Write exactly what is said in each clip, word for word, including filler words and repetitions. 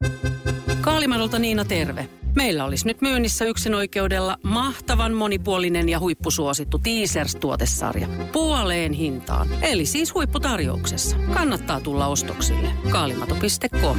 Kaalimadolta Niina terve. Meillä olisi nyt myynnissä yksinoikeudella mahtavan monipuolinen ja huippusuosittu Teasers-tuotesarja. Puoleen hintaan. Eli siis huipputarjouksessa. Kannattaa tulla ostoksille. kaalimato piste com.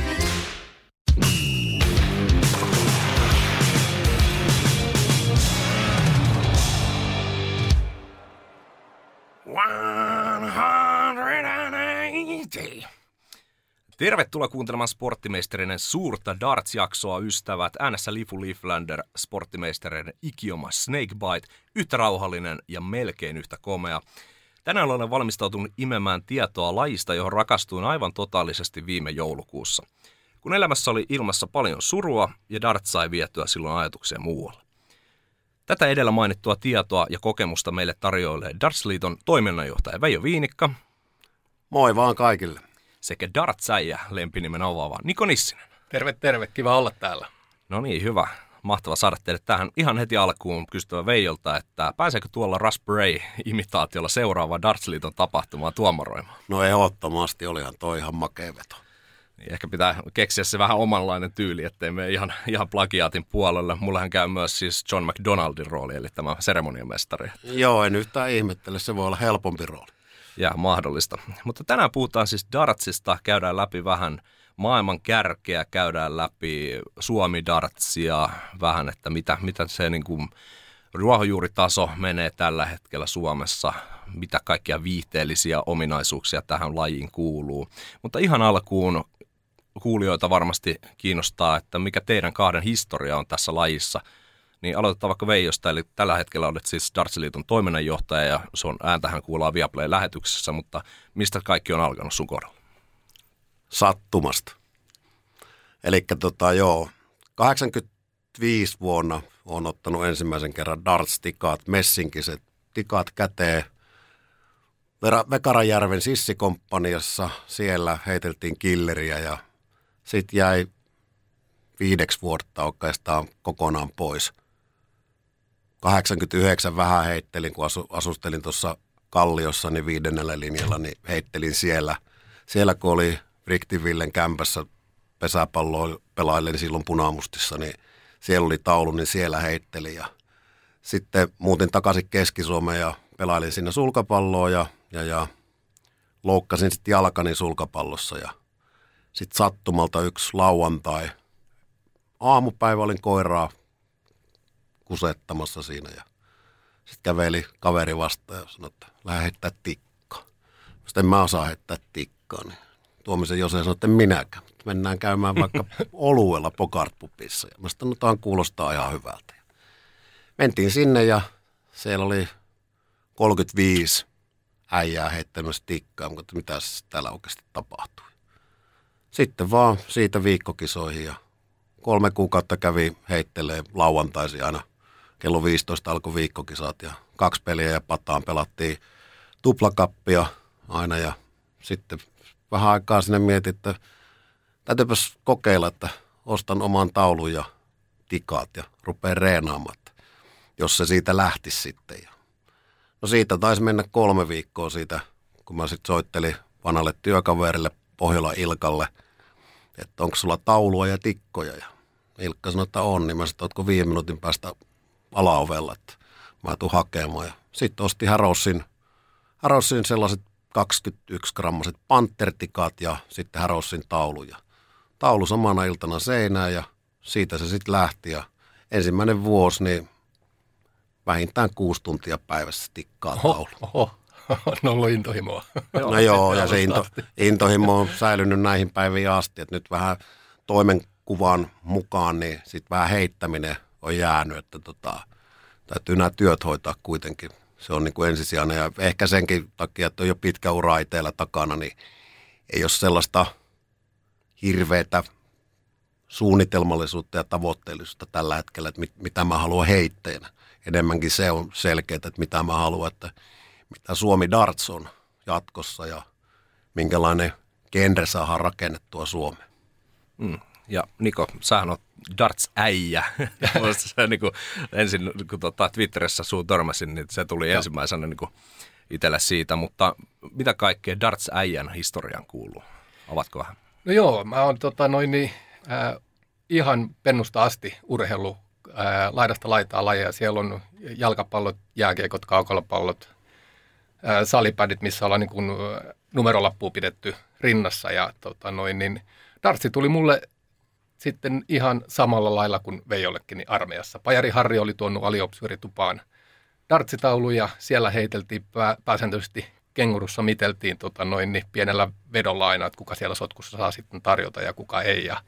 Tervetuloa kuuntelemaan Sporttimeisterinen suurta darts-jaksoa, ystävät. Äänessä Lifu Leaflander, Sporttimeisterinen ikioma Snakebite, yhtä rauhallinen ja melkein yhtä komea. Tänään olen valmistautunut imemään tietoa lajista, johon rakastuin aivan totaalisesti viime joulukuussa. Kun elämässä oli ilmassa paljon surua ja darts sai vietyä silloin ajatuksia muualle. Tätä edellä mainittua tietoa ja kokemusta meille tarjoilee Darts-liiton toiminnanjohtaja Veijo Viinikka. Moi vaan kaikille. Sekä dartsäijä lempinimen omaava Niko Nissinen. Terve, terve. Kiva olla täällä. No niin, hyvä. Mahtava saada teille tähän ihan heti alkuun kysyttävä Veijolta, että pääseekö tuolla Raspberry-imitaatiolla seuraava Darts-liiton tapahtumaa tuomaroimaan? No ehdottomasti, olihan toi ihan makea veto. Ehkä pitää keksiä se vähän omanlainen tyyli, ettei mene ihan, ihan plagiaatin puolelle. Mullahan käy myös siis John McDonaldin rooli, eli tämä seremoniamestari. Joo, en yhtään ihmettele, se voi olla helpompi rooli. Ja mahdollista. Mutta tänään puhutaan siis dartsista, käydään läpi vähän maailman kärkeä, käydään läpi Suomi-dartsia, vähän, että mitä, mitä se niin kuin ruohonjuuritaso menee tällä hetkellä Suomessa, mitä kaikkia viihteellisiä ominaisuuksia tähän lajiin kuuluu. Mutta ihan alkuun kuulijoita varmasti kiinnostaa, että mikä teidän kahden historia on tässä lajissa. Niin aloitetaan vaikka Veijosta, eli tällä hetkellä olet siis Darts-liiton toiminnanjohtaja ja sun ääntähän kuullaan Viaplay-lähetyksessä, mutta mistä kaikki on alkanut sun kohdalla? Sattumasta. Elikkä tota joo, kahdeksankymmentäviisi vuonna olen ottanut ensimmäisen kerran darts-tikaat, messinkiset tikaat käteen. Vekarajärven Sissikomppaniassa, siellä heiteltiin killeriä ja sitten jäi viideksi vuotta oikeastaan kokonaan pois. kahdeksankymmentäyhdeksän vähän heittelin, kun asu, asustelin tuossa Kalliossa, niin viidennellä linjalla, niin heittelin siellä. Siellä kun oli Friktivillen kämpässä pesäpalloa pelailin silloin Punamustissa, niin siellä oli taulu, niin siellä heittelin. Ja sitten muutin takaisin Keski-Suomeen ja pelailin siinä sulkapalloa ja, ja, ja loukkasin sitten jalkani sulkapallossa. Ja sitten sattumalta yksi lauantai. Aamupäivä olin koiraa kusettamassa siinä ja sitten käveli kaveri vastaan ja sanoi, että lähde heittää tikkaa. Sitten en mä osaa heittää tikkaa, niin Tuomisen Jose sanoi, että en minäkään. Mennään käymään vaikka oluella Pokartpupissa. Ja mä sanoin, no tämä kuulostaa ihan hyvältä. Mentiin sinne ja siellä oli kolmekymmentäviisi äijää heittämässä tikkaa, mutta mitä täällä oikeasti tapahtui. Sitten vaan siitä viikkokisoihin ja kolme kuukautta kävi heittelee lauantaisin aina. Kello viisitoista alkoi viikkokisat ja kaksi peliä ja pataan pelattiin tuplakappia aina. Ja sitten vähän aikaa sinne mietin, että täytyypäs kokeilla, että ostan oman taulun ja tikaat ja rupean reenaamaan, jos se siitä lähtisi sitten. No siitä taisi mennä kolme viikkoa siitä, kun mä sitten soittelin vanhalle työkaverille Pohjola Ilkalle, että onko sulla taulua ja tikkoja. Ja Ilkka sanoi, että on, niin mä sanoin, että ootko viiden minuutin päästä alaovella, että mä tuun hakemaan. Ja sitten ostin Harrowsin, Harrowsin sellaiset kaksikymmentäyksi grammaset pantertikaat ja sitten Harrowsin taulu. Ja taulu samana iltana seinään ja siitä se sitten lähti. Ja ensimmäinen vuosi, niin vähintään kuusi tuntia päivässä tikkaa taulu. Oho, oho. On ollut intohimoa. No joo, ja se into, intohimo on säilynyt näihin päiviin asti, että nyt vähän toimenkuvan mukaan, niin sitten vähän heittäminen on jäänyt, että tota, täytyy nämä työt hoitaa kuitenkin. Se on niin kuin ensisijainen ja ehkä senkin takia, että on jo pitkä ura itsellä takana, niin ei ole sellaista hirveätä suunnitelmallisuutta ja tavoitteellisuutta tällä hetkellä, että mit, mitä mä haluan heitteenä. Enemmänkin se on selkeää, että mitä mä haluan, että mitä Suomi Darts on jatkossa ja minkälainen genre saadaan rakennettua Suomeen. Mm. Ja Niko, sähän oot darts-äijä. se, niin kuin, ensin kun tota, Twitterissä suun törmäsin, niin se tuli ja. ensimmäisenä niin kuin itselle siitä. Mutta mitä kaikkea darts-äijän historiaan kuuluu? Avatko vähän? No joo, mä oon tota, noin niin äh, ihan pennusta asti urheilu ää, laidasta laitaa lajeja. Siellä on jalkapallot, jääkiekot, kaukalopallot, ää, salipädit, missä ollaan niin kuin numerolappua pidetty rinnassa. Ja tota noin, niin dartsi tuli mulle sitten ihan samalla lailla kuin Veijollekin niin armeijassa. Pajari Harri oli tuonut aliopsyöritupaan dartsitauluja. Siellä heiteltiin pää, pääsääntöisesti kengurussa miteltiin tota noin, niin pienellä vedolla aina, että kuka siellä sotkussa saa sitten tarjota ja kuka ei. Ja,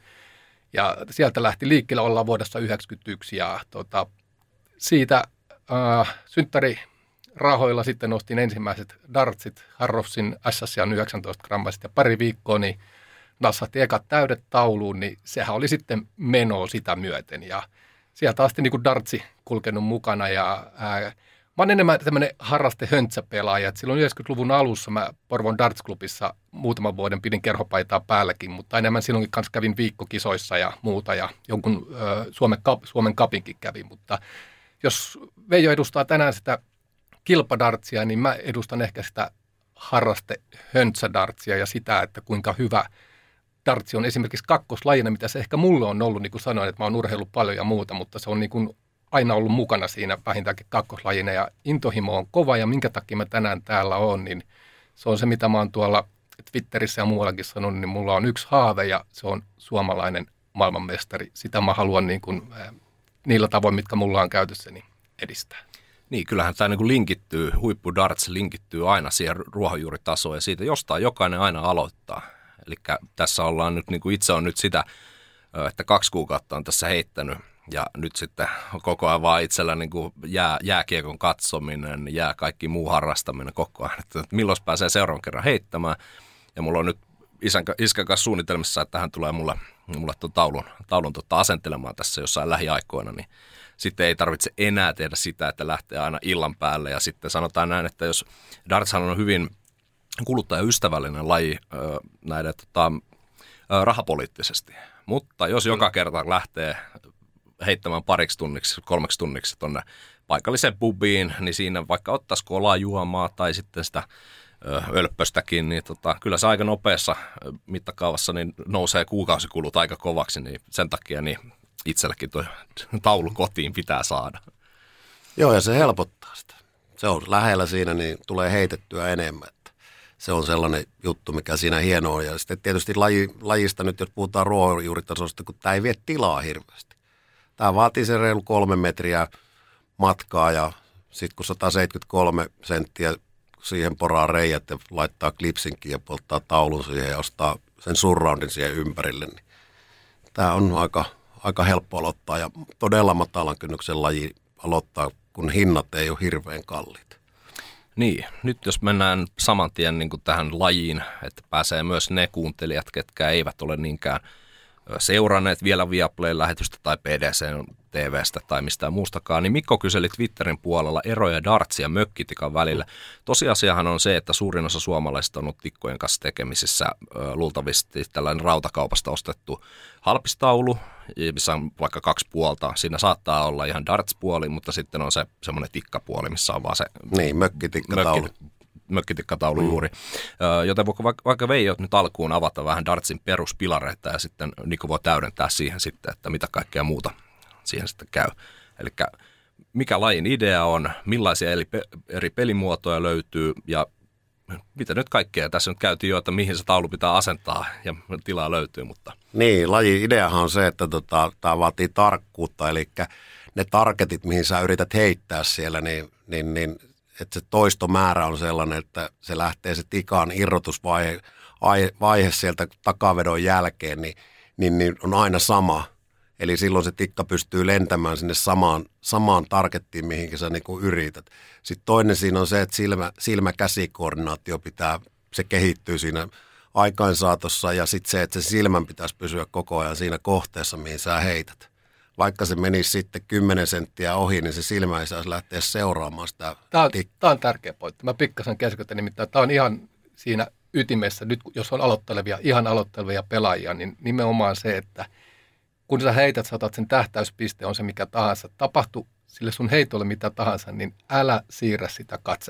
ja sieltä lähti liikkeelle, ollaan vuodessa yhdeksänkymmentäyksi ja tota, siitä äh, synttärirahoilla sitten ostin ensimmäiset dartsit, Harrofsin S S ja yhdeksäntoista grammaiset ja pari viikkoa, niin nassahti ekat täydet tauluun, niin sehän oli sitten menoa sitä myöten ja sieltä asti niin kuin dartsi kulkenut mukana ja ää, mä oon enemmän tämmöinen harraste höntsäpelaaja, että silloin yhdeksänkymmentäluvun alussa mä Porvoon Darts-klubissa muutaman vuoden pidin kerhopaitaa päälläkin, mutta enemmän silloinkin kanssa kävin viikkokisoissa ja muuta ja jonkun ö, Suomen, kap, Suomen kapinkin kävin, mutta jos Veijo edustaa tänään sitä kilpadartsia, niin mä edustan ehkä sitä harraste höntsädartsia ja sitä, että kuinka hyvä dartsi on esimerkiksi kakkoslajina, mitä se ehkä mulle on ollut, niin kuin sanoin, että mä oon urheillut paljon ja muuta, mutta se on niin kuin aina ollut mukana siinä vähintäänkin kakkoslajina ja intohimo on kova ja minkä takia mä tänään täällä on, niin se on se, mitä mä oon tuolla Twitterissä ja muuallakin sanonut, niin mulla on yksi haave ja se on suomalainen maailmanmestari. Sitä mä haluan niin kuin, äh, niillä tavoin, mitkä mulla on käytössä, niin edistää. Niin, kyllähän tämä niin linkittyy, huippudarts linkittyy aina siihen ruohonjuuritasoon ja siitä jostain jokainen aina aloittaa. Eli tässä ollaan nyt, niin kuin itse on nyt sitä, että kaksi kuukautta on tässä heittänyt ja nyt sitten koko ajan vaan itsellä niin kuin jää, jääkiekon katsominen, jää kaikki muu harrastaminen koko ajan, että milloin pääsee seuraavan kerran heittämään. Ja mulla on nyt isän, iskän kanssa suunnitelmissa, että hän tulee mulle, mulle tuon taulun, taulun tota asentelemaan tässä jossain lähiaikoina, niin sitten ei tarvitse enää tehdä sitä, että lähtee aina illan päälle. Ja sitten sanotaan näin, että jos dartshan on hyvin kuluttajaystävällinen laji näiden tota, rahapoliittisesti, mutta jos joka kerta lähtee heittämään pariksi tunniksi, kolmeksi tunniksi tuonne paikalliseen pubiin, niin siinä vaikka ottaisi kolaa juomaa tai sitten sitä ölppöstäkin, niin tota, kyllä se aika nopeassa mittakaavassa niin nousee kuukausikulut aika kovaksi, niin sen takia niin itsellekin tuo taulu kotiin pitää saada. Joo, ja se helpottaa sitä. Se on lähellä siinä, niin tulee heitettyä enemmän. Se on sellainen juttu, mikä siinä hienoa on. Ja sitten tietysti laji, lajista nyt, jos puhutaan ruohonjuuritasosta, kun tämä ei vie tilaa hirveästi. Tämä vaatii sen reilu kolme metriä matkaa ja sitten kun sata seitsemänkymmentäkolme senttiä siihen poraa reijät ja laittaa klipsinkin ja polttaa taulun siihen ja ostaa sen surroundin siihen ympärille, niin tämä on aika, aika helppo aloittaa ja todella matalan kynnyksen laji aloittaa, kun hinnat ei ole hirveän kalliita. Niin, nyt jos mennään saman tien niin kuin tähän lajiin, että pääsee myös ne kuuntelijat, ketkä eivät ole niinkään seuranneet vielä Viaplayn lähetystä tai P D C-T V:stä tai mistään muustakaan, niin Mikko kyseli Twitterin puolella eroja dartsin ja mökkitikan välillä. Tosiasiahan on se, että suurin osa suomalaisista on ollut tikkojen kanssa tekemisissä luultavasti tällainen rautakaupasta ostettu halpistaulu, missä on vaikka kaksi puolta. Siinä saattaa olla ihan darts-puoli, mutta sitten on se semmoinen tikkapuoli, missä on vaan se niin, mökkitikkataulu. Mökki, mökkitikkataulu mm. juuri. Joten voiko vaikka, vaikka Veijo nyt alkuun avata vähän dartsin peruspilareita ja sitten Niko voi täydentää siihen sitten, että mitä kaikkea muuta siihen sitten käy. Eli mikä lajin idea on, millaisia eri pelimuotoja löytyy ja mitä nyt kaikkea. Tässä nyt käytiin jo, että mihin se taulu pitää asentaa ja tilaa löytyy. Mutta. Niin, lajin ideahan on se, että tota, tämä vaatii tarkkuutta, eli ne targetit, mihin sä yrität heittää siellä, niin, niin, niin että se toistomäärä on sellainen, että se lähtee se tikan irrotusvaihe vaihe sieltä takavedon jälkeen, niin, niin, niin on aina sama. Eli silloin se tikka pystyy lentämään sinne samaan, samaan targettiin, mihinkä sä niinku yrität. Sitten toinen siinä on se, että silmä, silmä-käsikoordinaatio pitää, se kehittyy siinä aikainsaatossa ja sitten se, että se silmän pitäisi pysyä koko ajan siinä kohteessa, mihin sä heität. Vaikka se menisi sitten kymmenen senttiä ohi, niin se silmä ei saisi lähteä seuraamaan sitä Tämä on, tikkaa. tämä on tärkeä pointti. Mä pikkasen keskeytän, nimittäin tämä on ihan siinä ytimessä. Nyt jos on aloittelevia, ihan aloittelevia pelaajia, niin nimenomaan se, että kun sä heität, sä otat sen tähtäyspiste, on se mikä tahansa, tapahtu sille sun heitolle mitä tahansa, niin älä siirrä sitä katsetta.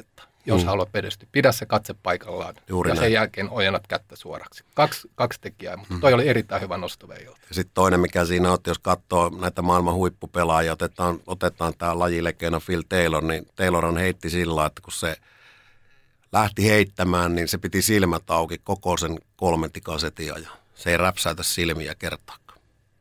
jos mm. haluat menestyä. Pidä se katse paikallaan Juuri ja sen näin. jälkeen ojennat kättä suoraksi. Kaksi, kaksi tekijää, mutta toi mm. oli erittäin hyvä nosto Veijolta. Ja sitten toinen, mikä siinä on, että jos katsoo näitä maailman huippupelaajia, otetaan, otetaan tämä lajilekeena Phil Taylor, niin Taylorhan heitti sillä lailla, että kun se lähti heittämään, niin se piti silmät auki koko sen kolmen tikasetin ajan. Se ei räpsäytä silmiä kertaakaan.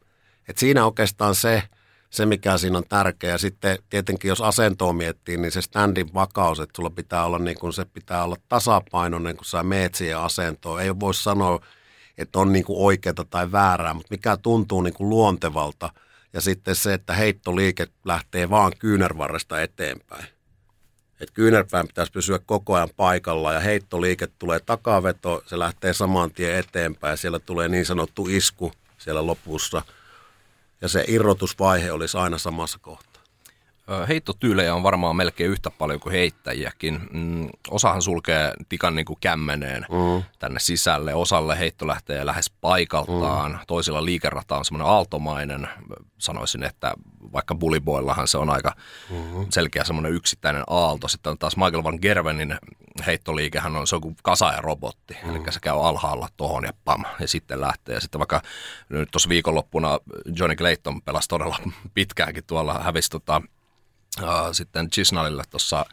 Et siinä oikeastaan se, se, mikä siinä on tärkeää. Sitten tietenkin, jos asentoa miettii, niin se standin vakaus, että sulla pitää olla, niin kun se pitää olla tasapainoinen, kun sä meet siihen asentoon. Ei voi sanoa, että on niin kuin oikeaa tai väärää, mutta mikä tuntuu niin kuin luontevalta. Ja sitten se, että heittoliike lähtee vaan kyynärvarresta eteenpäin. Että kyynärpään pitäisi pysyä koko ajan paikalla ja heittoliike tulee takaveto, se lähtee saman tien eteenpäin ja siellä tulee niin sanottu isku siellä lopussa. Ja se irrotusvaihe olisi aina samassa kohtaa. Heittotyylejä on varmaan melkein yhtä paljon kuin heittäjiäkin. Mm, osahan sulkee tikan niin kuin kämmeneen mm. tänne sisälle. Osalle heitto lähtee lähes paikaltaan. Mm. Toisilla liikerata on semmoinen aaltomainen. Sanoisin, että vaikka Bully Boyllahan se on aika mm-hmm. selkeä semmoinen yksittäinen aalto. Sitten on taas Michael Van Gervenin heittoliikehän on, se on kuin kasaajarobotti. Mm. Eli se käy alhaalla tohon ja pam, ja sitten lähtee. Ja sitten vaikka nyt tuossa viikonloppuna Johnny Clayton pelasi todella pitkäänkin tuolla, hävisi tota, Uh, sitten Chisnallille tuossa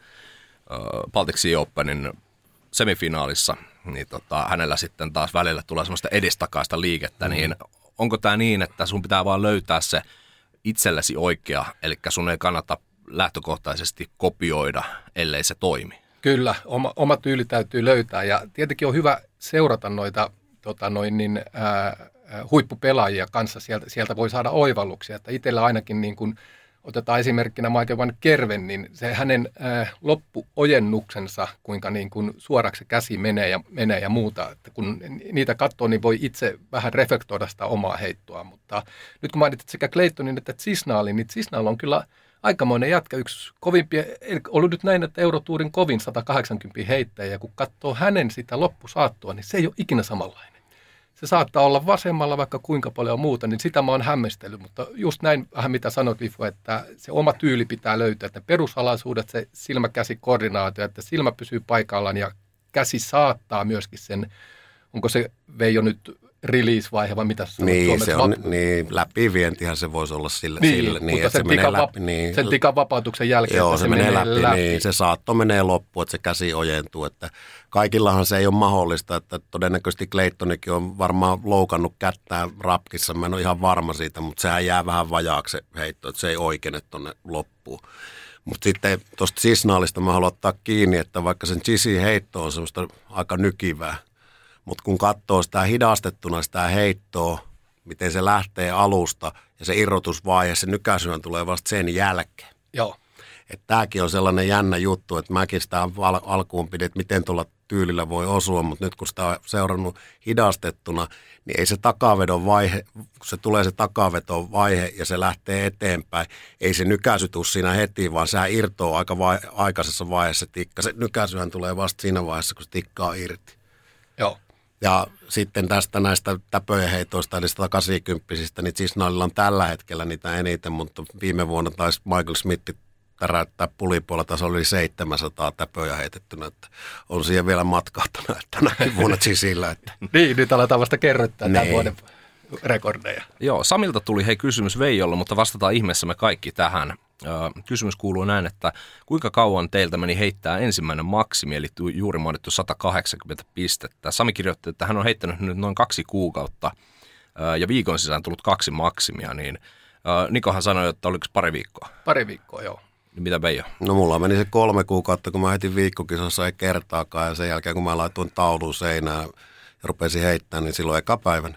uh, Baltic Sea Openin semifinaalissa, niin tota, hänellä sitten taas välillä tulee semmoista edestakaista liikettä, mm. niin onko tämä niin, että sun pitää vaan löytää se itsellesi oikea, eli sun ei kannata lähtökohtaisesti kopioida, ellei se toimi? Kyllä, oma, oma tyyli täytyy löytää ja tietenkin on hyvä seurata noita tota noin niin, ää, huippupelaajia kanssa, sieltä, sieltä voi saada oivalluksia, että itsellä ainakin niin kuin otetaan esimerkkinä Michael Van Gerven, niin se hänen äh, loppuojennuksensa, kuinka niin kuin suoraksi se käsi menee ja, menee ja muuta. Että kun niitä katsoo, niin voi itse vähän reflektoida sitä omaa heittoa. Mutta nyt kun mainitsit sekä Claytonin että Chisnallin, niin Chisnall on kyllä aikamoinen jätkä. Yksi kovimpia, ollut nyt näin, että Eurotuurin kovin sata kahdeksankymmentä heittäjä. Ja kun katsoo hänen sitä loppusaattoa, niin se ei ole ikinä samanlainen. Se saattaa olla vasemmalla vaikka kuinka paljon muuta, niin sitä mä oon hämmästellyt, mutta just näin vähän mitä sanoit, Vifu, että se oma tyyli pitää löytää, että perusalaisuudet, se silmä-käsi-koordinaatio, että silmä pysyy paikallaan ja käsi saattaa myöskin sen, onko se Veijo nyt release-vaihe vai mitä sanot niin, Suomessa? Se on, niin, läpivientihän se voisi olla sille. Niin, sille niin, mutta että sen, se menee läpi, vap- niin, sen tikan vapautuksen jälkeen, joo, että se, se menee läpi, läpi. Niin, se saatto menee loppuun, että se käsi ojentuu. Että kaikillahan se ei ole mahdollista, että todennäköisesti Claytonikin on varmaan loukannut kättään rapkissa. Mä en ole ihan varma siitä, mutta sehän jää vähän vajaaksi se heitto, että se ei oikene tuonne loppuun. Mutta sitten tuosta Chisnallista mä haluan ottaa kiinni, että vaikka sen Chisin heitto on semmoista aika nykivää, mutta kun katsoo sitä hidastettuna sitä heittoa, miten se lähtee alusta ja se irrotusvaihe, se nykäisyhän tulee vasta sen jälkeen. Joo. Että tämäkin on sellainen jännä juttu, että mäkin sitä al- alkuun pidin, että miten tuolla tyylillä voi osua, mutta nyt kun sitä on seurannut hidastettuna, niin ei se takavedon vaihe, kun se tulee se takavedon vaihe ja se lähtee eteenpäin, ei se nykäisy tule siinä heti, vaan sehän irtoaa aika vai- aikaisessa vaiheessa tikka. Se nykäisyhän tulee vasta siinä vaiheessa, kun se tikkaa irti. Joo. Ja sitten tästä näistä täpöjen heitoista, eli sata kahdeksankymmentä, niin Chisnallilla on tällä hetkellä niitä eniten, mutta viime vuonna taisi Michael Smith täräyttää pulipuolella, taas oli seitsemänsataa täpöjä heitettynä, että on siihen vielä matkahtanut tänäkin vuonna Chisillä. Että. Niin, nyt aletaan vasta kerroittaa tämän Niin. vuoden rekordeja. Joo, Samilta tuli hei kysymys Veijolle, mutta vastataan ihmeessä me kaikki tähän. Kysymys kuuluu näin, että kuinka kauan teiltä meni heittää ensimmäinen maksimi, eli juuri mainittu sata kahdeksankymmentä pistettä. Sami kirjoitti, että hän on heittänyt nyt noin kaksi kuukautta ja viikon sisään tullut kaksi maksimia, niin Nikohan sanoi, että oliko pari viikkoa? Pari viikkoa, joo. Niin mitä Veijo? No mulla meni se kolme kuukautta, kun mä heitin viikkokisassa ei kertaakaan, ja sen jälkeen kun mä laitoin taulun seinään ja rupesin heittämään, niin silloin eka päivänä.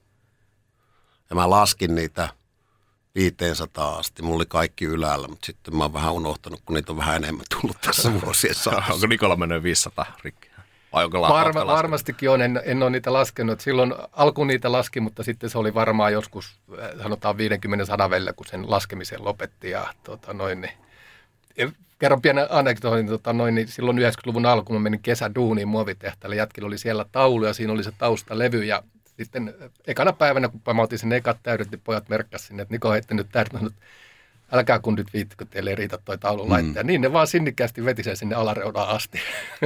Ja mä laskin niitä viisisataa asti. Mulla oli kaikki ylällä, mutta sitten mä oon vähän unohtanut, kun niitä on vähän enemmän tullut tässä vuosien saatossa. Onko Nikola mennyt viisisataa rikki? Vai onko la- Varma, varmastikin on, en, en ole niitä laskenut. Silloin alkuun niitä laski, mutta sitten se oli varmaan joskus, sanotaan viisikymmentä sadan välillä, kun sen laskemisen lopetti. Ja, tota, noin, niin. Ja kerron pienen anekdootin, tota, noin, niin silloin yhdeksänkymmentäluvun alkuun mä menin kesäduuniin muovitehtaalle. Jätkillä oli siellä taulu ja siinä oli se taustalevy ja sitten ekana päivänä, kun mä otin sen ekat täydet, niin pojat merkkasivat sinne, että Niko heitti nyt täydet. älkää kundit viittikö teille ei riitä toi taulun laittaa. Mm. Niin ne vaan sinnikkäästi veti sen sinne alareunaan asti.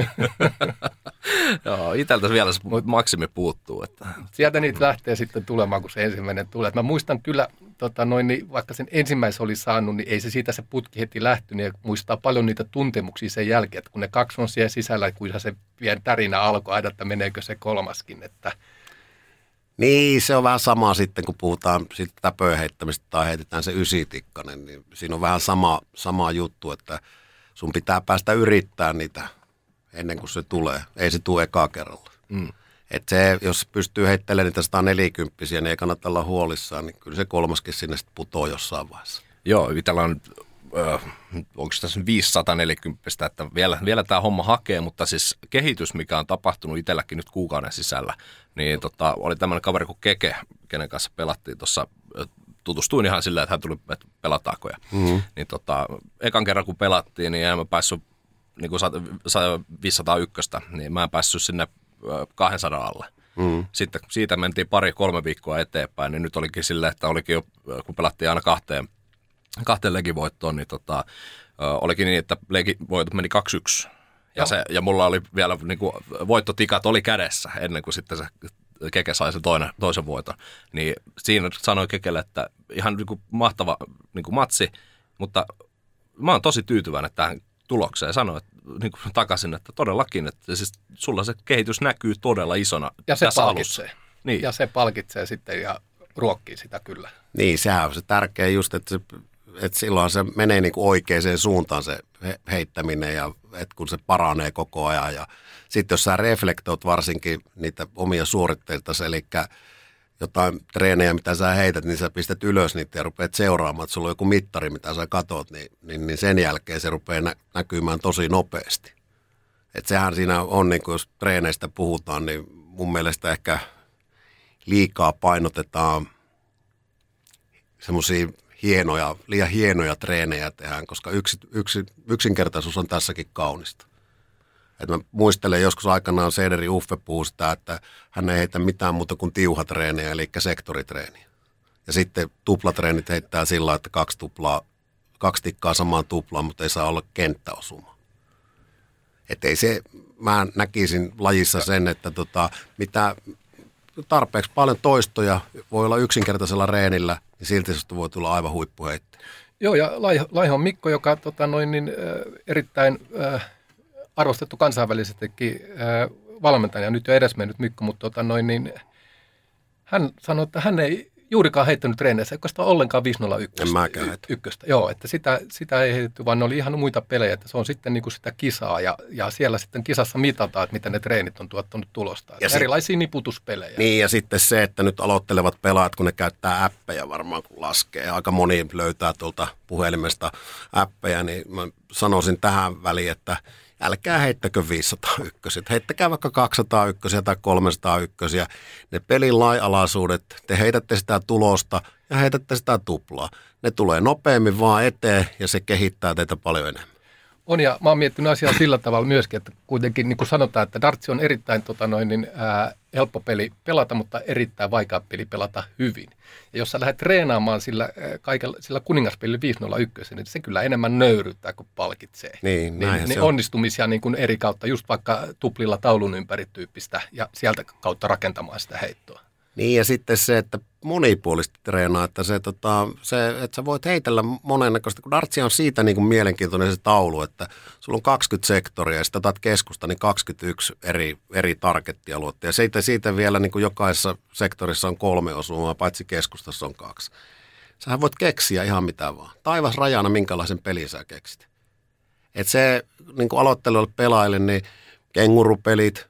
Joo, itseltä vielä se maksimi puuttuu. Että. Sieltä niitä lähtee sitten tulemaan, kun se ensimmäinen tulee. Et mä muistan kyllä, tota noin, niin vaikka sen ensimmäisen oli saanut, niin ei se siitä se putki heti lähtynyt. Ja muistaa paljon niitä tuntemuksia sen jälkeen, että kun ne kaksi on siellä sisällä, kun se pieni tärinä alkoi aina, että meneekö se kolmaskin, että niin, se on vähän sama sitten, kun puhutaan siitä täpöheittämistä tai heitetään se ysitikkanen, niin siinä on vähän sama, sama juttu, että sun pitää päästä yrittämään niitä ennen kuin se tulee. Ei se tule ekaa kerralla. Mm. Et se, jos pystyy heittelemään niitä sata neljäkymmentä, niin ei kannata olla huolissaan, niin kyllä se kolmaskin sinne sitten putoo jossain vaiheessa. Joo, itsellä on, äh, onko tässä viisisataaneljäkymmentä, että vielä, vielä tämä homma hakee, mutta siis kehitys, mikä on tapahtunut itselläkin nyt kuukauden sisällä, niin tota, oli tämmöinen kaveri kuin Keke, kenen kanssa pelattiin tuossa, tutustuin ihan silleen, että hän tuli, että pelataanko. Mm-hmm. Niin tota, ekan kerran kun pelattiin, niin en mä päässyt niin kuin viisisataayksi, niin mä en päässyt sinne kaksisataa alle. Mm. Sitten siitä mentiin pari-kolme viikkoa eteenpäin, niin nyt olikin silleen, että olikin jo, kun pelattiin aina kahteen, kahteen legivoittoon, niin tota, olikin niin, että legivoitot meni kaksi yksi. Ja, se, ja mulla oli vielä niin kuin, voittotikat oli kädessä ennen kuin sitten se Keke sai sen toinen, toisen voiton. Niin siinä sanoi Kekelle, että ihan niin kuin, mahtava niin kuin matsi, mutta mä oon tosi tyytyväinen tähän tulokseen. Sanoin että, niin kuin takaisin, että todellakin, että siis sulla se kehitys näkyy todella isona ja se tässä palkitsee. alussa. Niin. Ja se palkitsee sitten ja ruokkii sitä kyllä. Niin, sehän on se tärkeä just, että, se, että silloin se menee niin kuin oikeaan suuntaan se heittäminen ja että kun se paranee koko ajan. Ja sitten jos sä reflektoit varsinkin niitä omia suoritteita, eli jotain treenejä, mitä sä heität, niin sä pistät ylös niitä ja rupeat seuraamaan, että sulla on joku mittari, mitä sä katot, niin, niin, niin sen jälkeen se rupeaa nä- näkymään tosi nopeasti. Että sehän siinä on, niin kun jos treeneistä puhutaan, niin mun mielestä ehkä liikaa painotetaan semmoisia hienoja, liian hienoja treenejä tehdään, koska yksi, yksi, yksinkertaisuus on tässäkin kaunista. Et mä muistelen joskus aikanaan Cederi Uffe puhui sitä, että hän ei heitä mitään muuta kuin tiuhatreenejä, eli sektoritreeniä. Ja sitten tuplatreenit heittää sillä, että kaksi, tuplaa, kaksi tikkaa samaan tuplaan, mutta ei saa olla kenttäosuma. Että ei se, mä näkisin lajissa sen, että tota, mitä tarpeeksi paljon toistoja voi olla yksinkertaisella reenillä, niin silti se voi tulla aivan huippuheittäjä. Joo, ja Laihon Mikko, joka tota, noin, niin, äh, erittäin äh, arvostettu kansainvälisestikin äh, valmentaja, nyt jo edesmennyt Mikko, mutta tota, noin, niin, hän sanoi, että hän ei juurikaan heittänyt treeneissä, oikeastaan ollenkaan viisi nolla yksi. En mäkään heitä. Ykköstä. Joo, että sitä, sitä ei heitetty, vaan ne oli ihan muita pelejä, että se on sitten niin kuin sitä kisaa ja, ja siellä sitten kisassa mitataan, että miten ne treenit on tuottanut tulosta. Ja erilaisia sit, niputuspelejä. Niin ja sitten se, että nyt aloittelevat pelaajat, kun ne käyttää appeja varmaan kun laskee. Aika moni löytää tuolta puhelimesta appeja, niin mä sanoisin tähän väliin, että älkää heittäkö viisisataayksi, heittäkää vaikka kaksisataayksi tai kolmesataayksi. Ne pelin lainalaisuudet, te heitätte sitä tulosta ja heitätte sitä tuplaa. Ne tulee nopeammin vaan eteen ja se kehittää teitä paljon enemmän. On ja mä oon miettinyt asiaa sillä tavalla myöskin, että kuitenkin niin kuin sanotaan, että dartsi on erittäin tota noin, niin, ää, helppo peli pelata, mutta erittäin vaikea peli pelata hyvin. Ja jos sä lähdet treenaamaan sillä, ää, kaikella, sillä kuningaspelillä viisi nolla yksi, niin se kyllä enemmän nöyryyttää kuin palkitsee. Niin, niin, niin onnistumisia niin kuin eri kautta, just vaikka tuplilla taulun ympäri tyyppistä ja sieltä kautta rakentamaan sitä heittoa. Niin ja sitten se, että monipuolisesti treenaa, että, se, tota, se, että sä voit heitellä monennäköistä, kun dartsia on siitä niin kuin mielenkiintoinen se taulu, että sulla on kaksikymmentä sektoria ja sitten otat keskusta, niin kaksikymmentäyksi eri, eri targettialuetta. Ja siitä, siitä vielä niin kuin jokaisessa sektorissa on kolme osumaa, paitsi keskustassa on kaksi. Sähän voit keksiä ihan mitä vaan. Taivas rajana, minkälaisen pelin sä keksit. Että se niin kuin aloittelijoille pelaajille, niin kengurupelit,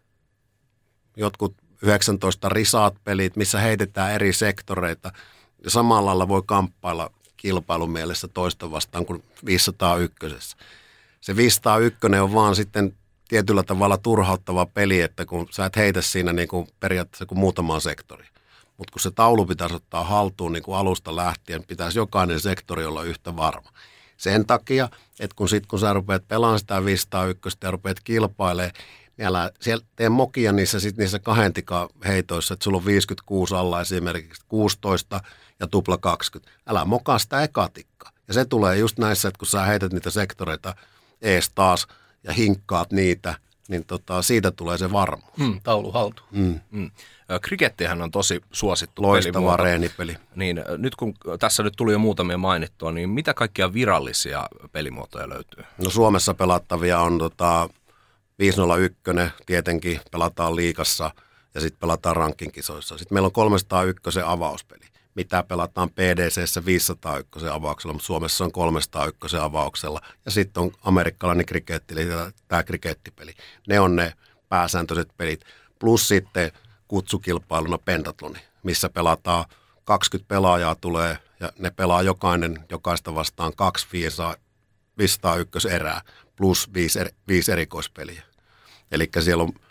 jotkut yhdeksäntoista risaat-pelit, missä heitetään eri sektoreita. Ja samalla lailla voi kamppailla kilpailun mielessä toista vastaan kuin viisisataayksi. Se viisisataayksi on vaan sitten tietyllä tavalla turhauttava peli, että kun sä et heitä siinä niin kuin periaatteessa kuin muutamaan sektoriin. Mutta kun se taulu pitäisi ottaa haltuun niin kuin alusta lähtien, pitäisi jokainen sektori olla yhtä varma. Sen takia, että kun sit kun sä rupeat pelaamaan sitä viisisataayksi ja rupeat kilpailemaan, Älä siellä tee mokia niissä, sit niissä kahden tikan heitoissa, että sulla on viisikymmentäkuusi alla esimerkiksi kuusitoista ja tupla kaksikymmentä. Älä mokaa sitä eka tikkaa. Ja Ja se tulee just näissä, että kun sä heität niitä sektoreita ees taas ja hinkkaat niitä, niin tota, siitä tulee se varmuus. Mm, taulu haltuun. Mm. Mm. Krikettihän on tosi suosittu Loistava pelimuoto. reenipeli. Niin, nyt kun tässä nyt tuli jo muutamia mainittua, niin mitä kaikkia virallisia pelimuotoja löytyy? No Suomessa pelattavia on tota, viisi nolla yksi, tietenkin pelataan liigassa ja sitten pelataan rankinkisoissa. Sitten meillä on kolmesataayksi avauspeli, mitä pelataan P D C:ssä viisisataayksi avauksella, mutta Suomessa on kolmesataayksi avauksella. Ja sitten on amerikkalainen kriketti, eli tämä krikettipeli. Ne on ne pääsääntöiset pelit. Plus sitten kutsukilpailuna pentatloni, missä pelataan kaksikymmentä pelaajaa tulee ja ne pelaa jokainen, jokaista vastaan kaksi viisisataayksi erää plus viisi, eri, viisi erikoispeliä. Eli siellä on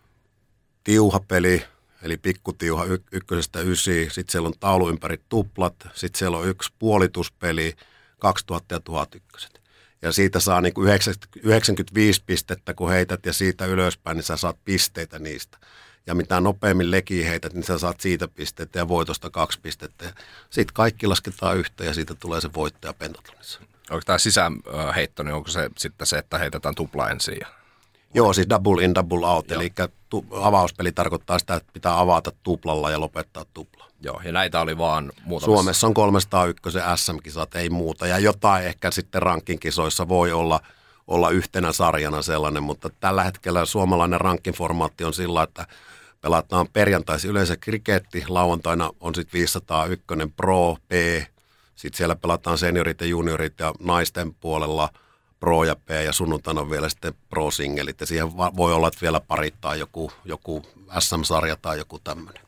tiuhapeli, eli pikkutiuha y- ykkösestä ysiin, sitten siellä on taulu ympäri tuplat, sitten siellä on yksi puolituspeli, kaksituhatta ja tuhatyksi. Ja siitä saa niin kuin yhdeksänkymmentäviisi pistettä, kun heität ja siitä ylöspäin, niin sä saat pisteitä niistä. Ja mitä nopeammin leki heität, niin sä saat siitä pisteitä ja voitosta kaksi pistettä. Sitten kaikki lasketaan yhteen ja siitä tulee se voittaja pentatlonissa. Onko tämä sisäänheitto, niin onko se sitten se, että heitetään tupla ensin? Joo, siis double in, double out. Joo. Eli tu- avauspeli tarkoittaa sitä, että pitää avata tuplalla ja lopettaa tupla. Joo, ja näitä oli vaan muutamassa. Suomessa on kolmesataayksi S M-kisat, ei muuta. Ja jotain ehkä sitten rankinkisoissa voi olla, olla yhtenä sarjana sellainen, mutta tällä hetkellä suomalainen rankinformaatti on sillä, että pelataan perjantaisin yleensä kriketti, lauantaina on sitten viisisataayksi Pro, P, sitten siellä pelataan seniorit ja juniorit ja naisten puolella Pro ja P ja sunnuntaina on vielä sitten Pro-singelit ja siihen voi olla, että vielä parittaa joku, joku S M-sarja tai joku tämmöinen.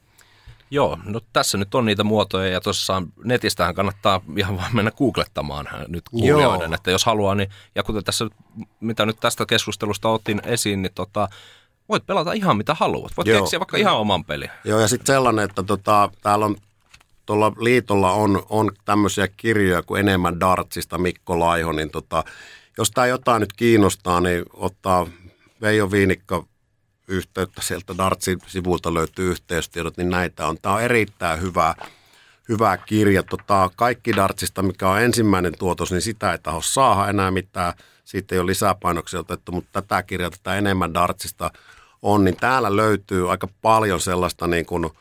Joo, no tässä nyt on niitä muotoja ja tuossa netistähän kannattaa ihan vaan mennä googlettamaan nyt kuulijoiden, että jos haluaa, niin, ja kuten tässä, mitä nyt tästä keskustelusta otin esiin, niin tota, voit pelata ihan mitä haluat, voit Joo. keksiä vaikka ihan oman pelin. Joo, ja sitten sellainen, että tota, täällä on, tuolla liitolla on, on tämmöisiä kirjoja kuin Enemmän dartsista, Mikko Laiho, niin tota, jos tämä jotain nyt kiinnostaa, niin ottaa Veijo Viinikka yhteyttä sieltä Dartsin sivulta löytyy yhteystiedot, niin näitä on. Tämä on erittäin hyvä, hyvä kirja. Tota, kaikki Dartsista, mikä on ensimmäinen tuotos, niin sitä ei taho saada enää mitään. Siitä ei ole lisäpainoksia otettu, mutta tätä kirjaa, tätä Enemmän Dartsista on, niin täällä löytyy aika paljon sellaista niin kuin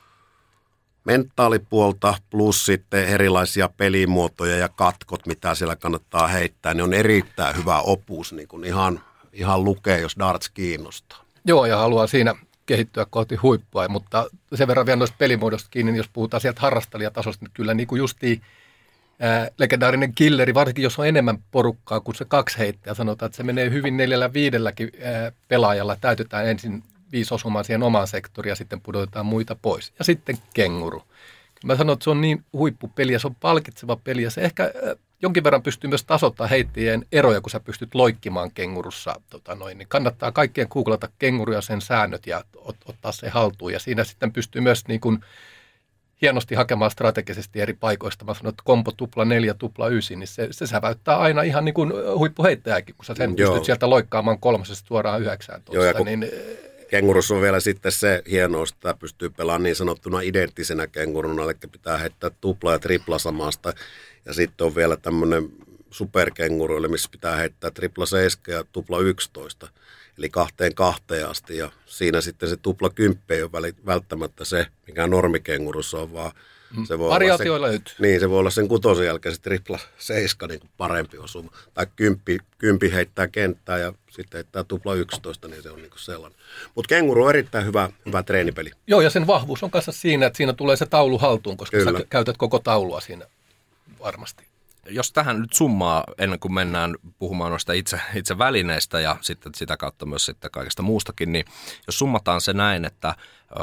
mentaalipuolta plus sitten erilaisia pelimuotoja ja katkot, mitä siellä kannattaa heittää. Niin on erittäin hyvä opus, niin kuin ihan, ihan lukee, jos darts kiinnostaa. Joo, ja haluaa siinä kehittyä kohti huippua, mutta sen verran vielä noista pelimuodosta kiinni, niin jos puhutaan sieltä harrastelijatasosta, niin kyllä niin kuin justiin ää, legendaarinen killeri, varsinkin jos on enemmän porukkaa kuin se kaksi heittäjä, sanotaan, että se menee hyvin neljällä viidelläkin ää, pelaajalla, täytetään ensin viisi osumaan siihen omaan sektoriin ja sitten pudotetaan muita pois. Ja sitten kenguru. Mä sanon, että se on niin huippupeli ja se on palkitseva peli ja se ehkä ää, jonkin verran pystyy myös tasoittamaan heittäjien eroja, kun sä pystyt loikkimaan kengurussa. Tota noin, niin kannattaa kaikkien googlata kenguru ja sen säännöt ja ot, ottaa se haltuun. Ja siinä sitten pystyy myös niin kuin hienosti hakemaan strategisesti eri paikoista. Mä sanon, että kompo tupla neljä, tupla ysi, niin se, se säväyttää aina ihan niin kuin huippuheittäjäkin, kun sä sen Joo. pystyt sieltä loikkaamaan kolmosesta suoraan yhdeksäntoista. Joo, niin, kengurussa on vielä sitten se hienous, että pystyy pelaamaan niin sanottuna identtisenä kenguruna, eli pitää heittää tupla ja tripla samasta. Ja sitten on vielä tämmöinen superkenguru, eli missä pitää heittää tripla seitsemän ja tupla yksitoista, eli kahteen kahteen asti. Ja siinä sitten se tupla kymppi ei ole välttämättä se, mikä normikengurussa on, vaan se voi variaatio olla löytyy. Niin, se voi olla sen kutosen jälkeen se tripla seitsemän niin kuin parempi osuma. Tai kymppi, kymppi heittää kenttää ja sitten heittää tupla yksitoista, niin se on niin kuin sellainen. Mutta kenguru on erittäin hyvä, hyvä treenipeli. Joo, ja sen vahvuus on kanssa siinä, että siinä tulee se taulu haltuun, koska Kyllä. sä käytät koko taulua siinä. Varmasti. Jos tähän nyt summaa, ennen kuin mennään puhumaan noista itse, itse välineistä ja sitten sitä kautta myös sitten kaikesta muustakin, niin jos summataan se näin, että ö,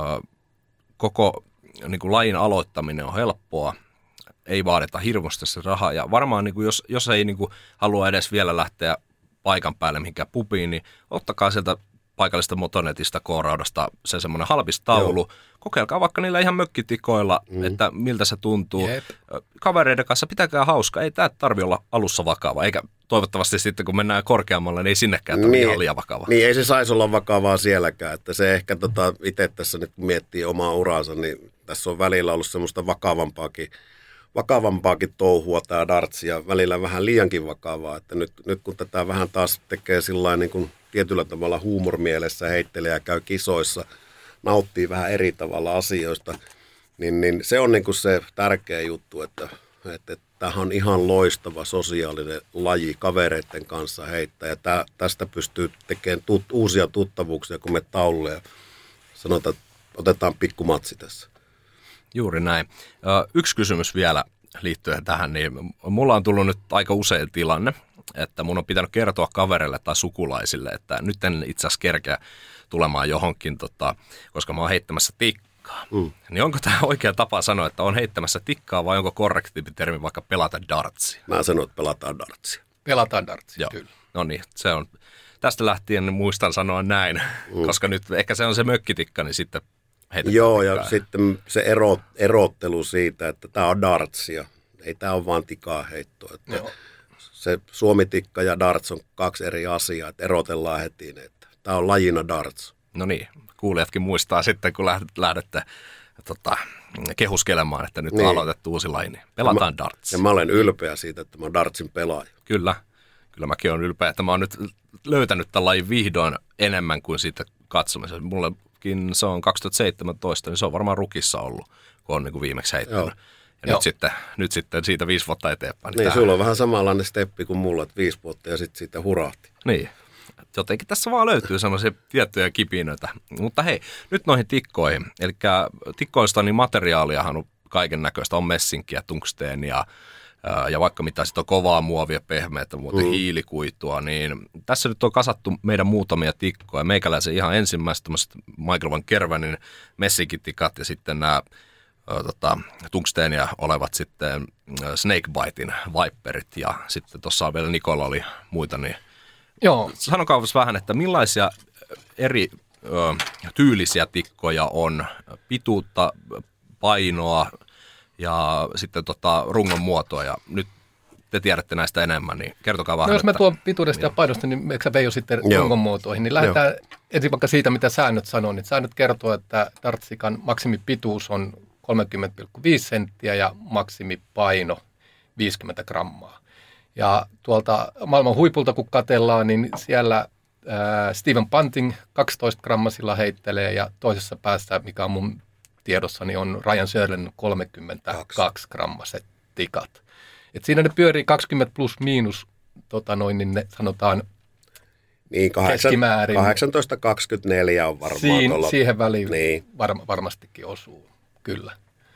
koko niin kuin lajin aloittaminen on helppoa, ei vaadita hirveästi se rahaa ja varmaan niin kuin jos, jos ei niin kuin halua edes vielä lähteä paikan päälle mihinkään pubiin, niin ottakaa sieltä paikallista motonetista, K-raudasta se semmoinen halpis taulu. Joo. Kokeilkaa vaikka niillä ihan mökkitikoilla, mm. että miltä se tuntuu. Jep. Kavereiden kanssa pitäkää hauskaa. Ei tämä tarvitse olla alussa vakava, eikä toivottavasti sitten kun mennään korkeammalle, niin ei sinnekään tarvitse niin, ihan liian vakava. Niin ei se saisi olla vakavaa sielläkään. Että se ehkä tota, itse tässä nyt kun miettii omaa uraansa, niin tässä on välillä ollut semmoista vakavampaakin, vakavampaakin touhua tämä dartsi ja välillä vähän liiankin vakavaa. Että nyt, nyt kun tätä vähän taas tekee sillain niin kuin tietyllä tavalla huumormielessä, heittelee ja käy kisoissa, nauttii vähän eri tavalla asioista, niin, niin se on niin kuin se tärkeä juttu, että, että, että tämähän on ihan loistava sosiaalinen laji kavereiden kanssa heittää. Ja tää, tästä pystyy tekemään tut, uusia tuttavuuksia, kun me taululle ja sanotaan, että otetaan pikkumatsi tässä. Juuri näin. Yksi kysymys vielä liittyen tähän, niin mulla on tullut nyt aika usein tilanne, että mun on pitänyt kertoa kavereille tai sukulaisille, että nyt en itse asiassa kerkeä tulemaan johonkin, tota, koska mä oon heittämässä tikkaa. Mm. Niin onko tämä oikea tapa sanoa, että on heittämässä tikkaa vai onko korrektiivi termi vaikka pelata dartsia? Mä sanon, että pelataan dartsia. Pelataan dartsia, kyllä. No niin, se on. Tästä lähtien muistan sanoa näin, mm. koska nyt ehkä se on se mökkitikka, niin sitten heitetään Joo, tikkaa. Ja sitten se ero, erottelu siitä, että tämä on dartsia. Ei tämä ole vaan tikaa heittoa. Että se suomitikka ja darts on kaksi eri asiaa, että erotellaan heti, että tämä on lajina darts. No niin, kuulijatkin muistaa sitten, kun lähdette tota, kehuskelemaan, että nyt niin. on aloitettu uusi laji, niin pelataan mä, darts. Ja mä olen ylpeä siitä, että mä oon dartsin pelaaja. Kyllä, kyllä mäkin olen ylpeä, että mä oon nyt löytänyt tämän lajin vihdoin enemmän kuin siitä katsomisesta. Mullekin se on kaksituhattaseitsemäntoista, niin se on varmaan rukissa ollut, kun on niin kuin viimeksi heittänyt. Joo. Ja nyt sitten, nyt sitten siitä viisi vuotta eteenpäin. Niin, niin sulla on vähän samanlainen steppi kuin mulla, että viisi vuotta ja sitten siitä hurahti. Niin. Jotenkin tässä vaan löytyy sellaisia tiettyjä kipinöitä. Mutta hei, nyt noihin tikkoihin. Eli tikkoista niin materiaaliahan on kaiken näköistä. On messinkiä, tungsteenia ja vaikka mitä sitten on kovaa muovia, pehmeätä, muuten mm. hiilikuitua. Niin tässä nyt on kasattu meidän muutamia tikkoja. Meikäläisen ihan ensimmäiset tämmöiset Michael Van Gervenin messinkitikat ja sitten nämä Tota, tungsteenia olevat sitten Snakebitein Viperit ja sitten tuossa vielä Nikola oli muita, niin Joo. Sanokaa vähän, että millaisia eri ö, tyylisiä tikkoja on, pituutta, painoa ja sitten tota, rungon muotoa ja nyt te tiedätte näistä enemmän, niin kertokaa vähän. No jos mä että, tuon pituudesta niin ja painosta, niin eikö sä Veijo sitten rungon muotoihin, niin lähdetään Joo. ensin vaikka siitä, mitä säännöt sanoo, niin säännöt kertoo, että dartsikan maksimipituus on kolmekymmentä pilkku viisi senttiä ja maksimipaino viisikymmentä grammaa. Ja tuolta maailman huipulta kun katsellaan, niin siellä ää, Stephen Bunting kaksitoista grammasilla heittelee ja toisessa päässä, mikä on mun tiedossani, on Ryan Sörlen kolmekymmentäkaksi grammaset tikat. Et siinä ne pyörii kaksikymmentä plus miinus, tota noin, niin ne sanotaan niin, keskimäärin. kahdeksantoista kaksikymmentäneljä on varmaan Siin, olla. Siihen väliin niin. var, varmastikin osuu, kyllä.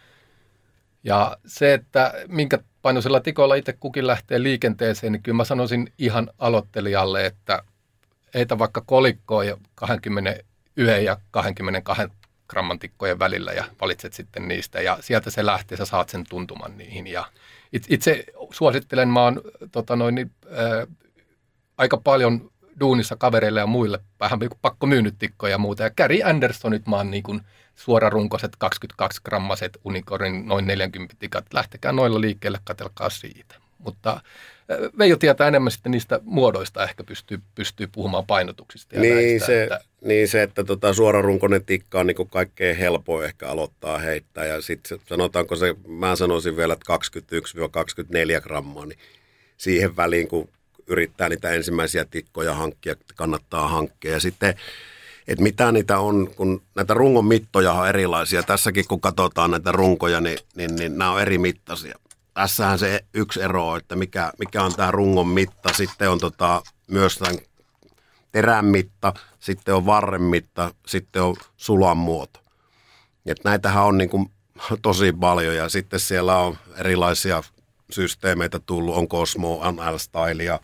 Ja se, että minkä painoisella tikoilla itse kukin lähtee liikenteeseen, niin kyllä mä sanoisin ihan aloittelijalle, että heitä vaikka kolikkoa ja kaksikymmentäyksi ja kaksikymmentäkaksi gramman tikkojen välillä ja valitset sitten niistä ja sieltä se lähtee, sä saat sen tuntuman niihin. Ja itse suosittelen, mä oon tota noin, niin, ää, aika paljon duunissa kavereille ja muille vähän pakko myynyt tikkoja ja muuta. Ja Gary Andersonit mä oon niin kuin suorarunkoiset kaksikymmentäkaksi grammaset unicornin noin neljäkymmentä tikat. Lähtekää noilla liikkeelle, katselkaa siitä. Mutta Veijo tietää enemmän sitten niistä muodoista, ehkä pystyy, pystyy puhumaan painotuksista. Ja niin, näistä, se, että... niin se, että tota suorarunkoinen tikka on niin kuin kaikkein helpoin ehkä aloittaa heittää. Ja sitten sanotaanko se, mä sanoisin vielä, että kaksikymmentäyksi kaksikymmentäneljä grammaa, niin siihen väliin, kun yrittää niitä ensimmäisiä tikkoja hankkia, kannattaa hankkia. Ja sitten, että mitä niitä on, kun näitä rungon mittoja on erilaisia. Tässäkin kun katsotaan näitä runkoja, niin, niin, niin nämä on eri mittaisia. Tässähän se yksi ero on, että mikä, mikä on tämä rungon mitta. Sitten on tota, myös tämän terän mitta, sitten on varren mitta, sitten on sulan muoto. Et näitähän on niin kuin tosi paljon ja sitten siellä on erilaisia systeemeitä tullut. On Cosmo, on L-Style ja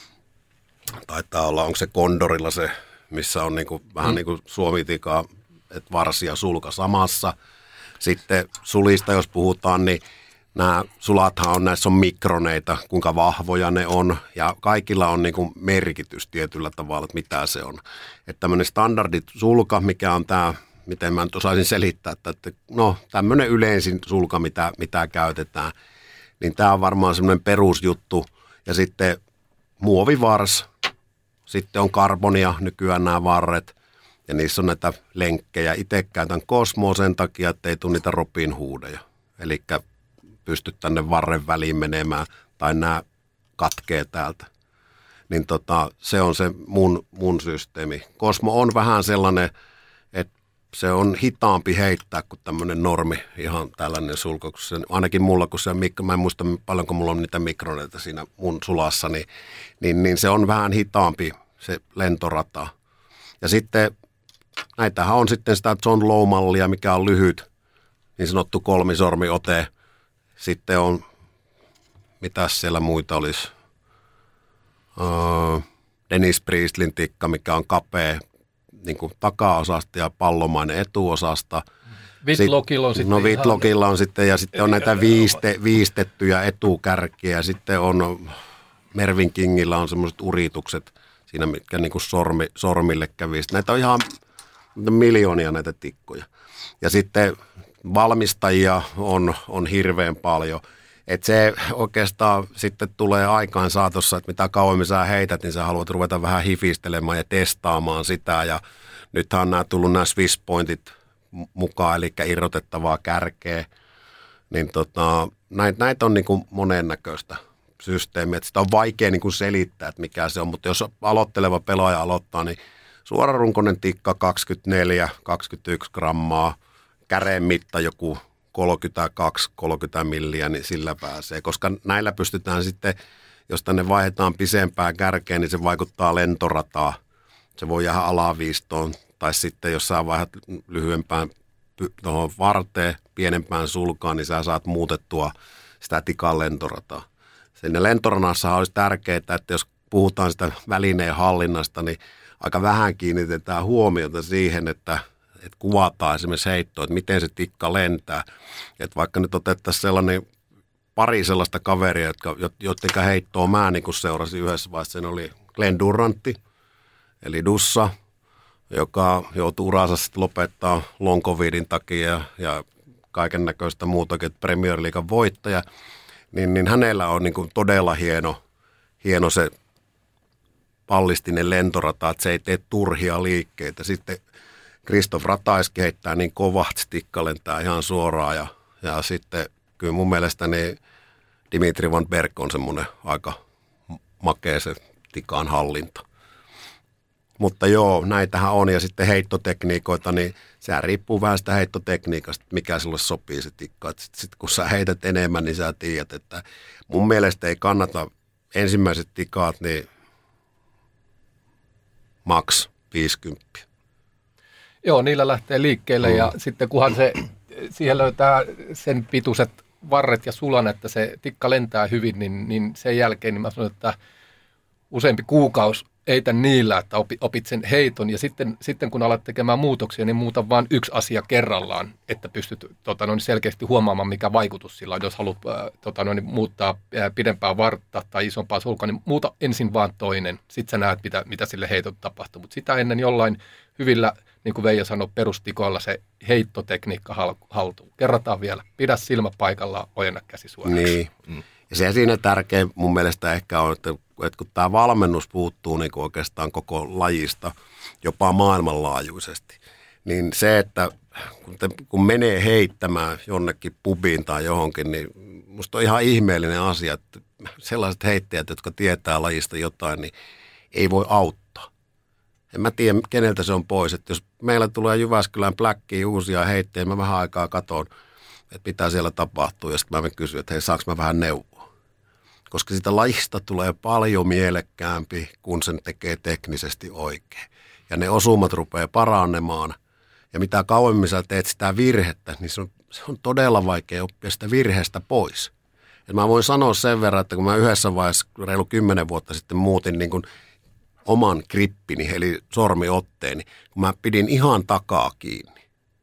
taitaa olla, onko se Condorilla se, missä on niin kuin, vähän mm. niin kuin suomitikaa, että varsi ja sulka samassa. Sitten sulista, jos puhutaan, niin nämä sulathan on, näissä on mikroneita, kuinka vahvoja ne on, ja kaikilla on niin kuin merkitys tietyllä tavalla, että mitä se on. Että tämmöinen standardit sulka, mikä on tämä, miten mä nyt osaisin selittää, että, että no tämmöinen yleisin sulka, mitä, mitä käytetään, niin tämä on varmaan semmoinen perusjuttu, ja sitten muovivars, sitten on karbonia nykyään nämä varret, ja niissä on näitä lenkkejä. Itse käytän Cosmoa sen takia, että ei tule niitä Robin Hoodeja, eli pysty tänne varren väliin menemään tai nämä katkee täältä. Niin tota, se on se mun, mun systeemi. Cosmo on vähän sellainen, että se on hitaampi heittää kuin tämmöinen normi, ihan tällainen sulko. Se, ainakin mulla, kun se mikro, mä en muista paljonko mulla on niitä mikroneita siinä mun sulassa, niin, niin, niin se on vähän hitaampi se lentorata. Ja sitten näitähän on sitten sitä John Lowe-mallia, mikä on lyhyt, niin sanottu kolmisormiote. Sitten on, mitäs siellä muita olisi, uh, Dennis Priestlin tikka, mikä on kapea niin kuin takaosasta ja pallomainen etuosasta. Whitlockilla on sitten. No Whitlockilla on sitten, ja sitten on näitä viiste, viistettyjä etukärkiä. Sitten on, Mervyn Kingillä on semmoiset uritukset siinä, mitkä niin kuin sormi, sormille kävi. Sitten näitä on ihan miljoonia näitä tikkoja. Ja sitten valmistajia on, on hirveän paljon. Että se oikeastaan sitten tulee aikaan saatossa, että mitä kauemmin sä heität, niin sä haluat ruveta vähän hifistelemään ja testaamaan sitä. Ja nythän on nämä tullut nämä Swiss Pointit mukaan, eli irrotettavaa kärkeä. Niin tota, näitä, näitä on niin kuin monennäköistä systeemiä. Että sitä on vaikea niin kuin selittää, että mikä se on. Mutta jos aloitteleva pelaaja aloittaa, niin suorarunkoinen tikka kaksikymmentäneljä kaksikymmentäyksi grammaa, käreen mitta joku kolmekymmentäkaksi kolmekymmentä milliä, niin sillä pääsee. Koska näillä pystytään sitten, jos tänne vaihdetaan pisempään kärkeen, niin se vaikuttaa lentorataa. Se voi jäädä alaviistoon. Tai sitten, jos sä vaihdat lyhyempään tuohon varteen, pienempään sulkaan, niin sä saat muutettua sitä tikan lentorataa. Siinä lentoranassa olisi tärkeää, että jos puhutaan sitä välineen hallinnasta, niin aika vähän kiinnitetään huomiota siihen, että että kuvataan esimerkiksi heittoa, että miten se tikka lentää. Että vaikka nyt otettaisiin sellainen pari sellaista kaveria, jotka, joiden heittoa mä niin kuin seurasin yhdessä vaiheessa. Sen oli Glenn Durrantti, eli Dussa, joka joutui uransa sitten lopettaa long covidin takia ja, ja kaiken näköistä muutakin, että Premier Leaguean voittaja. Niin, niin hänellä on niin kuin todella hieno, hieno se pallistinen lentorata, että se ei tee turhia liikkeitä. Sitten Christophe Ratajski heittää niin kovaa, että tikka lentää ihan suoraan ja, ja sitten kyllä mun mielestä niin Dimitri Van Berg on semmoinen aika makea se tikan hallinta. Mutta joo, näitähän on ja sitten heittotekniikoita, niin sehän riippuu vähän sitä heittotekniikasta, mikä sulle sopii se tikka. Sitten sit kun sä heität enemmän, niin sä tiedät, että mun mielestä ei kannata ensimmäiset tikaat, niin maks viisikymmentä. Joo, niillä lähtee liikkeelle mm. ja sitten kunhan se, siihen löytää sen pituiset varret ja sulan, että se tikka lentää hyvin, niin, niin sen jälkeen niin mä sanon, että useampi kuukausi eitä niillä, että opit sen heiton ja sitten, sitten kun alat tekemään muutoksia, niin muuta vain yksi asia kerrallaan, että pystyt tota, noin selkeästi huomaamaan, mikä vaikutus sillä on. Jos haluat tota, noin, muuttaa pidempää vartta tai isompaa sulkaa, niin muuta ensin vaan toinen. Sitten sä näet, mitä, mitä sille heitot tapahtuu. Mutta sitä ennen jollain hyvillä, niin kuin Veijo sanoi, perustikoilla se heittotekniikka haltuu. Kerrataan vielä. Pidä silmä paikallaan, ojenna käsi suoraksi. Niin. Mm. Ja se siinä tärkein mun mielestä ehkä on, että, että kun tämä valmennus puuttuu niin oikeastaan koko lajista, jopa maailmanlaajuisesti, niin se, että kun, te, kun menee heittämään jonnekin pubiin tai johonkin, niin musta on ihan ihmeellinen asia, että sellaiset heittäjät, jotka tietää lajista jotain, niin ei voi auttaa. En mä tiedä, keneltä se on pois. Että jos meillä tulee Jyväskylään Blackiin uusia heittäjiä, mä vähän aikaa katon, että mitä siellä tapahtuu, ja sitten mä kysyn, että hei, saanko mä vähän neuvoa? Koska sitä lajista tulee paljon mielekkäämpi, kun sen tekee teknisesti oikein. Ja ne osumat rupeaa paranemaan. Ja mitä kauemmin sä teet sitä virhettä, niin se on, se on todella vaikea oppia sitä virheestä pois. Ja mä voin sanoa sen verran, että kun mä yhdessä vaiheessa reilu kymmenen vuotta sitten muutin niin kuin oman grippini, eli sormiotteeni, kun mä pidin ihan takaa kiinni.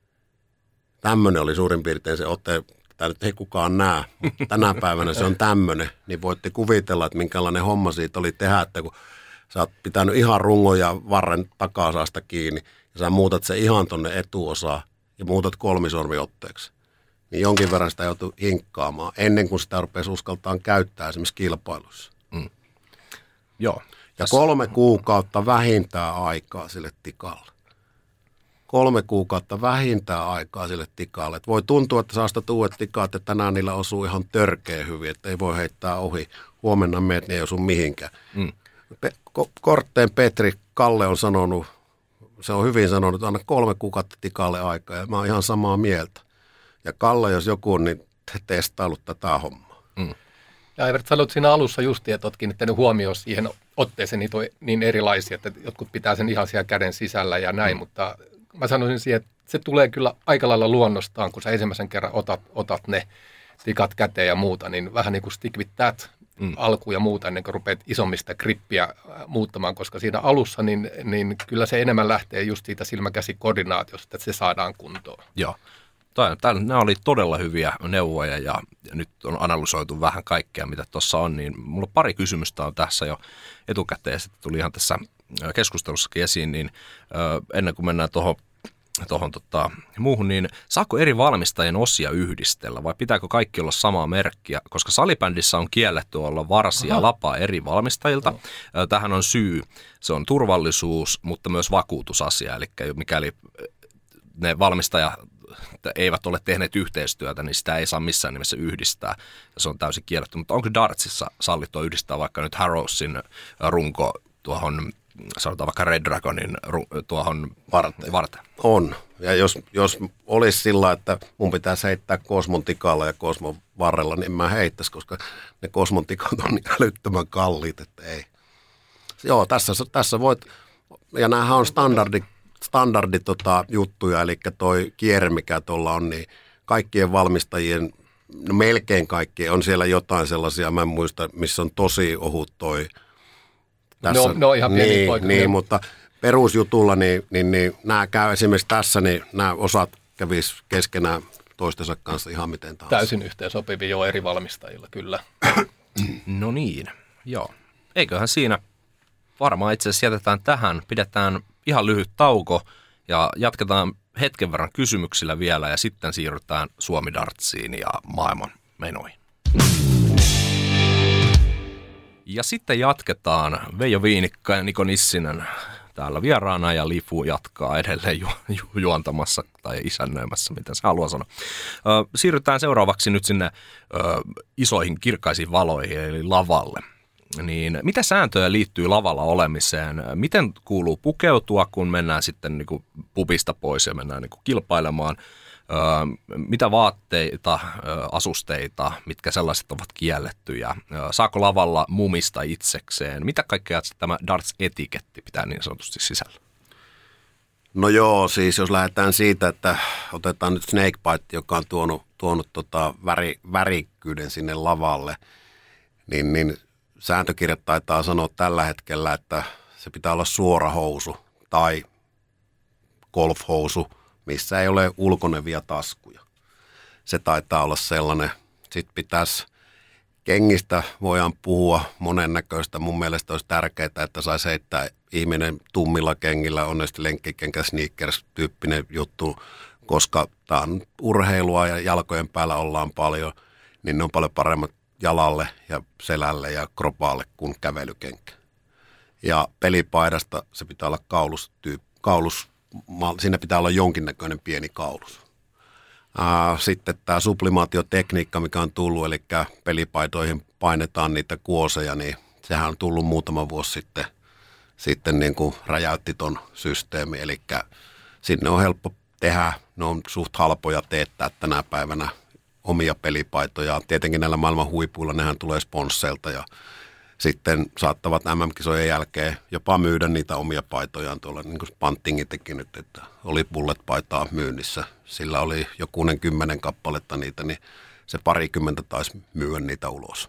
Tämmöinen oli suurin piirtein se otte, tämä nyt ei kukaan näe, mutta tänä päivänä se on tämmöinen, niin voitte kuvitella, että minkälainen homma siitä oli tehdä, että kun sä oot pitänyt ihan rungon ja varren takaosasta kiinni, ja sä muutat se ihan tonne etuosaan, ja muutat kolmisormiotteeksi, niin jonkin verran sitä joutuu hinkkaamaan, ennen kuin sitä rupesi uskaltaan käyttää esimerkiksi kilpailussa. Mm. Joo. Ja kolme kuukautta vähintään aikaa sille tikalle. kolme kuukautta vähintään aikaa sille tikalle. Et voi tuntua, että saa sitä uudet tikaat, että tänään niillä osuu ihan törkeä hyvin, että ei voi heittää ohi. Huomenna meet, niin ei osu mihinkään. Mm. Pe- Kortteen Petri Kalle on sanonut, se on hyvin sanonut, että anna kolme kuukautta tikalle aikaa, ja mä oon ihan samaa mieltä. Ja Kalle, jos joku on, niin testaillut tätä hommaa. Mm. Ja Evert, sanoit siinä alussa justiin, että olet kiinnittänyt huomioon siihen otteeseen, niitä on niin erilaisia, että jotkut pitää sen ihan siellä käden sisällä ja näin, mm. mutta mä sanoisin siihen, että se tulee kyllä aika lailla luonnostaan, kun sä ensimmäisen kerran otat, otat ne tikat käteen ja muuta, niin vähän niin kuin stick with that mm. alku ja muuta, ennen kuin rupeat isommista grippiä muuttamaan, koska siinä alussa niin, niin kyllä se enemmän lähtee just siitä silmäkäsikoordinaatiosta, että se saadaan kuntoon. Joo. Nämä oli todella hyviä neuvoja ja nyt on analysoitu vähän kaikkea, mitä tuossa on, niin mulla pari kysymystä on tässä jo etukäteen ja sitten tuli ihan tässä keskustelussakin esiin, niin ennen kuin mennään tuohon tuohon tota, muuhun, niin saako eri valmistajien osia yhdistellä vai pitääkö kaikki olla samaa merkkiä? Koska salibändissä on kielletty olla varsia ja lapaa eri valmistajilta. No. Tähän on syy, se on turvallisuus, mutta myös vakuutusasia, eli mikäli ne valmistajat eivät ole tehneet yhteistyötä, niin sitä ei saa missään nimessä yhdistää. Ja se on täysin kielletty. Mutta onko dartsissa sallittua yhdistää vaikka nyt Harrowsin runko tuohon, sanotaan vaikka Red Dragonin tuohon varteen? varteen? On. Ja jos, jos olisi sillä, että mun pitäisi heittää Kosmon tikalla ja Kosmon varrella, niin mä heittäisi, koska ne Kosmon tikat on niin älyttömän kalliit, että ei. Joo, tässä, tässä voit, ja näähän on standardi standardi tota, juttuja, eli toi kierre, mikä tuolla on, niin kaikkien valmistajien, no melkein kaikkien, on siellä jotain sellaisia, mä en muista, missä on tosi ohut toi. Tässä, no, no ihan pieni niin, poika. Niin, mutta perusjutulla, niin, niin, niin nämä käy esimerkiksi tässä, niin nämä osat kävis keskenään toistensa kanssa ihan miten tahansa. Täysin yhteen sopivia jo eri valmistajilla, kyllä. No niin, joo. Eiköhän siinä varmaan itse asiassa jätetään tähän, pidetään ihan lyhyt tauko ja jatketaan hetken verran kysymyksillä vielä ja sitten siirrytään Suomi-dartsiin ja maailman menoihin. Ja sitten jatketaan. Veijo Viinikka ja Niko Nissinen täällä vieraana ja Lifu jatkaa edelleen ju- ju- juontamassa tai isännöimässä, mitä se haluaa sanoa. Ö, siirrytään seuraavaksi nyt sinne ö, isoihin kirkkaisiin valoihin eli lavalle. Niin mitä sääntöjä liittyy lavalla olemiseen? Miten kuuluu pukeutua, kun mennään sitten niin kuin pubista pois ja mennään niin kuin kilpailemaan? Öö, mitä vaatteita, öö, asusteita, mitkä sellaiset ovat kiellettyjä? Öö, saako lavalla mumista itsekseen? Mitä kaikkea tämä darts-etiketti pitää niin sanotusti sisällä? No joo, siis jos lähdetään siitä, että otetaan nyt Snakebite, joka on tuonut, tuonut tota väri, värikkyyden sinne lavalle, niin, niin sääntökirjat taitaa sanoa tällä hetkellä, että se pitää olla suora housu tai golfhousu, missä ei ole ulkonevia taskuja. Se taitaa olla sellainen. Sitten pitäisi kengistä, voidaan puhua monennäköistä. Mun mielestä olisi tärkeää, että saisi heittää ihminen tummilla kengillä, onnesti lenkkikenkä sneakers-tyyppinen juttu, koska tämä on urheilua ja jalkojen päällä ollaan paljon, niin ne on paljon paremmat jalalle ja selälle ja kropaalle kuin kävelykenkä. Ja pelipaidasta se pitää olla kaulustyyppi, kaulus, siinä pitää olla jonkinnäköinen pieni kaulus. Ää, sitten tämä sublimaatiotekniikka, mikä on tullut, eli pelipaitoihin painetaan niitä kuoseja, niin sehän on tullut muutama vuosi sitten, sitten niin kuin räjäytti ton systeemi, eli sinne on helppo tehdä, ne on suht halpoja teettää tänä päivänä omia pelipaitoja. Tietenkin näillä maailman huipuilla nehän tulee sponsseilta ja sitten saattavat M M-kisojen jälkeen jopa myydä niitä omia paitojaan tuolla, niin kuin Pantingi teki nyt, että oli bullet-paitaa myynnissä. Sillä oli jokunen kymmenen kappaletta niitä, niin se parikymmentä taisi myyä niitä ulos.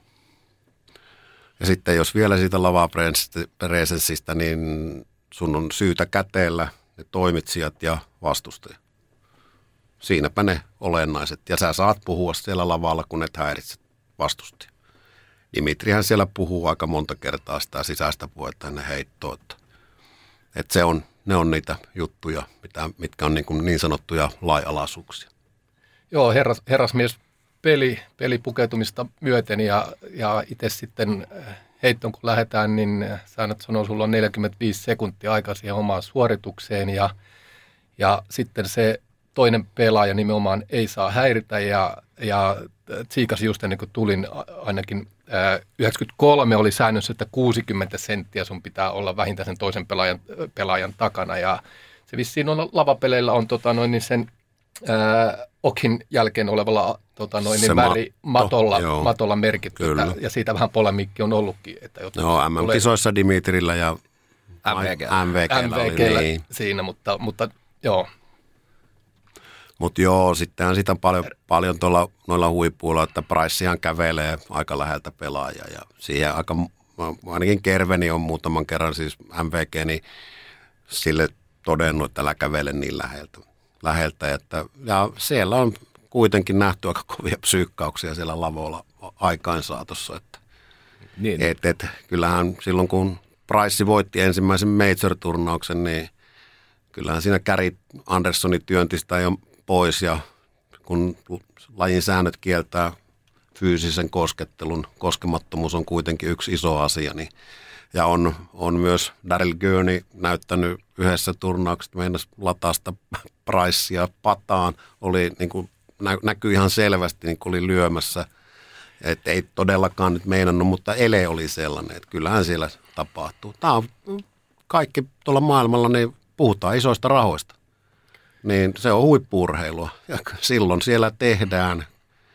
Ja sitten jos vielä siitä lavapresenssistä, niin sun on syytä käteellä ne toimitsijat ja vastustajat. Siinäpä ne olennaiset. Ja sä saat puhua siellä lavalla, kun et häiritse vastustajia. Dimitrihän siellä puhuu aika monta kertaa sitä sisäistä puhetta ennen heittoa. Että, että se on, ne on niitä juttuja, mitä, mitkä on niin, kuin niin sanottuja lainalaisuuksia. Joo, herras, herrasmies peli, pelipukeutumista myöten ja, ja itse sitten heittoon kun lähdetään, niin säännöt sanoo, sulla on neljäkymmentäviisi sekuntia aikaa siihen omaan suoritukseen ja Ja sitten se toinen pelaaja nimenomaan ei saa häiritä ja, ja tsiikasi just ennen kuin tulin ainakin ää, yhdeksänkymmentäkolme oli säännössä, että kuusikymmentä senttiä sun pitää olla vähintään sen toisen pelaajan, pelaajan takana ja se vissiin on lavapeleillä on tota noin, niin sen ää, okin jälkeen olevalla tota noin, niin väri matolla, matolla merkitty että, ja siitä vähän polemiikki on ollutkin. Että joo, M M-kisoissa Dimitrillä ja M V G. M V G:llä oli niin. Siinä, mutta, mutta joo. Mutta joo, sittenhän sitä on paljon, paljon tuolla noilla huipuilla, että Pricehan kävelee aika läheltä pelaajaa ja siihen aika, ainakin Kerveni on muutaman kerran siis M V G, niin sille todennut, että älä kävele niin läheltä. läheltä että, ja siellä on kuitenkin nähty aika kovia psyykkauksia siellä lavoilla aikaansaatossa, että niin. et, et, kyllähän silloin kun Price voitti ensimmäisen major-turnauksen, niin kyllähän siinä Gary Andersoni työnti sitä jo pois ja kun lajin säännöt kieltää fyysisen koskettelun, koskemattomuus on kuitenkin yksi iso asia. Niin, ja on, on myös Daryl Gurney näyttänyt yhdessä turnauksessa, meinasi lataa sitä Pricea pataan, oli, niin kuin, nä, näkyi ihan selvästi, niin kuin oli lyömässä. Että ei todellakaan nyt meinannut, mutta ele oli sellainen, että kyllähän siellä tapahtuu. Tämä on kaikki tuolla maailmalla, niin puhutaan isoista rahoista. Niin se on huippu-urheilua ja silloin siellä tehdään,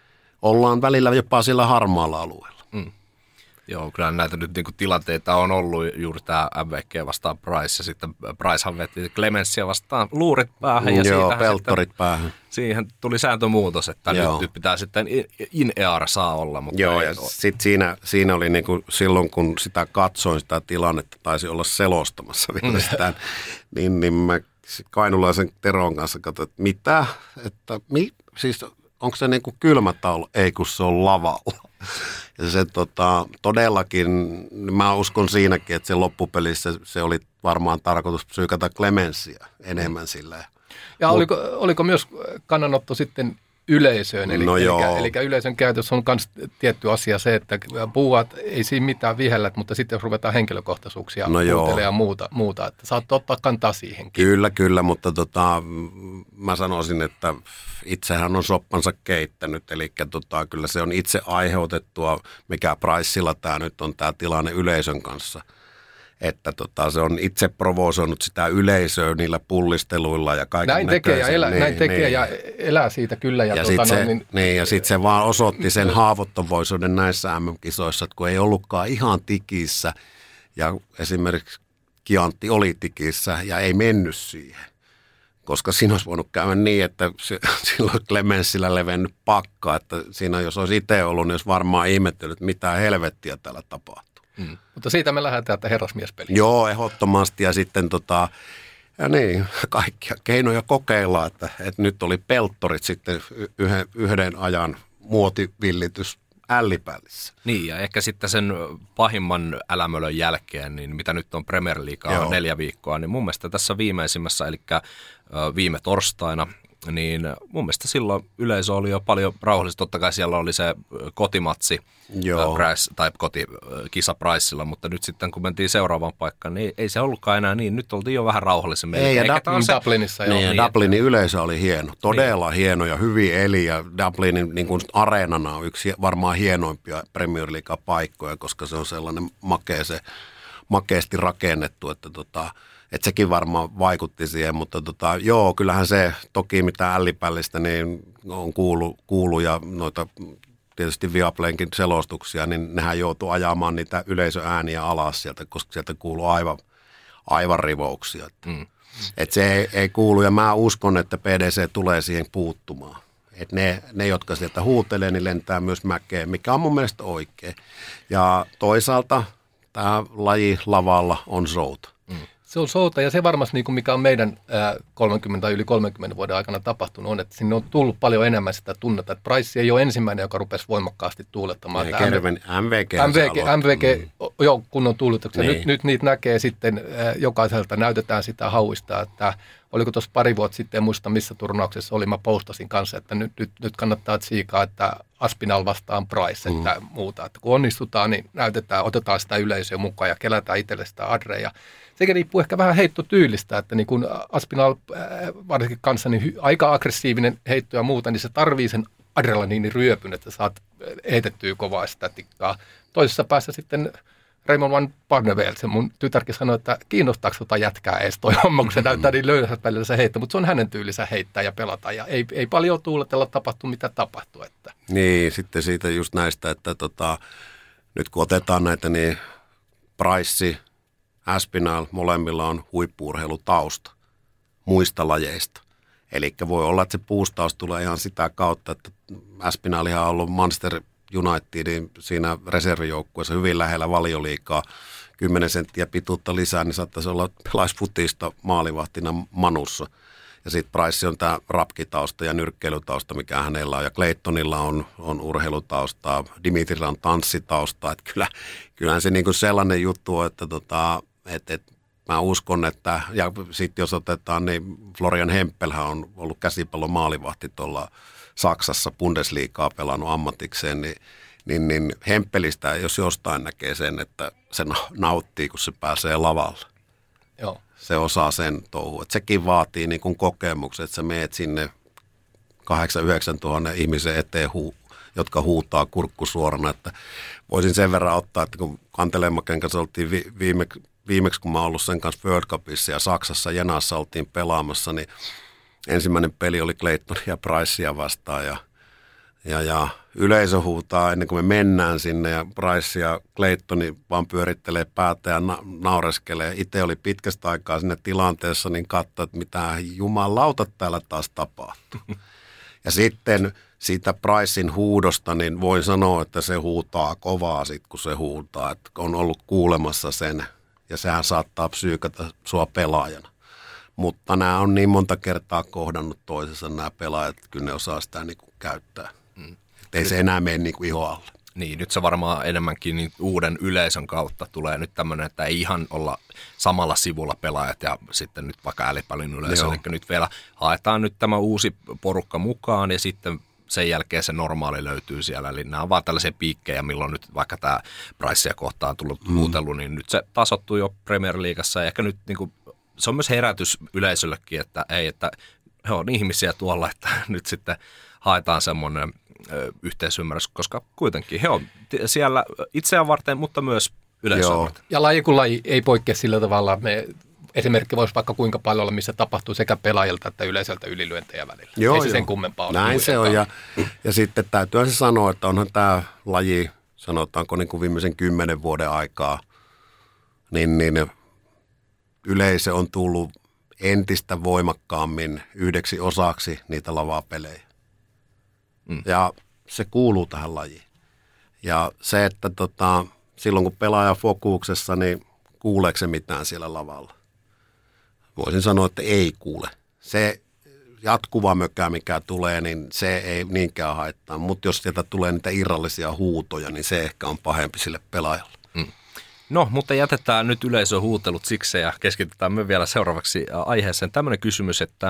ollaan välillä jopa siellä harmaalla alueella. Mm. Joo, kyllä näitä nyt niinku tilanteita on ollut juuri tämä M V G vastaan Price ja sitten Pricehan veti Clemensia vastaan luurit päähän ja joo, peltorit päähän. Siihen tuli sääntömuutos, että nyt, nyt pitää sitten in-ear saa olla. Mutta joo, ei, ja sitten siinä, siinä oli niinku silloin, kun sitä katsoin sitä tilannetta, taisi olla selostamassa vielä sitä, niin, niin mä kainulaisen Teron kanssa katsoin, että mitä, että mi, siis onko se niinku kylmätaulu? Ei, kun se on lavalla. Ja se tota, todellakin, mä uskon siinäkin, että se loppupelissä se oli varmaan tarkoitus psyykata Clemensia enemmän sillä. Ja Mut, oliko, oliko myös kannanotto sitten yleisöön? Eli, no eli, eli yleisön käytössä on myös tietty asia se, että puhuat, ei siinä mitään vihellä, mutta sitten jos ruvetaan henkilökohtaisuuksia no kuuntelemaan ja muuta, muuta, että saat ottaa kantaa siihenkin. Kyllä, kyllä, mutta tota, mä sanoisin, että itsehän on soppansa keittänyt, eli tota, kyllä se on itse aiheutettua, mikä Pricella tämä nyt on tämä tilanne yleisön kanssa. Että tota, se on itse provosoinut sitä yleisöä niillä pullisteluilla ja kaiken näin tekee ja elää, niin, näin tekee niin. ja elää siitä kyllä. Ja, ja tuota, sitten no, se, niin, niin, ja sit se vaan osoitti sen haavoittuvaisuuden näissä M M-kisoissa, että kun ei ollutkaan ihan tikissä ja esimerkiksi Chianti oli tikissä ja ei mennyt siihen. Koska siinä olisi voinut käydä niin, että silloin Clemensillä levennyt pakka, että siinä jos olisi itse ollut, niin olisi varmaan ihmettänyt, että mitä helvettiä täällä tapahtuu. Mm. Mutta siitä me lähdetään, että herrasmiespeliä. Joo, ehdottomasti ja sitten tota, ja niin, kaikkia keinoja kokeillaan, että, että nyt oli pelttorit sitten yhden, yhden ajan muotivillitys ällipällissä. Niin ja ehkä sitten sen pahimman älämölön jälkeen, niin mitä nyt on Premier Leaguea neljä viikkoa, niin mun mielestä tässä viimeisimmässä, eli viime torstaina, niin mun mielestä silloin yleisö oli jo paljon rauhallista. Totta kai siellä oli se kotimatsi Price, tai kotikisa Pricella, mutta nyt sitten kun mentiin seuraavaan paikkaan, niin ei se ollutkaan enää niin. Nyt oltiin jo vähän rauhallisemmin. Ei, ja Dublin, Dublinissa jo. Niin, niin, Dublinin yleisö oli hieno, todella niin. hieno ja hyvin eli. Ja Dublinin niin kuin areenana on yksi varmaan hienoimpia Premier League-paikkoja, koska se on sellainen makea se, makeasti rakennettu, että tota, että sekin varmaan vaikutti siihen, mutta tota, joo, kyllähän se toki mitä ällipällistä niin on kuulu, kuulu ja noita tietysti Viaplaynkin selostuksia, niin nehän joutuu ajamaan niitä yleisöääniä alas sieltä, koska sieltä kuuluu aivan, aivan rivouksia. Että mm. et se ei, ei kuulu ja mä uskon, että P D C tulee siihen puuttumaan. Että ne, ne, jotka sieltä huutelee, niin lentää myös mäkeen, mikä on mun mielestä oikein. Ja toisaalta tämä laji lavalla on showta. Mm. Se on showta ja se varmasti, niin kuin mikä on meidän ää, kolmekymmentä yli kolmenkymmenen vuoden aikana tapahtunut, on, että sinne on tullut paljon enemmän sitä tunnetta. Että Price ei ole ensimmäinen, joka rupesi voimakkaasti tuulettamaan. Kerven, M V G. M V G, M V G mm. joo, kunnon tuuletuksia. Niin. Nyt, nyt niitä näkee sitten, ää, jokaiselta näytetään sitä hauista, että oliko tuossa pari vuotta sitten, en muista missä turnauksessa oli, mä postasin kanssa, että nyt, nyt, nyt kannattaa tsiikaa, että Aspinall vastaan Price, että mm. muuta. Että kun onnistutaan, niin näytetään, otetaan sitä yleisöä mukaan ja kelätään itselle sitä adreja. Sekin riippuu ehkä vähän heittotyylistä, että niin kun Aspinall varsinkin kanssa niin aika aggressiivinen heitto ja muuta, niin se tarvii sen adrenaliiniryöpyn, että saat heitettyä kovaa sitä tikkaa. Toisessa päässä sitten Raymond van Barneveld, se mun tytärkin sanoi, että kiinnostaako tota jätkää edes toi homma, kun se näyttää niin löysästä välillä se heitto, mutta se on hänen tyylinsä heittää ja pelata ja ei, ei paljon tuuletella tapahtuu mitä tapahtuu. Että. Niin, sitten siitä just näistä, että tota, nyt kun otetaan näitä, niin Price, Aspinall, molemmilla on huippu-urheilutausta muista lajeista. Eli voi olla, että se puustaus tulee ihan sitä kautta, että Aspinallihan on ollut Manchester Unitedin siinä reservijoukkueessa hyvin lähellä Valioliigaa, kymmenen senttiä pituutta lisää, niin saattaisi olla pelaisfutista maalivahtina Manussa. Ja sitten Price on tämä rapkitausta ja nyrkkeilytausta, mikä hänellä on. Ja Claytonilla on, on urheilutausta, Dimitrilla on tanssitausta. Että kyllä, kyllähän se niinku sellainen juttu on, että tota, et, et, mä uskon, että, ja sitten jos otetaan, niin Florian Hempelhän on ollut käsipallon maalivahti tuolla Saksassa Bundesliigaa pelannut ammatikseen, niin, niin, niin Hempelistä, jos jostain näkee sen, että se nauttii, kun se pääsee lavalle. Joo. Se osaa sen touhua. Et sekin vaatii niin kuin kokemuksen, että sä meet sinne kahdeksan yhdeksän tuhannen ihmisen eteen, huu, jotka huutaa kurkku suorana. Että voisin sen verran ottaa, että kun Kantelemäken kanssa oltiin vi, viime, viimeksi, kun mä oon ollut sen kanssa World Cupissa ja Saksassa Jenassa oltiin pelaamassa, niin ensimmäinen peli oli Clayton ja Pricea vastaan ja, ja, ja yleisö huutaa ennen kuin me mennään sinne ja Price ja Clayton vaan pyörittelee päätä ja na- naureskelee. Itse oli pitkästä aikaa sinne tilanteessa, niin katsoi, että mitä jumalauta täällä taas tapahtuu. Ja sitten siitä Pricein huudosta, niin voin sanoa, että se huutaa kovaa sitten, kun se huutaa. Että on ollut kuulemassa sen ja sehän saattaa psyykata sua pelaajana. Mutta nämä on niin monta kertaa kohdannut toisensa nämä pelaajat, että kyllä ne osaa sitä niin kuin käyttää. Mm. Ei se enää mene niin kuin iho alle. Niin, nyt se varmaan enemmänkin niin uuden yleisön kautta tulee nyt tämmöinen, että ei ihan olla samalla sivulla pelaajat ja sitten nyt vaikka älypallin yleisö. Joo. Eli nyt vielä haetaan nyt tämä uusi porukka mukaan ja sitten sen jälkeen se normaali löytyy siellä. Eli nämä on vaan tällaisia piikkejä, milloin nyt vaikka tämä Pricea kohtaan on tullut mm. huutellut, niin nyt se tasottuu jo Premier Leaguessa ja ehkä nyt niin kuin se on myös herätys yleisöllekin, että ei, että he on ihmisiä tuolla, että nyt sitten haetaan semmoinen ö, yhteisymmärrys, koska kuitenkin he on siellä itseään varten, mutta myös yleisöä varten. Ja laji kun laji ei poikkea sillä tavalla, me esimerkki voisi vaikka kuinka paljon olla, missä tapahtuu sekä pelaajilta että yleisöltä ylilyöntejä välillä. Joo, ei se joo. sen kummempaa ole. Näin se on ja, ja sitten täytyy se sanoa, että onhan tämä laji, sanotaanko niin kuin viimeisen kymmenen vuoden aikaa, niin, niin yleisö on tullut entistä voimakkaammin yhdeksi osaksi niitä lavapelejä. Mm. Ja se kuuluu tähän lajiin. Ja se, että tota, silloin kun pelaaja fokuksessa, niin kuuleeko se mitään siellä lavalla? Voisin sanoa, että ei kuule. Se jatkuva mökä, mikä tulee, niin se ei niinkään haittaa. Mutta jos sieltä tulee niitä irrallisia huutoja, niin se ehkä on pahempi sille pelaajalle. Mm. No, mutta jätetään nyt yleisön huutelut siksi ja keskitytään me vielä seuraavaksi aiheeseen. Tämmöinen kysymys, että äh,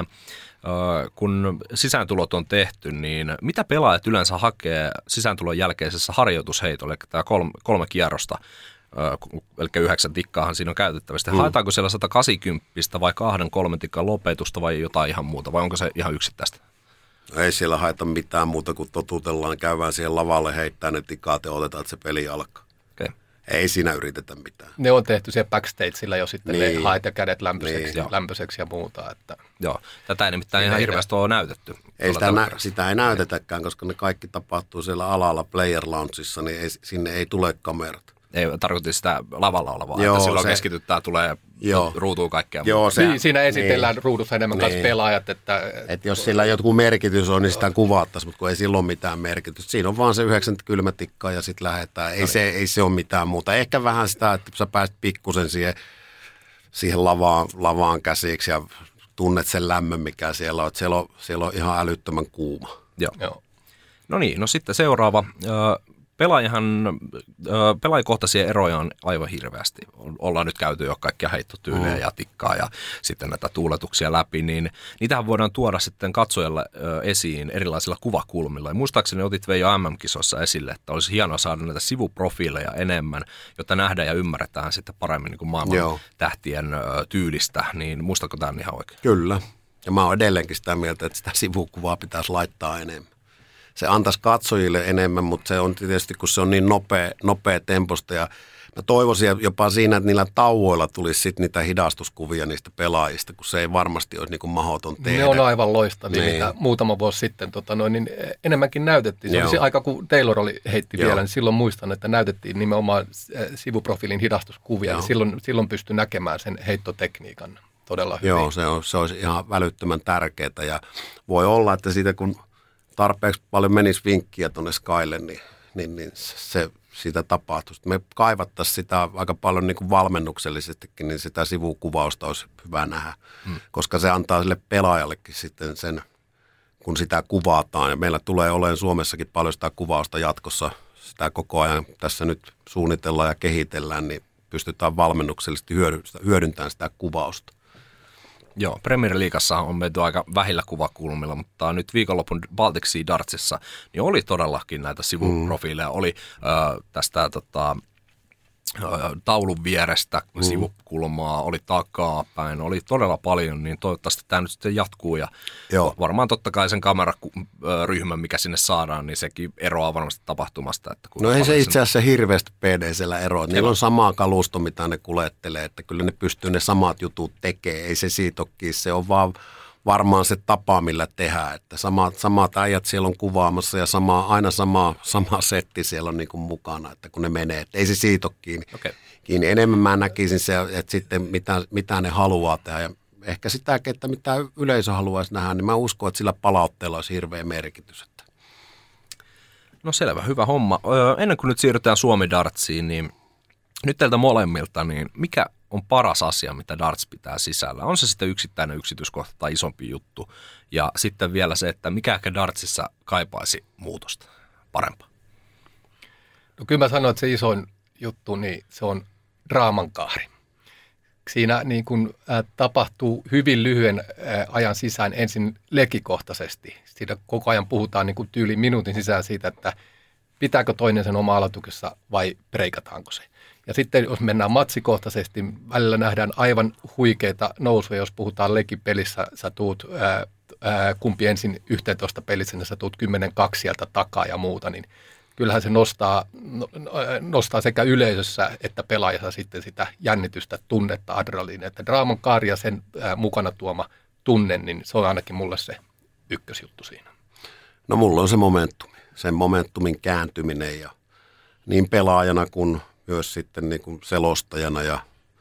kun sisääntulot on tehty, niin mitä pelaajat yleensä hakee sisääntulon jälkeisessä harjoitusheitolla, eli tämä kolme, kolme kierrosta, äh, eli yhdeksän tikkaahan siinä on käytettävistä. Mm. Haetaanko siellä sata kahdeksankymmentä vai kahden kolmen tikkan lopetusta vai jotain ihan muuta, vai onko se ihan yksittäistä? Ei siellä haeta mitään muuta kuin totutellaan, käydään siihen lavalle, heittää ne tikaat ja otetaan, että se peli alkaa. Ei siinä yritetä mitään. Ne on tehty siellä backstageilla jo sitten, niin. Ne haet ja kädet lämpöiseksi, niin. lämpöiseksi ja muuta. Että. Joo, tätä ei nimittäin ihan hirveästi ole näytetty. Ei sitä, nä- sitä ei näytetäkään, koska ne kaikki tapahtuu siellä alalla player loungeissa, niin ei, sinne ei tule kamerat. Ei tarkoitin sitä lavalla olevaa, Joo, että silloin se, keskityttää, tulee Joo. ruutuun kaikkea. Joo, se, niin, siinä esitellään niin. ruudussa enemmän niin. kanssa pelaajat. Että, et jos sillä joku merkitys on, niin sitä kuvattaisiin, mutta kun ei silloin mitään merkitystä. Siinä on vaan se yhdeksänkymmentä kylmätikkaa ja sitten lähdetään. Ei, no, se, ei se ole mitään muuta. Ehkä vähän sitä, että sä pääset pikkusen siihen, siihen lavaan, lavaan käsiksi ja tunnet sen lämmön, mikä siellä on. Siellä on, siellä on ihan älyttömän kuuma. Joo. Joo. No niin, no sitten seuraava. pelaajahan, pelaajakohtaisia eroja on aivan hirveästi. Ollaan nyt käyty jo kaikkia heittotyylejä mm. ja tikkaa ja sitten näitä tuuletuksia läpi, niin niitähän voidaan tuoda sitten katsojalle esiin erilaisilla kuvakulmilla. Ja muistaakseni otit Veijo M M-kisoissa esille, että olisi hienoa saada näitä sivuprofiileja enemmän, jotta nähdään ja ymmärretään sitten paremmin niin kuin maailman Joo. tähtien tyylistä. Niin muistatko tämän ihan oikein? Kyllä. Ja mä oon edelleenkin sitä mieltä, että sitä sivukuvaa pitäisi laittaa enemmän. Se antaisi katsojille enemmän, mutta se on tietysti, kun se on niin nopea, nopea temposta. Ja mä toivoisin jopa siinä, että niillä tauoilla tulisi sitten niitä hidastuskuvia niistä pelaajista, kun se ei varmasti olisi niin kuin mahdoton tehdä. Ne on aivan loistavia, niin. Mitä muutama vuosi sitten tota noin, niin enemmänkin näytettiin. Se Joo. oli se aika, kun Taylor oli, heitti Joo. vielä, niin silloin muistan, että näytettiin nimenomaan sivuprofiilin hidastuskuvia. Niin silloin, silloin pystyi näkemään sen heittotekniikan todella hyvin. Joo, se, on, se olisi ihan välyttömän tärkeää ja voi olla, että siitä kun tarpeeksi paljon menisi vinkkiä tuonne Skylle, niin, niin, niin se siitä tapahtuisi. Me kaivattaisiin sitä aika paljon niin kuin valmennuksellisestikin, niin sitä sivukuvausta olisi hyvä nähdä, hmm. koska se antaa sille pelaajallekin sitten sen, kun sitä kuvataan. Ja meillä tulee olemaan Suomessakin paljon sitä kuvausta jatkossa, sitä koko ajan tässä nyt suunnitellaan ja kehitellään, niin pystytään valmennuksellisesti hyödyntämään sitä kuvausta. Joo, Premier Leaguessa on menty aika vähillä kuvakulmilla, mutta nyt viikonlopun Baltic Sea Dartsissa niin oli todellakin näitä sivuprofiileja. Mm. Oli äh, tästä tota, äh, taulun vierestä mm. sivukulmaa, oli takapäin, oli todella paljon, niin toivottavasti tämä nyt sitten jatkuu. Ja Joo. varmaan totta kai sen kameraryhmän, mikä sinne saadaan, niin sekin eroaa varmasti tapahtumasta. Että no ei se itse asiassa hirveästi P D C:llä eroa. Niillä on sama kalusto, mitä ne kuljettelee, että kyllä ne pystyy ne samat jutut tekemään. Ei se siitä ole, se on vaan varmaan se tapa, millä tehdään. Että samat, samat äijät siellä on kuvaamassa ja sama, aina sama, sama setti siellä on niin kuin mukana, että kun ne menee. Että ei se siitä ole kiinni. Okay. kiinni. Enemmän mä näkisin se, että sitten mitä, mitä ne haluaa tehdä. Ja ehkä sitäkin, että mitä yleisö haluaisi nähdä, niin mä uskon, että sillä palautteella olisi hirveä merkitys. Että. No selvä, hyvä homma. Öö, ennen kuin nyt siirrytään Suomi-dartsiin, niin nyt teiltä molemmilta, niin mikä on paras asia, mitä darts pitää sisällä? On se sitten yksittäinen yksityiskohta tai isompi juttu? Ja sitten vielä se, että mikä ehkä dartsissa kaipaisi muutosta parempaa? No kyllä mä sanoin, että se isoin juttu, niin se on draaman kaari. Siinä niin kuin, äh, tapahtuu hyvin lyhyen äh, ajan sisään ensin lekikohtaisesti. Siinä koko ajan puhutaan niin kuin tyyli minuutin sisään siitä, että pitääkö toinen sen oma aloituksessa vai breikataanko se. Ja sitten jos mennään matsikohtaisesti, välillä nähdään aivan huikeita nousuja, jos puhutaan lekipelissä, sä tuut ää, ää, kumpi ensin yhteentoista pelissä, niin sä tuut kymmenen kaksi sieltä takaa ja muuta, niin kyllähän se nostaa, no, nostaa sekä yleisössä että pelaajassa sitten sitä jännitystä, tunnetta, adrenaliinia, että draaman kaari ja sen ää, mukana tuoma tunne, niin se on ainakin mulle se ykkösjuttu siinä. No mulla on se momentumi, sen momentumin kääntyminen ja niin pelaajana kuin myös sitten niin kuin selostajana ja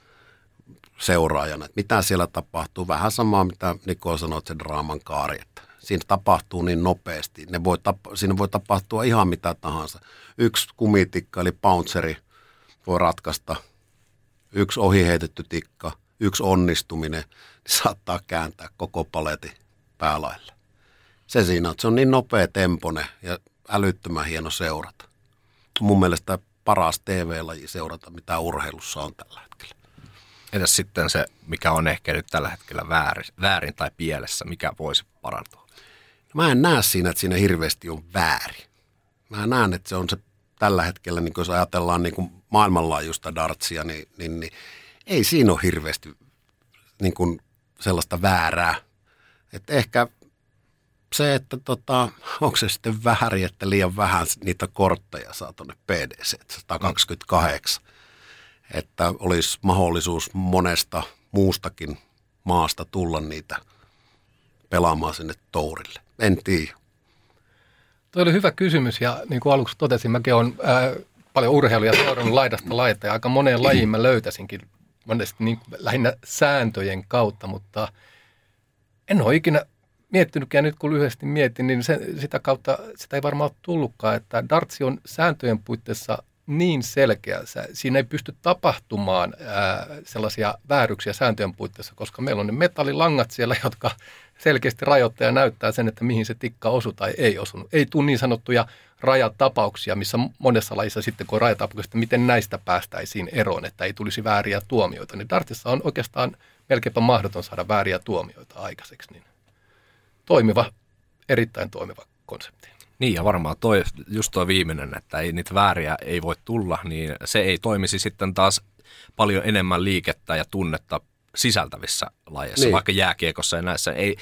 seuraajana, että mitä siellä tapahtuu. Vähän samaa, mitä Niko sanoi, se draaman kaari, että siinä tapahtuu niin nopeasti. Ne voi tapa, siinä voi tapahtua ihan mitä tahansa. Yksi kumitikka eli bounceri voi ratkaista, yksi ohiheitetty tikka, yksi onnistuminen, niin saattaa kääntää koko paletin päälaille. Se siinä on, se on niin nopea tempone ja älyttömän hieno seurata. Mun mielestä paras T V-laji seurata, mitä urheilussa on tällä hetkellä. Entäs sitten se, mikä on ehkä nyt tällä hetkellä väärin, väärin tai pielessä, mikä voisi parantua? No mä en näe siinä, että siinä hirveästi on väärin. Mä näen, että se on se tällä hetkellä, niin jos ajatellaan niin kuin maailmanlaajuista dartsia, niin, niin, niin ei siinä ole hirveästi niin kuin sellaista väärää. Että ehkä se, että tota, onko se sitten väärin, että liian vähän niitä kortteja saa tuonne P D C, sata kaksikymmentäkahdeksan. Mm. Että olisi mahdollisuus monesta muustakin maasta tulla niitä pelaamaan sinne tourille. En tiedä. Tuo oli hyvä kysymys ja niin kuin aluksi totesin, mäkin olen äh, paljon urheiluja seurannut laidasta laita ja aika moneen lajiin mä löytäisinkin monesti niin, lähinnä sääntöjen kautta, mutta en ole ikinä miettinytkään nyt, kun lyhyesti mietin, niin se, sitä kautta sitä ei varmaan ole tullutkaan, että dartsi on sääntöjen puitteissa niin selkeä. Siinä ei pysty tapahtumaan ää, sellaisia vääryksiä sääntöjen puitteissa, koska meillä on ne metallilangat siellä, jotka selkeästi rajoittaja näyttää sen, että mihin se tikka osui tai ei osunut. Ei tule niin sanottuja rajatapauksia, missä monessa lajissa sitten, kun on rajatapauksia, miten näistä päästäisiin eroon, että ei tulisi vääriä tuomioita. Niin dartsissa on oikeastaan melkeinpä mahdoton saada vääriä tuomioita aikaiseksi. Niin toimiva, erittäin toimiva konsepti. Niin ja varmaan toi, just tuo viimeinen, että ei niitä vääriä ei voi tulla, niin se ei toimisi sitten taas paljon enemmän liikettä ja tunnetta sisältävissä lajeissa, niin. Vaikka jääkiekossa ja näissä ei,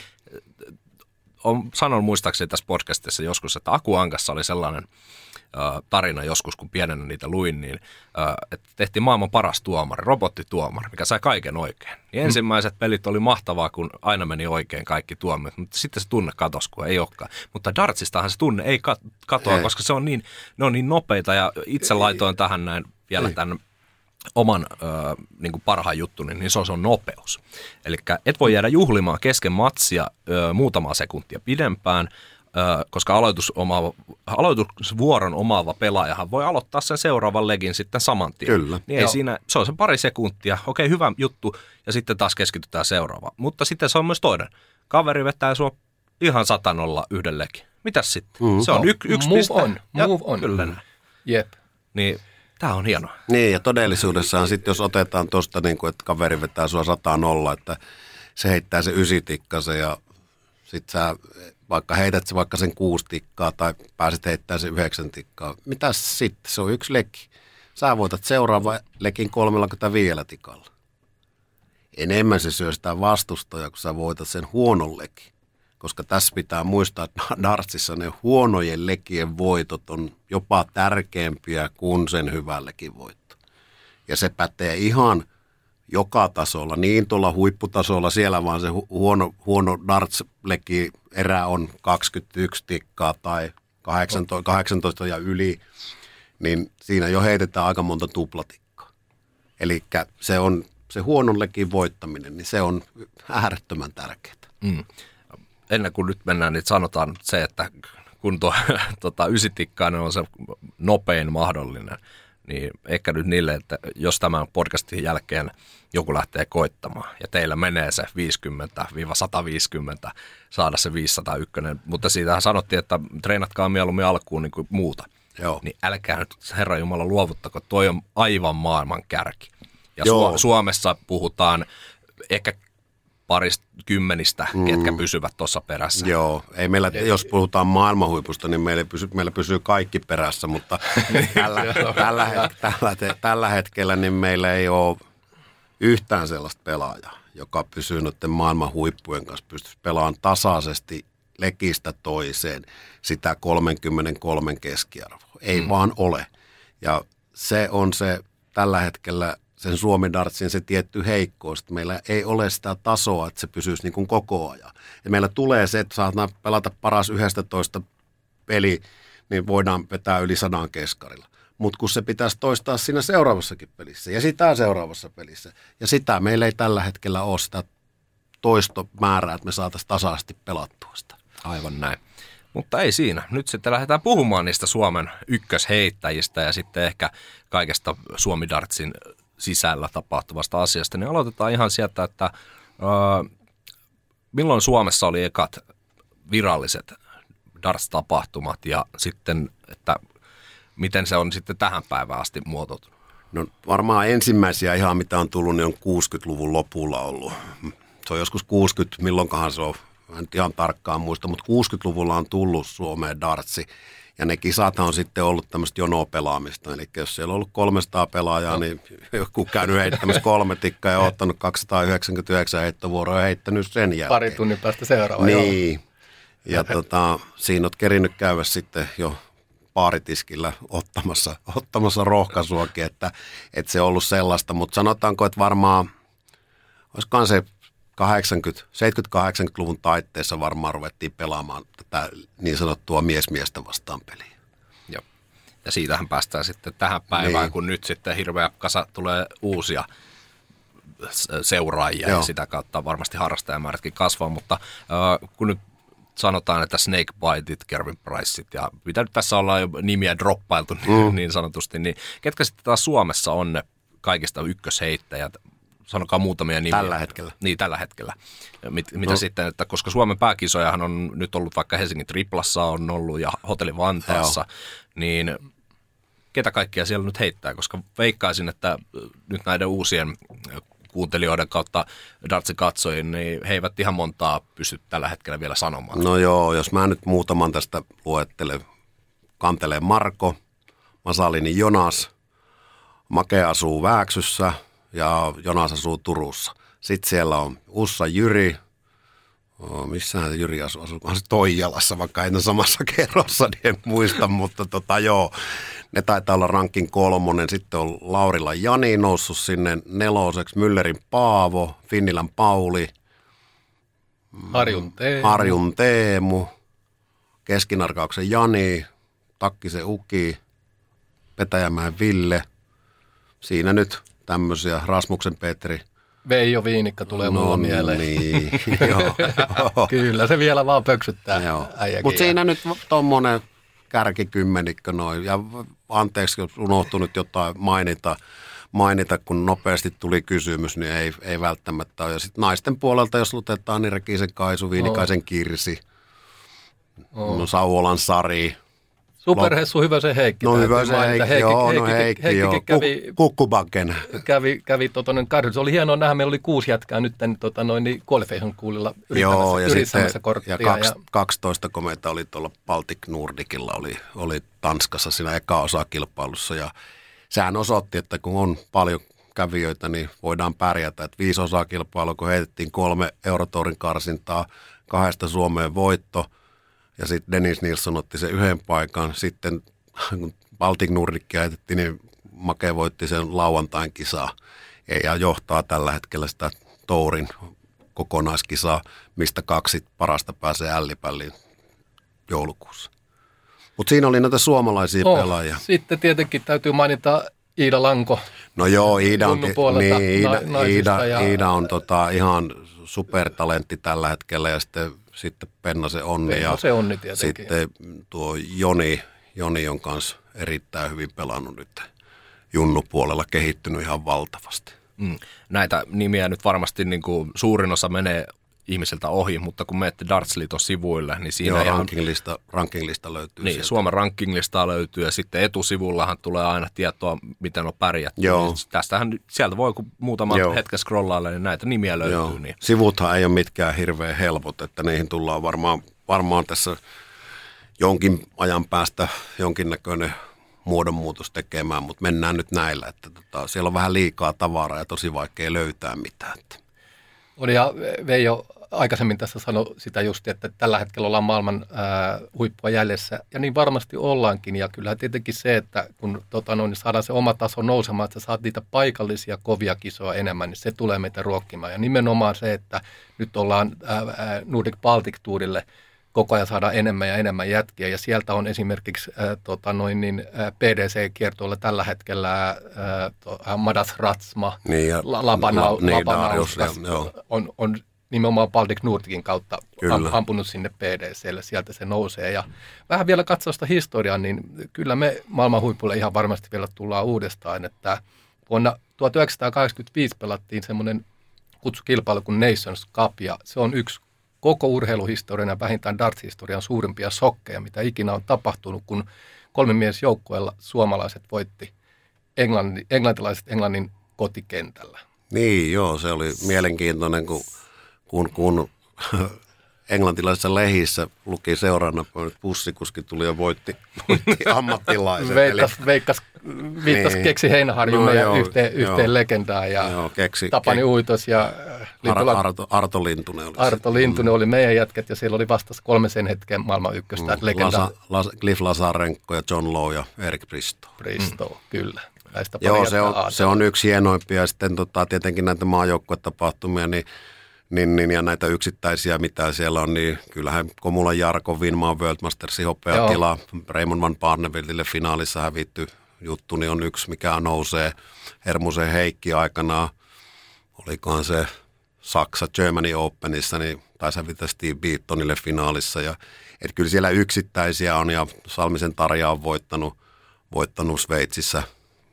on sanonut muistaakseni tässä podcastissa joskus, että Aku Ankassa oli sellainen äh, tarina joskus, kun pienenä niitä luin, niin äh, että tehtiin maailman paras tuomari, robottituomari, mikä sai kaiken oikein. Niin mm. ensimmäiset pelit oli mahtavaa, kun aina meni oikein kaikki tuomiot, mutta sitten se tunne katosi, kun ei olekaan. Mutta dartsistahan se tunne ei katoa, ei. Koska se on niin, ne on niin nopeita ja itse laitoin tähän näin vielä ei. tämän oman ö, niin kuin parhaan juttuni, niin se on, se on nopeus. Eli et voi jäädä juhlimaan kesken matsia ö, muutamaa sekuntia pidempään, ö, koska aloitus omaava, aloitusvuoron omaava pelaajahan voi aloittaa sen seuraavan legin sitten saman tien. Kyllä. Niin ei siinä, se on se pari sekuntia, okei hyvä juttu, ja sitten taas keskitytään seuraavaan. Mutta sitten se on myös toinen. Kaveri vetää sua ihan satanolla yhden legin. Mitäs sitten? Mm-hmm. Se on y- yksi move piste. On, ja move on. Kyllä. Jep. Niin. Tämä on hienoa. Niin, ja todellisuudessaan sitten, jos otetaan tuosta, niin kuin, että kaveri vetää sua sata nolla, että se heittää se ysitikkasen ja sitten sä vaikka heität se vaikka sen kuusi tikkaa tai pääset heittämään se yhdeksän tikkaa. Mitäs sitten? Se on yksi leki. Sä voitat seuraava lekin kolmekymmentäviisi tikalla. Enemmän se syö sitä vastustaja, kun sä voitat sen huonon lekin. Koska tässä pitää muistaa, että dartsissa ne huonojen lekien voitot on jopa tärkeämpiä kuin sen hyvän lekin voitto. Ja se pätee ihan joka tasolla, niin tuolla huipputasolla siellä vaan se huono, huono darts-leki erä on kaksikymmentäyksi tikkaa tai kahdeksantoista, kahdeksantoista ja yli, niin siinä jo heitetään aika monta tuplatikkaa. Eli se on se huonon lekin voittaminen, niin se on äärettömän tärkeää. Mm. Ennen kuin nyt mennään, niin sanotaan se, että kun tuo tota, ysitikkainen on se nopein mahdollinen, niin ehkä nyt niille, että jos tämän podcastin jälkeen joku lähtee koittamaan ja teillä menee se viisikymmentä sata viisikymmentä saada se viisisataayksi, mutta siitähän sanottiin, että treenatkaa mieluummin alkuun niin kuin muuta. Joo. Niin älkää nyt Herran Jumala luovuttako, toi on aivan maailman kärki. Ja Su- Suomessa puhutaan ehkä parista kymmenistä, mm. ketkä pysyvät tuossa perässä. Joo, ei meillä, jos puhutaan maailmanhuipusta, niin meillä pysyy, meillä pysyy kaikki perässä, mutta tällä, tällä, het, tällä, tällä hetkellä niin meillä ei ole yhtään sellaista pelaajaa, joka pysyy noiden maailmanhuippujen kanssa, pystyisi pelaamaan tasaisesti lekistä toiseen sitä kolmekymmentäkolme keskiarvoa. Ei mm. vaan ole. Ja se on se tällä hetkellä sen Suomi-dartsin se tietty heikkous, että meillä ei ole sitä tasoa, että se pysyisi niin kuin koko ajan. Ja meillä tulee se, että saadaan pelata paras yksitoista peli, niin voidaan vetää yli sadan keskarilla. Mutta kun se pitäisi toistaa siinä seuraavassakin pelissä ja sitä seuraavassa pelissä. Ja sitä meillä ei tällä hetkellä ole sitä toistomäärää, että me saataisiin tasaisesti pelattua sitä. Aivan näin. Mutta ei siinä. Nyt sitten lähdetään puhumaan niistä Suomen ykkösheittäjistä ja sitten ehkä kaikesta Suomi-dartsin sisällä tapahtuvasta asiasta, niin aloitetaan ihan sieltä, että äh, milloin Suomessa oli ekat viralliset darts-tapahtumat ja sitten, että miten se on sitten tähän päivään asti muotoutunut? No varmaan ensimmäisiä ihan mitä on tullut, niin on kuusikymmentäluvun lopulla ollut. Se on joskus kuusikymmentä, milloinkahan se on, en nyt ihan tarkkaan muista, mutta kuusikymmentäluvulla on tullut Suomeen dartsi. Ja ne kisathan on sitten ollut tämmöistä jonopelaamista. Eli jos siellä on ollut kolmesataa pelaajaa, niin joku käynyt heittämässä kolme tikkaa ja ottanut kaksisataayhdeksänkymmentäyhdeksän heittovuoroa ja heittänyt sen jälkeen. Pari tunnin päästä seuraava. Niin. Joo. Ja tota, siinä olet kerinyt käydä sitten jo baaritiskillä ottamassa, ottamassa rohkaisuakin, että, että se on ollut sellaista. Mutta sanotaanko, että varmaan, olisikohan se kahdeksankymmentä, seitsemänkymmentä-kahdeksankymmentäluvun taitteessa varmaan ruvettiin pelaamaan tätä niin sanottua mies-miestä vastaan peliä. Joo. Ja siitähän päästään sitten tähän päivään, niin. Kun nyt sitten hirveä kasa tulee uusia seuraajia. Joo. Ja sitä kautta varmasti harrastajamäärätkin kasvaa, mutta äh, kun nyt sanotaan, että Snakebiteit, Kervin Priceit ja mitä nyt tässä ollaan jo nimiä droppailtu mm. niin sanotusti, niin ketkä sitten taas Suomessa on ne kaikista ykkösheittäjät sanokaa muutamia nimiä. Tällä hetkellä. Niin, tällä hetkellä. Mit, mitä no. sitten, että koska Suomen pääkisojahan on nyt ollut vaikka Helsingin Triplassa on ollut ja Hotelli Vantaassa, Joo. niin ketä kaikkia siellä nyt heittää, koska veikkaisin, että nyt näiden uusien kuuntelijoiden kautta dartsin katsojien, niin he eivät ihan montaa pysty tällä hetkellä vielä sanomaan. No joo, jos mä nyt muutaman tästä luettelen. Kantelee Marko, Masalini Jonas, Make asuu Vääksyssä ja Jonas asuu Turussa. Sitten siellä on Ussa Jyri. Oh, missähän se Jyri asuu? Asuukohan se Toijalassa, vaikka ei ole samassa kerrossa, niin en muista, mutta tota joo. Ne taitaa olla rankin kolmonen. Sitten on Laurila Jani noussut sinne neloseksi, Müllerin Paavo, Finnilän Pauli, Harjun Teemu, Harjun Teemu Keskinarkauksen Jani, Takkisen Uki, Petäjämäen Ville. Siinä nyt tämmöisiä, Rasmuksen Petri. Veijo Viinikka tulee no, mulla mieleen. Niin, joo. Kyllä, se vielä vaan pöksyttää äijäkin. Mutta siinä nyt tuommoinen kärkikymmenikkö noin. Ja anteeksi, jos unohtui nyt jotain mainita, mainita, kun nopeasti tuli kysymys, niin ei, ei välttämättä ole. Ja sitten naisten puolelta, jos lutetaan, niin Rekisen Kaisu, Viinikaisen oh. Kirsi, oh. no Sauvolan Sari. Superhessu Hyvösen Heikki. No Hyvösen Heikki, Heikki, joo, Heikki, no Heikki, Heikki joo. Kävi, Kukkubakken. Kävi, kävi tota, noin, se oli hienoa nähdä, meillä oli kuusi jätkää nyt tota, noin, niin qualification kuulilla joo, ja yrittämässä korttia. Ja, kaksi, ja kaksitoista komeita oli tuolla Baltic Nordicilla, oli, oli Tanskassa siinä eka osakilpailussa. Ja sehän osoitti, että kun on paljon kävijöitä, niin voidaan pärjätä. Että viisi osakilpailua, kun heitettiin kolme Eurotourin karsintaa, kahdesta Suomeen voitto. Ja sitten Dennis Nilsson otti sen yhden paikan. Sitten kun Baltic Nordickia heitettiin, niin Make voitti sen lauantain kisaa. Ja johtaa tällä hetkellä sitä tourin kokonaiskisaa, mistä kaksi parasta pääsee ällipälliin joulukuussa. Mutta siinä oli näitä suomalaisia oh, pelaajia. Sitten tietenkin täytyy mainita Iida Lanko. No joo, Iida on, niin, Iida, Iida, ja... Iida on tota ihan supertalentti tällä hetkellä ja sitten Sitten Pennasen Onni ja se onni tietenkin. Sitten tuo Joni, Joni on kanssa erittäin hyvin pelannut nyt junnupuolella, kehittynyt ihan valtavasti. Mm. Näitä nimiä nyt varmasti niin kuin suurin osa menee ihmisiltä ohi, mutta kun menette Dartsliiton sivuille, niin siinä Joo, rankinglista, rankinglista löytyy. Niin, sieltä. Suomen rankinglista löytyy ja sitten etusivullahan tulee aina tietoa, miten on pärjätty. Joo. Niin tästähän sieltä voi, kun muutama Joo. hetken scrollailla, niin näitä nimiä löytyy. Niin. Sivuthan ei ole mitkään hirveän helpot, että niihin tullaan varmaan, varmaan tässä jonkin ajan päästä jonkinnäköinen muodonmuutos tekemään, mutta mennään nyt näillä, että tota, siellä on vähän liikaa tavaraa ja tosi vaikea löytää mitään. Oli ja Veijo aikaisemmin tässä sanoi sitä just, että tällä hetkellä ollaan maailman ää, huippua jäljessä, ja niin varmasti ollaankin, ja kyllähän tietenkin se, että kun tota, no, niin saadaan se oma taso nousemaan, että sä saat niitä paikallisia kovia kisoja enemmän, niin se tulee meitä ruokkimaan, ja nimenomaan se, että nyt ollaan ää, Nordic Baltic Tourille koko ajan saadaan enemmän ja enemmän jätkiä, ja sieltä on esimerkiksi ää, tota, noin, niin, ää, P D C-kiertoilla tällä hetkellä ää, to, ää, Madas Ratsma, niin, ja Labanau, la, niin, Labanaus, Darius, ja, on, on nimenomaan Baltic Nordicin kautta Kyllä. ampunut sinne P D C:lle, sieltä se nousee. Ja vähän vielä katsoa sitä historiaa, niin kyllä me maailman huipulle ihan varmasti vielä tullaan uudestaan, että vuonna tuhatyhdeksänsataakahdeksankymmentäviisi pelattiin semmoinen kutsukilpailu kuin Nations Cup, ja se on yksi koko urheiluhistorian ja vähintään darts-historian suurimpia sokkeja, mitä ikinä on tapahtunut, kun kolmimiesjoukkueella suomalaiset voitti englanti, englantilaiset Englannin kotikentällä. Niin, joo, se oli mielenkiintoinen, kun, kun, kun englantilaisissa lehissä luki seurana, että bussikuski tuli ja voitti, voitti ammattilaisen. Veikkas, eli... veikkas viittas niin. Keksi Heinäharjun no, meidän joo, yhteen, yhteen legendaan ja joo, keksi, Tapani ke... Uitos ja Lintula... Ar- Arto, Arto Lintunen oli. Arto Lintunen mm. oli meidän jätkät ja siellä oli vastassa kolme sen hetken maailman ykköstä. Mm. Legenda... Lasa, Las, Cliff Lazarenko ja John Lowe ja Eric Bristow. Bristow, mm. kyllä. Näistä joo, se on, se on yksi hienoimpia ja sitten tota, tietenkin näitä maajoukkuetapahtumia, niin Niin, niin, ja näitä yksittäisiä, mitä siellä on, niin kyllähän Komulan Jarko, Winmaan World Mastersin hopeatila, Raymond van Barneveltille finaalissa hävitty juttu, niin on yksi, mikä nousee. Hermusen Heikki aikanaan, olikohan se Saksa Germany Openissa, niin taisi hävitä Steve Beatonille finaalissa. Ja, et kyllä siellä yksittäisiä on, ja Salmisen Tarja on voittanut, voittanut Sveitsissä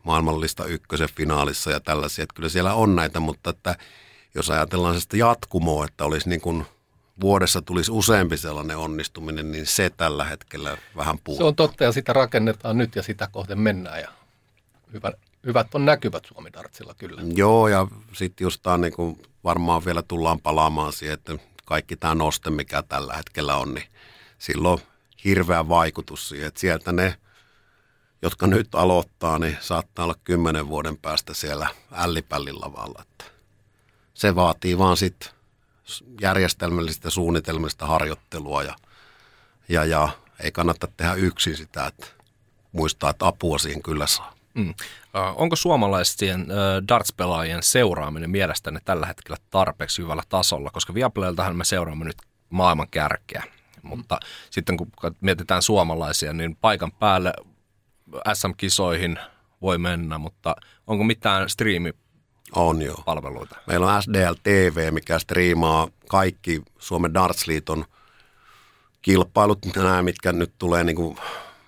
maailmanlista ykkösen finaalissa ja tällaisia. Että kyllä siellä on näitä, mutta että jos ajatellaan sitä jatkumoa, että olisi niin kuin vuodessa tulisi useampi sellainen onnistuminen, niin se tällä hetkellä vähän puuttuu. Se on totta ja sitä rakennetaan nyt ja sitä kohden mennään ja hyvä, hyvät on näkyvät Suomi-dartsilla kyllä. Joo ja sitten just tämä niin kuin varmaan vielä tullaan palaamaan siihen, että kaikki tämä noste, mikä tällä hetkellä on, niin silloin on hirveä vaikutus siihen, että sieltä ne, jotka nyt aloittaa, niin saattaa olla kymmenen vuoden päästä siellä ällipällin lavalla. Että se vaatii vaan sitten järjestelmällistä suunnitelmallista harjoittelua ja, ja, ja ei kannata tehdä yksin sitä, että muistaa, että apua siihen kyllä saa. Mm. Uh, onko suomalaisten uh, darts-pelaajien seuraaminen mielestäni tällä hetkellä tarpeeksi hyvällä tasolla, koska Viaplayltahan me seuraamme nyt maailman kärkeä, mutta mm. sitten kun mietitään suomalaisia, niin paikan päälle S M-kisoihin voi mennä, mutta onko mitään striimi On joo. palveluita? Meillä on S D L T V, mikä striimaa kaikki Suomen Darts-liiton kilpailut, nämä mitkä nyt tulee niin kuin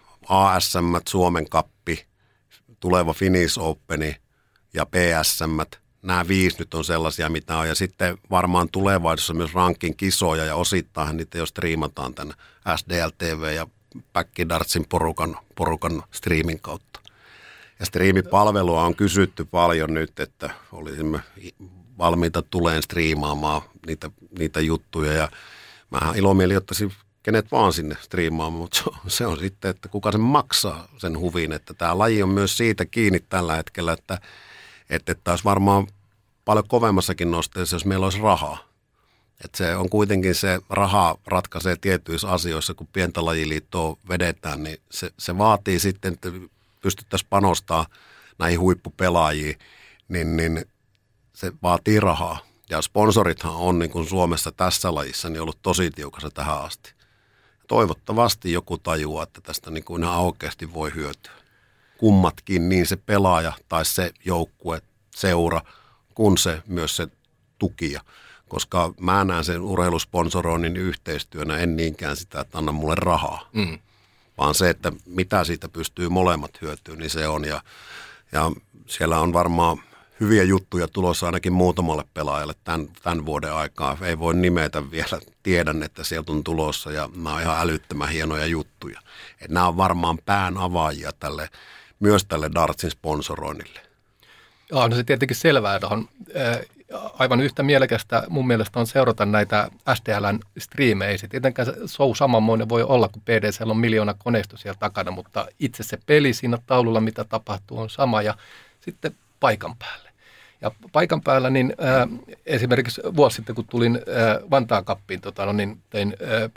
A S M, Suomen kappi, tuleva Finnish Openi ja P S M. Nämä viisi nyt on sellaisia, mitä on. Ja sitten varmaan tulevaisuudessa myös rankin kisoja ja osittain niitä jo striimataan tänne S D L T V ja Back Dartsin porukan, porukan striimin kautta. Ja striimipalvelua on kysytty paljon nyt, että olisimme valmiita tuleen striimaamaan niitä, niitä juttuja. Ja mähän ilomieli ottaisin kenet vaan sinne striimaamaan, mutta se on, se on sitten, että kuka sen maksaa sen huvin. Että tämä laji on myös siitä kiinni tällä hetkellä, että, että, että olisi varmaan paljon kovemmassakin nosteessa, jos meillä olisi rahaa. Että se on kuitenkin se raha ratkaisee tietyissä asioissa, kun pientä lajiliittoa vedetään, niin se, se vaatii sitten, että pystyttäisiin panostamaan näihin huippupelaajiin, niin, niin se vaatii rahaa. Ja sponsorithan on niin kuin Suomessa tässä lajissa niin ollut tosi tiukassa tähän asti. Toivottavasti joku tajuaa, että tästä niin kuin ihan oikeasti voi hyötyä. Kummatkin, niin se pelaaja tai se joukkue, seura, kun se myös se tukija. Koska mä näen sen urheilusponsoroinnin yhteistyönä, en niinkään sitä, että anna mulle rahaa. Mm. Vaan se, että mitä siitä pystyy molemmat hyötyä, niin se on. Ja, ja siellä on varmaan hyviä juttuja tulossa ainakin muutamalle pelaajalle tämän, tämän vuoden aikaa. Ei voi nimetä vielä, tiedän, että sieltä on tulossa ja nämä on ihan älyttömän hienoja juttuja. Et nämä on varmaan pään avaajia tälle, myös tälle dartsin sponsoroinnille. Joo, no se tietenkin selvää, että on äh, aivan yhtä mielekästä mun mielestä on seurata näitä S D L:n striimejä. Ei se tietenkään se show samanmoinen voi olla, kun P D C on miljoona koneisto siellä takana, mutta itse se peli siinä taululla, mitä tapahtuu, on sama ja sitten paikan päälle. Ja paikan päällä, niin äh, esimerkiksi vuosi sitten, kun tulin äh, Vantaan kappiin, tota, no, niin tein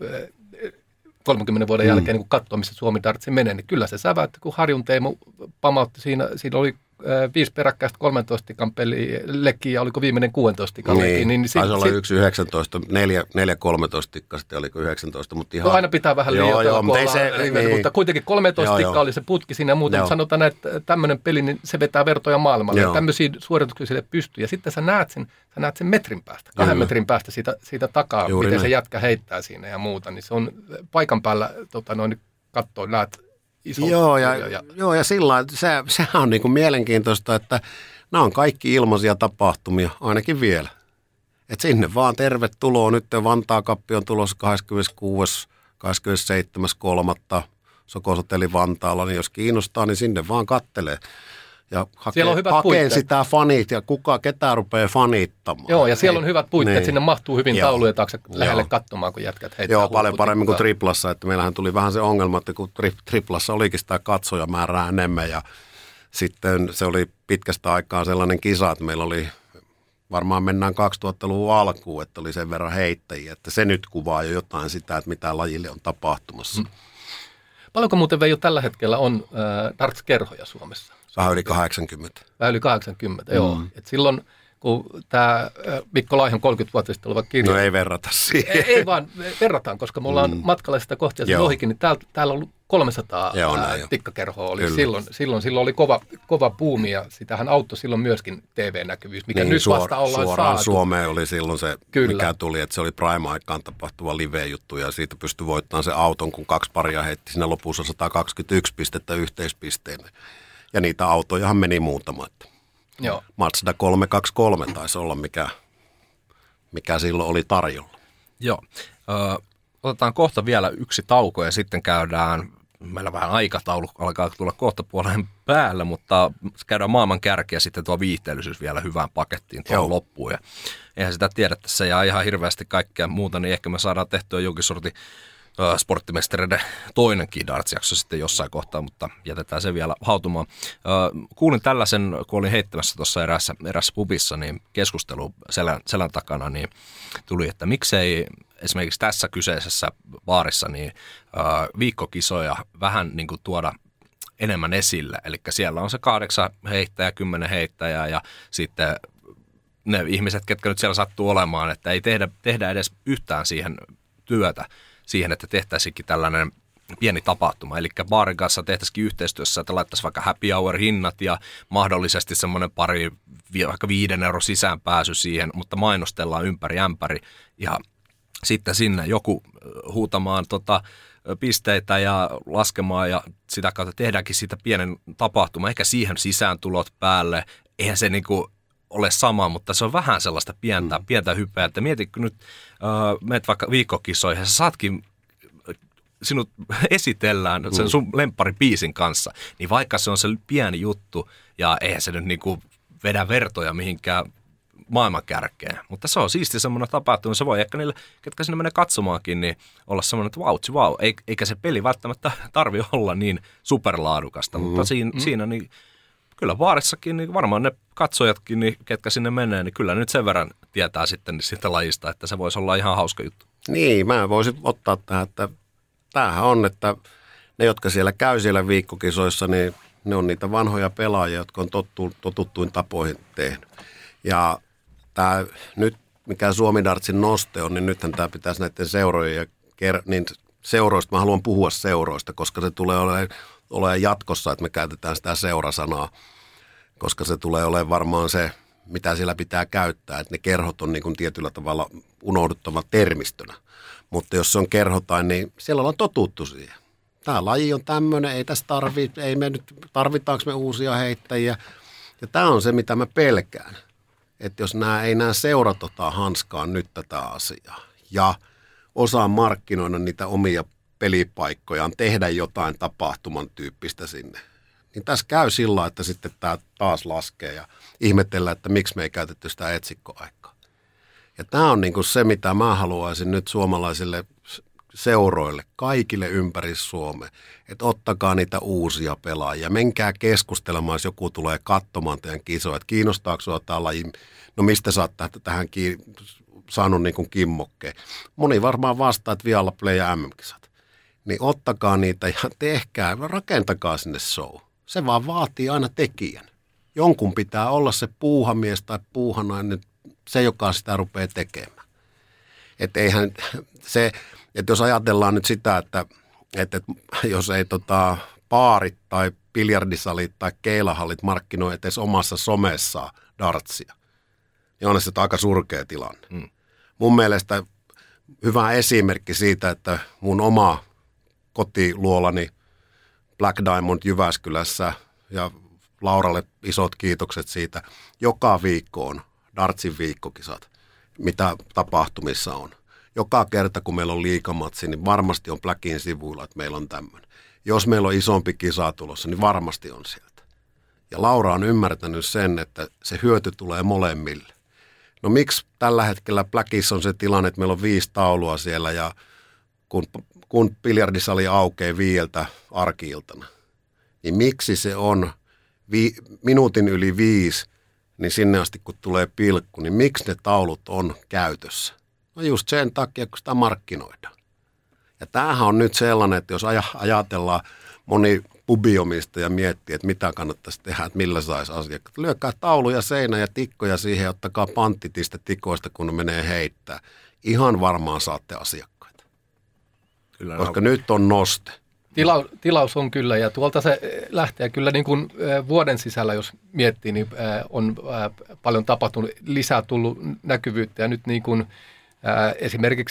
äh, kolmenkymmenen vuoden jälkeen mm. niin kun katsoa, missä Suomi Dartsi menee, niin kyllä se säväytti, kun Harjun Teemu pamautti siinä, siinä oli äh, viisi peräkkäistä kolmentoista tikan peli lekkiä, ja oliko viimeinen kuusitoista tikan niin, lekki. Niin, niin taisi sit, olla yksi yhdeksäntoista, neljä, neljä kolmetoista tikka, sitten oliko yhdeksäntoista, mutta ihan... No aina pitää vähän liioitella, joo, joo, mutta, se, niin. mutta kuitenkin kolmetoista tikka oli se putki siinä ja muuta, mutta sanotaan, että tämmöinen peli, niin se vetää vertoja maailmalle. Joo. Tämmöisiä suorituksia sille pystyy, ja sitten sä näet sen, sä näet sen metrin päästä, kahden Kyllä. metrin päästä siitä, siitä takaa, Juuri miten näin. Se jätkä heittää siinä ja muuta, niin se on paikan päällä, tota, noin kattoo, näet iso. Joo, ja, ja, ja, joo, ja sillä se, sehän on niin kuin mielenkiintoista, että nämä on kaikki ilmaisia tapahtumia, ainakin vielä. Et sinne vaan tervetuloa. Nyt Vantaa kappi on tulossa kahdeskymmeneskuudes kahdeskymmenesseitsemäs kolmatta Sokosoteli Vantaalla, niin jos kiinnostaa, niin sinne vaan kattelee. Ja hakee, hakee sitä fanit ja kuka, ketä rupeaa fanittamaan. Joo, ja siellä Ei, on hyvät puitteet, niin. Sinne mahtuu hyvin Joo. tauluja taakse lähelle Joo. katsomaan, kun jätkät heittää. Joo, paljon paremmin kuin triplassa, että meillähän tuli vähän se ongelma, että kun tri, triplassa olikin sitä katsojamäärää enemmän ja sitten se oli pitkästä aikaa sellainen kisa, että meillä oli, varmaan mennään kaksituhattaluvun alkuun, että oli sen verran heittäjiä, että se nyt kuvaa jo jotain sitä, että mitä lajille on tapahtumassa. Hmm. Paljonko muuten Veijo tällä hetkellä on äh, darts-kerhoja Suomessa? Vähän yli kahdeksankymmentä. Vähän yli kahdeksankymmentä, mm. joo. Et silloin, kun tämä Mikko Laihon kolmekymmentä vuotta sitten oleva kirja... No ei verrata siihen. Ei, ei vaan, verrataan, koska me ollaan mm. matkalla sitä kohti ja sen ohikin, niin täällä, täällä on ollut kolmesataa joo, ää, tikkakerhoa. Oli silloin, silloin, silloin oli kova, kova buumi ja sitähän auttoi silloin myöskin T V-näkyvyys, mikä niin, nyt suor, vasta ollaan suoraan saatu. Suomeen oli silloin se, Kyllä. mikä tuli, että se oli prime-aikaan tapahtuva live-juttu ja siitä pystyi voittamaan se auton, kun kaksi paria heitti siinä lopussa sata kaksikymmentäyksi pistettä yhteispisteelle. Ja niitä autojahan meni muutama. Joo. Mazda kolme kaksikymmentäkolme taisi olla, mikä, mikä silloin oli tarjolla. Joo. Ö, otetaan kohta vielä yksi tauko ja sitten käydään, meillä vähän aikataulu alkaa tulla kohta puoleen päällä, mutta käydään maailman kärkiä sitten tuo viihteellisyys vielä hyvään pakettiin tuohon loppuun. Ja eihän sitä tiedä tässä ja ihan hirveästi kaikkea muuta, niin ehkä me saadaan tehtyä jonkin sortin ö, sporttimestareiden toinenkin darts-jakso sitten jossain kohtaa, mutta jätetään se vielä hautumaan. Ö, kuulin tällaisen, kun olin heittämässä tuossa erässä, erässä pubissa, niin keskustelu selän, selän takana, niin tuli, että miksei esimerkiksi tässä kyseisessä baarissa niin ö, viikkokisoja vähän niin kuin tuoda enemmän esille. Eli siellä on se kahdeksan heittäjä, kymmenen heittäjää ja sitten ne ihmiset, ketkä nyt siellä sattuu olemaan, että ei tehdä, tehdä edes yhtään siihen työtä, siihen, että tehtäisikin tällainen pieni tapahtuma. Eli baarin kanssa tehtäisikin yhteistyössä, että laittaisiin vaikka happy hour-hinnat ja mahdollisesti semmoinen pari, vaikka viiden euro sisäänpääsy siihen, mutta mainostellaan ympäri ämpäri ja sitten sinne joku huutamaan tota, pisteitä ja laskemaan ja sitä kautta tehdäänkin siitä pienen tapahtuma, ehkä siihen sisääntulot päälle. Eihän se niinku ole sama, mutta se on vähän sellaista pientä, mm. pientä hypeä, että mietitkö nyt, äh, menet vaikka viikkokisoihin ja sä saatkin, sinut esitellään sen mm. sun lempparibiisin kanssa, niin vaikka se on se pieni juttu ja eihän se nyt niinku vedä vertoja mihinkään maailmankärkeen. Mutta se on siisti semmoinen tapahtuma. Se voi ehkä niille, ketkä sinne menee katsomaankin, niin olla semmoinen, että vau, wow, wow. Eikä se peli välttämättä tarvi olla niin superlaadukasta. Mm-hmm. Mutta siinä, mm-hmm. siinä niin kyllä baarissakin, niin varmaan ne katsojatkin, niin ketkä sinne menee, niin kyllä nyt sen verran tietää sitten siitä lajista, että se voisi olla ihan hauska juttu. Niin, mä voisin ottaa tähän, että tämähän on, että ne, jotka siellä käy siellä viikkokisoissa, niin ne on niitä vanhoja pelaajia, jotka on tottu, totuttuin tapoihin tehnyt. Ja tämä nyt, mikä Suomi Dartsin noste on, niin nythän tämä pitäisi näiden seurojen ja ker- niin seuroista, mä haluan puhua seuroista, koska se tulee olemaan, olemaan jatkossa, että me käytetään sitä seurasanaa, koska se tulee olemaan varmaan se, mitä siellä pitää käyttää, että ne kerhot on niin kuin tietyllä tavalla unohduttava termistönä, mutta jos se on kerhotain, niin siellä ollaan totuttu siihen. Tämä laji on tämmöinen, ei tässä tarvitse, ei me nyt, tarvitaanko me uusia heittäjiä, ja tämä on se, mitä mä pelkään. Että jos nämä, ei nämä seurat ota hanskaan nyt tätä asiaa ja osaa markkinoida niitä omia pelipaikkojaan, tehdä jotain tapahtuman tyyppistä sinne, niin tässä käy sillä, että sitten tämä taas laskee ja ihmetellään, että miksi me ei käytetty sitä etsikkoaikaa. Ja tämä on niin kuin se, mitä mä haluaisin nyt suomalaisille seuroille, kaikille ympäri Suomea, että ottakaa niitä uusia pelaajia. Menkää keskustelemaan, jos joku tulee katsomaan teidän kisoja, että kiinnostaako sinua tämä laji, no mistä sä oot tähän ki- saanut niin kuin kimmokkeen. Moni varmaan vastaa, että Vialla Play ja M M-kisat. Niin ottakaa niitä ja tehkää, rakentakaa sinne show. Se vaan vaatii aina tekijän. Jonkun pitää olla se puuhamies tai puuhanainen, se joka sitä rupeaa tekemään. Että eihän se... Että jos ajatellaan nyt sitä, että, että jos ei tota, baarit tai biljardisalit tai keilahallit markkinoi edes omassa somessaan dartsia, niin on se aika surkea tilanne. Mm. Mun mielestä hyvä esimerkki siitä, että mun oma kotiluolani Black Diamond Jyväskylässä ja Lauralle isot kiitokset siitä, joka viikko on dartsin viikkokisat, mitä tapahtumissa on. Joka kerta, kun meillä on liigamatsi, niin varmasti on Blackin sivuilla, että meillä on tämmöinen. Jos meillä on isompi kisa tulossa, niin varmasti on sieltä. Ja Laura on ymmärtänyt sen, että se hyöty tulee molemmille. No miksi tällä hetkellä Blackissa on se tilanne, että meillä on viisi taulua siellä ja kun, kun biljardisali aukeaa viieltä arki-iltana, niin miksi se on vi, minuutin yli viisi, niin sinne asti kun tulee pilkku, niin miksi ne taulut on käytössä? No just sen takia, kun sitä markkinoidaan. Ja tämähän on nyt sellainen, että jos aj- ajatellaan moni pubiomista ja miettii, että mitä kannattaisi tehdä, että millä saisi asiakkaat. Lyökää tauluja seinä ja tikkoja siihen ja ottakaa panttitistä tikoista, kun ne menee heittää. Ihan varmaan saatte asiakkaita. Kyllä, koska no. Nyt on noste. Tila, tilaus on kyllä ja tuolta se lähtee kyllä niin kuin vuoden sisällä, jos miettii, niin on paljon tapahtunut, lisää tullut näkyvyyttä ja nyt niin kuin esimerkiksi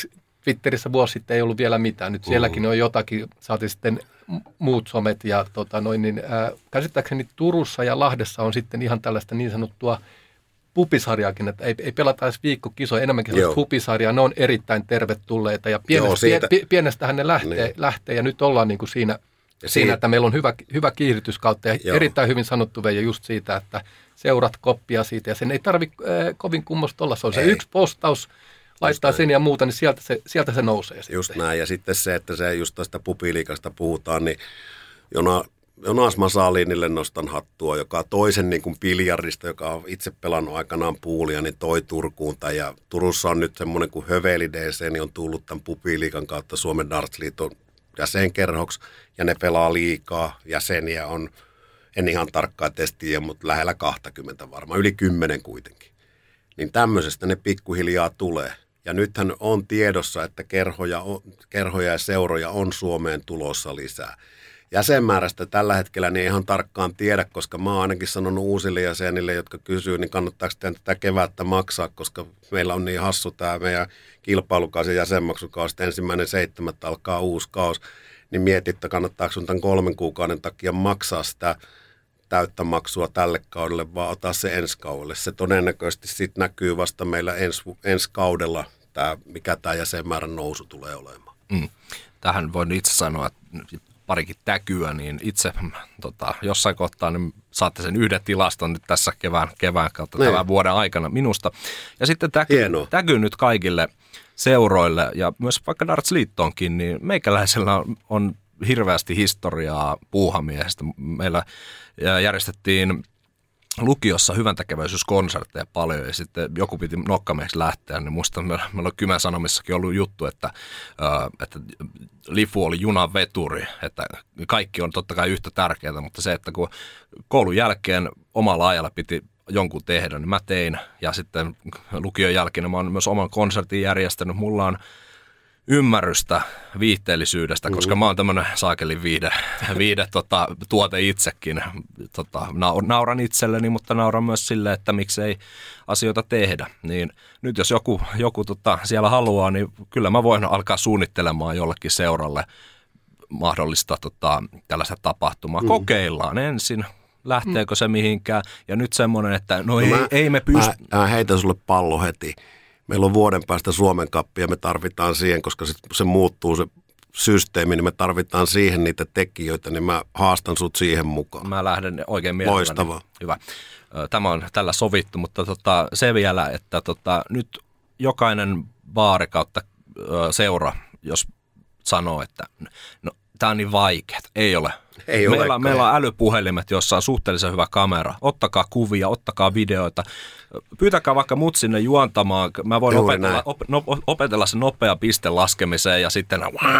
Twitterissä vuosi sitten ei ollut vielä mitään. Nyt sielläkin mm. on jotakin, saatiin sitten muut somet ja tota noin, niin, ää, käsittääkseni Turussa ja Lahdessa on sitten ihan tällaista niin sanottua pupisarjaakin, että ei, ei pelata edes viikkokisoja, enemmänkin sellaista pupisarjaa, ne on erittäin tervetulleita ja pienestä, Joo, pie, pienestähän ne lähtee, niin. lähtee ja nyt ollaan niin kuin siinä, siinä, että meillä on hyvä, hyvä kiihdytys kautta ja Joo. erittäin hyvin sanottu Veijo just siitä, että seurat koppia siitä ja sen ei tarvitse äh, kovin kummosta olla, se on ei. se yksi postaus, laittaa sen ja muuta, niin sieltä se, sieltä se nousee. Just sitten. Näin ja sitten se, että se just tästä pupiliikasta puhutaan, niin Jona Jonas Masalinille nostan hattua, joka toisen niin kuin biljardista, joka on itse pelannut aikanaan puulia, niin toi Turkuun. Tai ja Turussa on nyt semmoinen kuin Höveli D C, niin on tullut tämän pupiliikan kautta Suomen Darts-liiton jäsenkerhoksi. Ja ne pelaa liikaa, jäseniä on, en ihan tarkkaan testiä, mutta lähellä kaksikymmentä varmaan, yli kymmenen kuitenkin. Niin tämmöisestä ne pikkuhiljaa tulee. Ja nythän on tiedossa, että kerhoja, kerhoja ja seuroja on Suomeen tulossa lisää. Jäsenmäärästä tällä hetkellä niin ei ihan tarkkaan tiedä, koska mä oon ainakin sanonut uusille jäsenille, jotka kysyy, niin kannattaako teidän tätä kevättä maksaa, koska meillä on niin hassu tämä meidän kilpailukausi jäsenmaksukausi, ensimmäinen seitsemättä alkaa uusi kausi, niin mietit, että kannattaako sun tämän kolmen kuukauden takia maksaa sitä täyttä maksua tälle kaudelle, vaan ottaa se ensi kaudelle. Se todennäköisesti sitten näkyy vasta meillä ensi, ensi kaudella, tämä, mikä tämä jäsenmäärän nousu tulee olemaan. Mm. Tähän voin itse sanoa, että parikin täkyä, niin itse tota, jossain kohtaa niin saatte sen yhden tilaston nyt tässä kevään, kevään kautta ne. tämän vuoden aikana minusta. Ja sitten täky, täky nyt kaikille seuroille ja myös vaikka Darts-liittoonkin, niin meikäläisellä on, on hirveästi historiaa puuhamiehestä. Meillä järjestettiin lukiossa hyväntekeväisyyskonsertteja paljon ja sitten joku piti nokkamieheksi lähteä, niin musta meillä, meillä on Kymen Sanomissakin ollut juttu, että, äh, että lifu oli junan veturi, että kaikki on totta kai yhtä tärkeää, mutta se, että kun koulun jälkeen omalla ajalla piti jonkun tehdä, niin mä tein ja sitten lukion jälkeen mä oon myös oman konsertin järjestänyt, mulla on ymmärrystä viihteellisyydestä, koska mä oon tämmönen saakelin viihde, viihde tota, tuote itsekin. Tota, nauran itselleni, mutta nauran myös sille, että miksei asioita tehdä. Niin nyt jos joku, joku tota, siellä haluaa, niin kyllä mä voin alkaa suunnittelemaan jollekin seuralle mahdollista tota, tällaista tapahtumaa. Mm. Kokeillaan ensin. Lähteekö se mihinkään? Ja nyt semmoinen, että no, no ei, mä, ei me pysty... Mä, mä heitän sulle pallo heti. Meillä on vuoden päästä Suomen kappi ja me tarvitaan siihen, koska sit se muuttuu se systeemi, niin me tarvitaan siihen niitä tekijöitä, niin mä haastan sut siihen mukaan. Mä lähden oikein mielelläni. Loistavaa. Hyvä. Tämä on tällä sovittu, mutta tota, se vielä, että tota, nyt jokainen baari kautta seura, jos sanoo, että no, tämä on niin vaikeaa, ei ole. Ei meillä, meillä on älypuhelimet, jossa on suhteellisen hyvä kamera. Ottakaa kuvia, ottakaa videoita. Pyytäkää vaikka mut sinne juontamaan. Mä voin opetella, op, no, opetella sen nopea piste laskemiseen ja sitten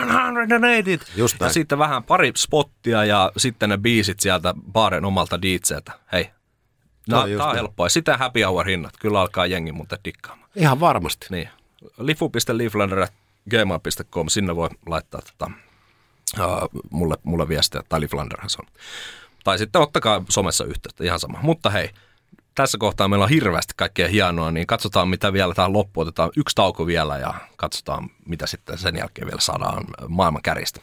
sata ja sitten vähän pari spottia ja sitten ne biisit sieltä baaren omalta D J:ltä. Hei, no, tämä on helppoa. Sitten happy hour hinnat. Kyllä alkaa jengi muuten dikkaamaan. Ihan varmasti. Niin. lifu piste leaflander ät gmail piste com, sinne voi laittaa tota, uh, mulle, mulle viestiä, tai Leaflanderhan se on. Tai sitten ottakaa somessa yhteyttä, ihan sama. Mutta hei, tässä kohtaa meillä on hirveästi kaikkea hienoa, niin katsotaan mitä vielä tähän loppuun. Otetaan yksi tauko vielä ja katsotaan mitä sitten sen jälkeen vielä saadaan maailman kärjistä.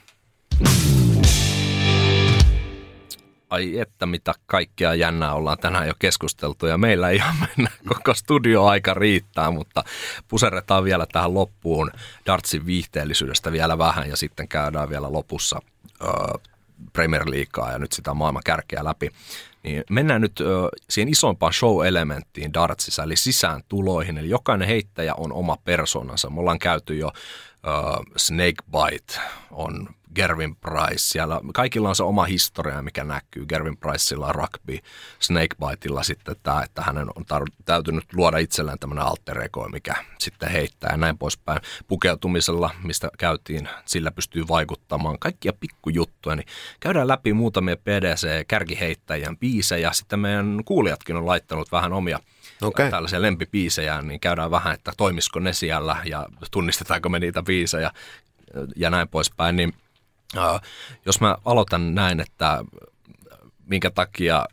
Ai että mitä kaikkea jännää ollaan tänään jo keskusteltu ja meillä ei ihan mennä koko studioaika riittää, mutta puserretaan vielä tähän loppuun dartsin viihteellisyydestä vielä vähän ja sitten käydään vielä lopussa ö, Premier Leaguea ja nyt sitä maailman kärkeä läpi. Niin mennään nyt ö, siihen isompaan show-elementtiin dartsissa eli sisääntuloihin, eli jokainen heittäjä on oma persoonansa. Me ollaan käyty jo ö, Snakebite on Gervin Price, siellä kaikilla on se oma historia, mikä näkyy. Gervin Pricella on rugby, Snakebitella sitten tämä, että hänen on tar- täytynyt luoda itselleen tämmöinen alter ego, mikä sitten heittää ja näin poispäin. Pukeutumisella, mistä käytiin, sillä pystyy vaikuttamaan. Kaikkia pikkujuttuja, niin käydään läpi muutamia P D C-kärkiheittäjien biisejä. Sitten meidän kuulijatkin on laittanut vähän omia okay. tällaisia lempibiisejä, niin käydään vähän, että toimisiko ne siellä ja tunnistetaanko me niitä biisejä ja näin poispäin, niin Uh, jos mä aloitan näin, että minkä takia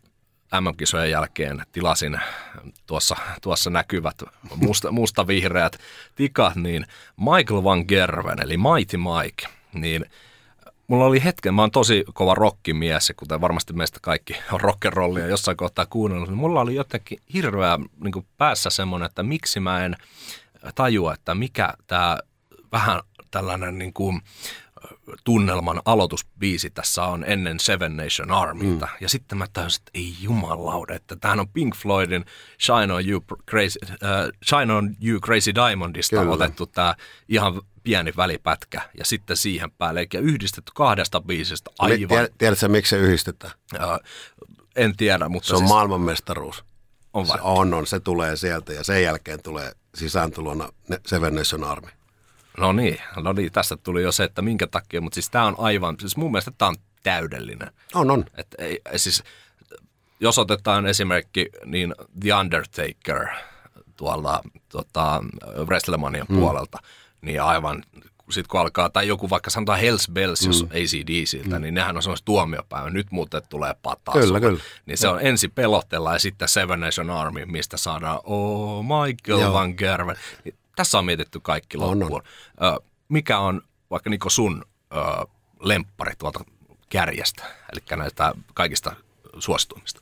M M-kisojen jälkeen tilasin tuossa, tuossa näkyvät musta, musta-vihreät tikat, niin Michael Van Gerwen, eli Mighty Mike, niin mulla oli hetken, mä oon tosi kova rockimies, ja kuten varmasti meistä kaikki on rock'n'rollia jossain kohtaa kuunnellut, niin mulla oli jotenkin hirveä niin kuin päässä semmoinen, että miksi mä en tajua, että mikä tää vähän tällainen niin kuin tunnelman aloitusbiisi tässä on ennen Seven Nation Armyta. Mm. Ja sitten mä tajusin, että ei jumalaude, että tämähän on Pink Floydin Shine on You Crazy, uh, Shine on You Crazy Diamondista Kyllä. otettu tämä ihan pieni välipätkä ja sitten siihen päälle, eikä yhdistetty kahdesta biisistä aivan. Tiedätkö, miksi se yhdistetään? Uh, en tiedä, mutta se on siis maailmanmestaruus. On, se on, on, se tulee sieltä ja sen jälkeen tulee sisääntulona Seven Nation Army. No niin, no niin, tästä tuli jo se, että minkä takia, mutta siis tämä on aivan, siis mun mielestä tämä on täydellinen. On, on. Et ei, siis, jos otetaan esimerkki, niin The Undertaker tuolla tota, WrestleManian mm. puolelta, niin aivan, sit kun alkaa, tai joku vaikka sanotaan Hells Bells, jos mm. A C D C:ltä, mm. niin nehän on semmoista tuomiopäivä, nyt muuten tulee pataa. Kyllä, kyllä. Niin se on ensin pelotella ja sitten Seven Nation Army, mistä saadaan, oh Michael Joo. Van Gerwen. Tässä on mietitty kaikki loppuun. Ö, mikä on vaikka Niko sun ö, lemppari tuolta kärjestä, eli näistä kaikista suosituimmista?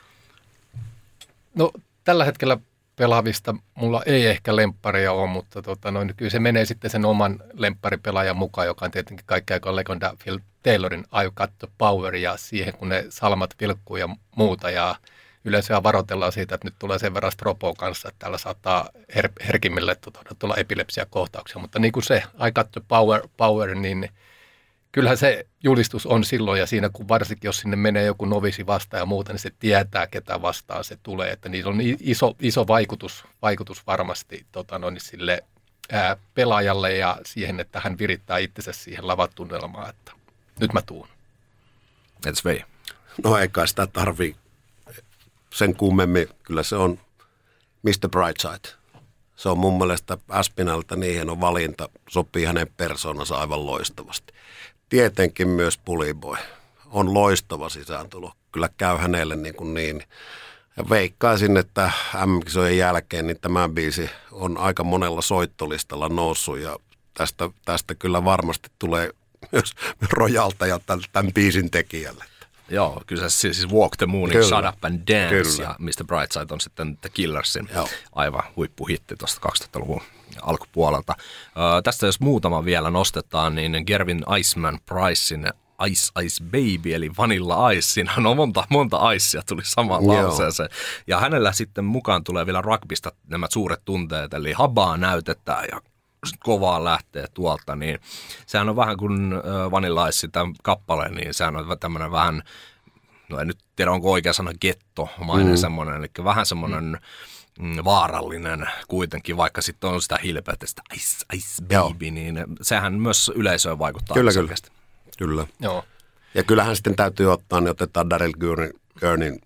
No tällä hetkellä pelaavista mulla ei ehkä lempparia ole, mutta tota, no, kyllä se menee sitten sen oman lempparipelaajan mukaan, joka on tietenkin kaikki aika legenda Phil Taylorin I Got the Power ja siihen kun ne salmat vilkkuu ja muuta ja yleensä varoitellaan siitä, että nyt tulee sen verran stropoa kanssa, että täällä saattaa her- herkimmille tulla epilepsiakohtauksia. Mutta niin kuin se I got the power, power, niin kyllähän se julistus on silloin ja siinä, kun varsinkin jos sinne menee joku novisi vastaan ja muuta, niin se tietää, ketä vastaan se tulee. Että niillä on iso, iso vaikutus, vaikutus varmasti tota noin, sille ää, pelaajalle ja siihen, että hän virittää itsensä siihen lavatunnelmaan, että nyt mä tuun. Entäs Vei? No ei kai sitä tarvii. Sen kummemmin, kyllä se on mister Brightside. Se on mun mielestä Aspinalta niin hieno valinta, sopii hänen persoonansa aivan loistavasti. Tietenkin myös Bully Boy on loistava sisääntulo, kyllä käy hänelle niin kuin niin. Ja veikkaisin, että M M-kisojen jälkeen niin tämä biisi on aika monella soittolistalla noussut ja tästä, tästä kyllä varmasti tulee myös rojalta tämän, tämän biisin tekijälle. Joo, kyllä se siis Walk the Moonin, kyllä. Shut Up and Dance Kyllä. ja mister Brightside on sitten The Killersin Joo. aivan huippuhitti tuosta kaksituhattaluvun alkupuolelta. Ö, tästä jos muutama vielä nostetaan, niin Gervin Iceman Pricein Ice Ice Baby, eli Vanilla Ice. Siinä on monta, monta icea tuli samaan lauseeseen. Ja hänellä sitten mukaan tulee vielä rugbysta nämä suuret tunteet, eli habaa näytetään ja kovaa lähtee tuolta, niin sehän on vähän kuin Vanilla Ice, tämä kappale, niin sehän on tämmöinen vähän, no en nyt tiedä onko oikea sana gettomainen mm. semmoinen, eli vähän semmoinen mm. vaarallinen kuitenkin, vaikka sitten on sitä hilpeätä, sitä Ice Ice Baby, Joo. niin sehän myös yleisöön vaikuttaa. Kyllä, kyllä. Kyllä. Joo. Ja kyllähän sitten täytyy ottaa, niin otetaan Daryl Gurnin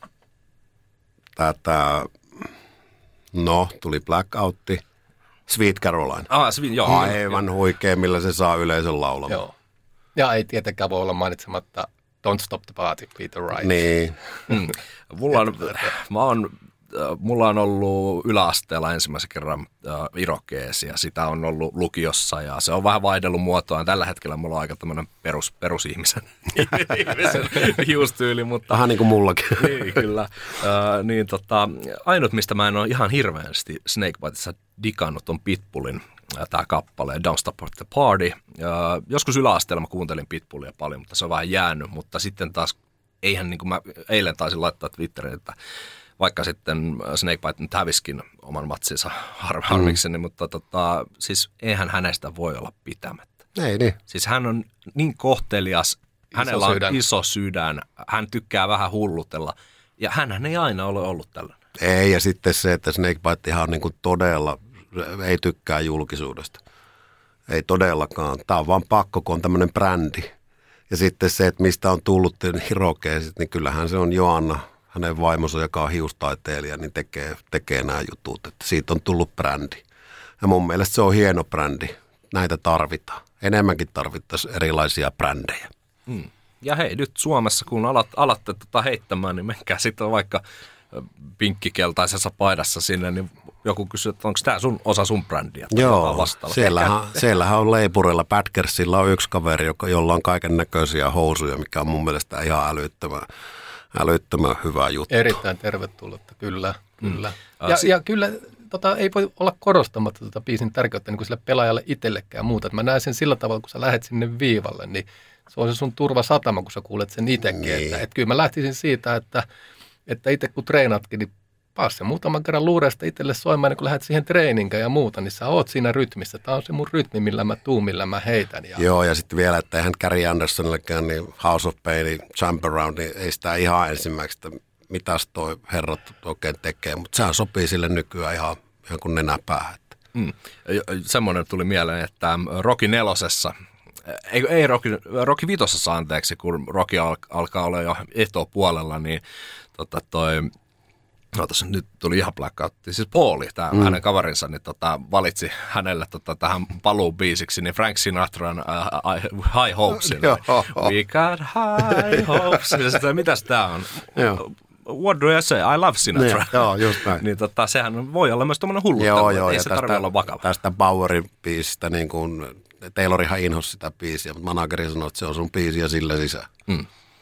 tätä, no tuli Blackoutti. Sweet Caroline. Ah, Sweet, joo. Aivan huikea, millä se saa yleisön laulamaan. Joo. Ja ei tietenkään voi olla mainitsematta Don't Stop the Party, Peter Wright. Niin. Mm. Mulla, on, mä oon, mulla on ollut yläasteella ensimmäisen kerran äh, irokeesi ja sitä on ollut lukiossa ja se on vähän vaihdellut muotoaan. Tällä hetkellä mulla on aika tämmöinen perus, perusihmisen ihmisen hiustyyli, mutta... Vähän niin kuin mullakin. Niin, kyllä. Äh, niin, tota, ainut, mistä mä en ole ihan hirveästi Snakebiteissa digannut, on Pitbullin tämä kappale Don't Stop the Party. Ja joskus yläasteella mä kuuntelin Pitbullia paljon, mutta se on vähän jäänyt. Mutta sitten taas, eihän niin kuin mä eilen taisin laittaa Twitteriin, että vaikka sitten Snakebite nyt häviskin oman matsinsa har- harmikseni, mm. mutta tota, siis eihän hänestä voi olla pitämättä. Ei niin. Siis hän on niin kohtelias, hänellä iso on sydän. iso sydän, hän tykkää vähän hullutella ja hänhän ei aina ole ollut tällainen. Ei, ja sitten se, että Snakebitehan on niin kuin todella, ei tykkää julkisuudesta. Ei todellakaan. Tämä on vaan pakko, kun on tämmöinen brändi. Ja sitten se, että mistä on tullut irokeesit, niin kyllähän se on Joanna, hänen vaimonsa, joka on hiustaiteilija, niin tekee, tekee nämä jutut. Että siitä on tullut brändi. Ja mun mielestä se on hieno brändi. Näitä tarvitaan. Enemmänkin tarvittaisiin erilaisia brändejä. Hmm. Ja hei, nyt Suomessa kun alat, alatte tota heittämään, niin menkää sitten vaikka pinkkikeltaisessa paidassa sinne, niin joku kysyy, että onko tämä sun, osa sun brändiä? Joo, siellähän, siellähän on Leipurilla, Badgersilla on yksi kaveri, joka, jolla on kaiken näköisiä housuja, mikä on mun mielestä ihan älyttömän, älyttömän hyvä juttu. Erittäin tervetullutta, kyllä. kyllä. Mm. Ja, si- ja kyllä tota, ei voi olla korostamatta tota biisin tärkeyttä niin kuin sille pelaajalle itsellekään ja muuta. Et mä näen sen sillä tavalla, kun sä lähdet sinne viivalle, niin se on se sun turvasatama, kun sä kuulet sen itsekin. Niin. Että, että kyllä mä lähtisin siitä, että, että itse kun treenatkin, niin paas se muutaman kerran luureesta itselle soimaan, kun lähdet siihen treeninkaan ja muuta, niin sä oot siinä rytmissä. Tämä on se mun rytmi, millä mä tuun, millä mä heitän. Ja... Joo, ja sitten vielä, että eihän Gary Andersonillekaan, niin House of Pain, Jump Around, niin ei sitä ihan ensimmäiseksi, että mitäs toi herrat oikein tekee, mutta sehän sopii sille nykyään ihan, ihan kuin nenäpäähän. Mm. Semmoinen tuli mieleen, että Rocky nelosessa, ei, ei Rocky, Rocky vitosessa anteeksi, kun Rocky al, alkaa olla jo etopuolella, niin tota toi... No tässä nyt tuli ihan blackoutti. Siis Pauli, tämä mm. hänen kaverinsa, niin tota, valitsi hänelle tota, tähän paluubiisiksi niin Frank Sinatran uh, High Hopesin. We got high hopes. Ja sitten, mitäs tämä on? What do I say? I love Sinatra. Joo, just näin. Niin tota, sehän voi olla myös tommoinen hulluttelu. Joo, joo, ei ja se tästä, tarvitse olla vakava. Tästä Bauerin biisistä, niin kuin Taylor ihan inhosi sitä biisiä, mutta manageri sanoi, että se on sun biisi ja sillä sisään. Mm.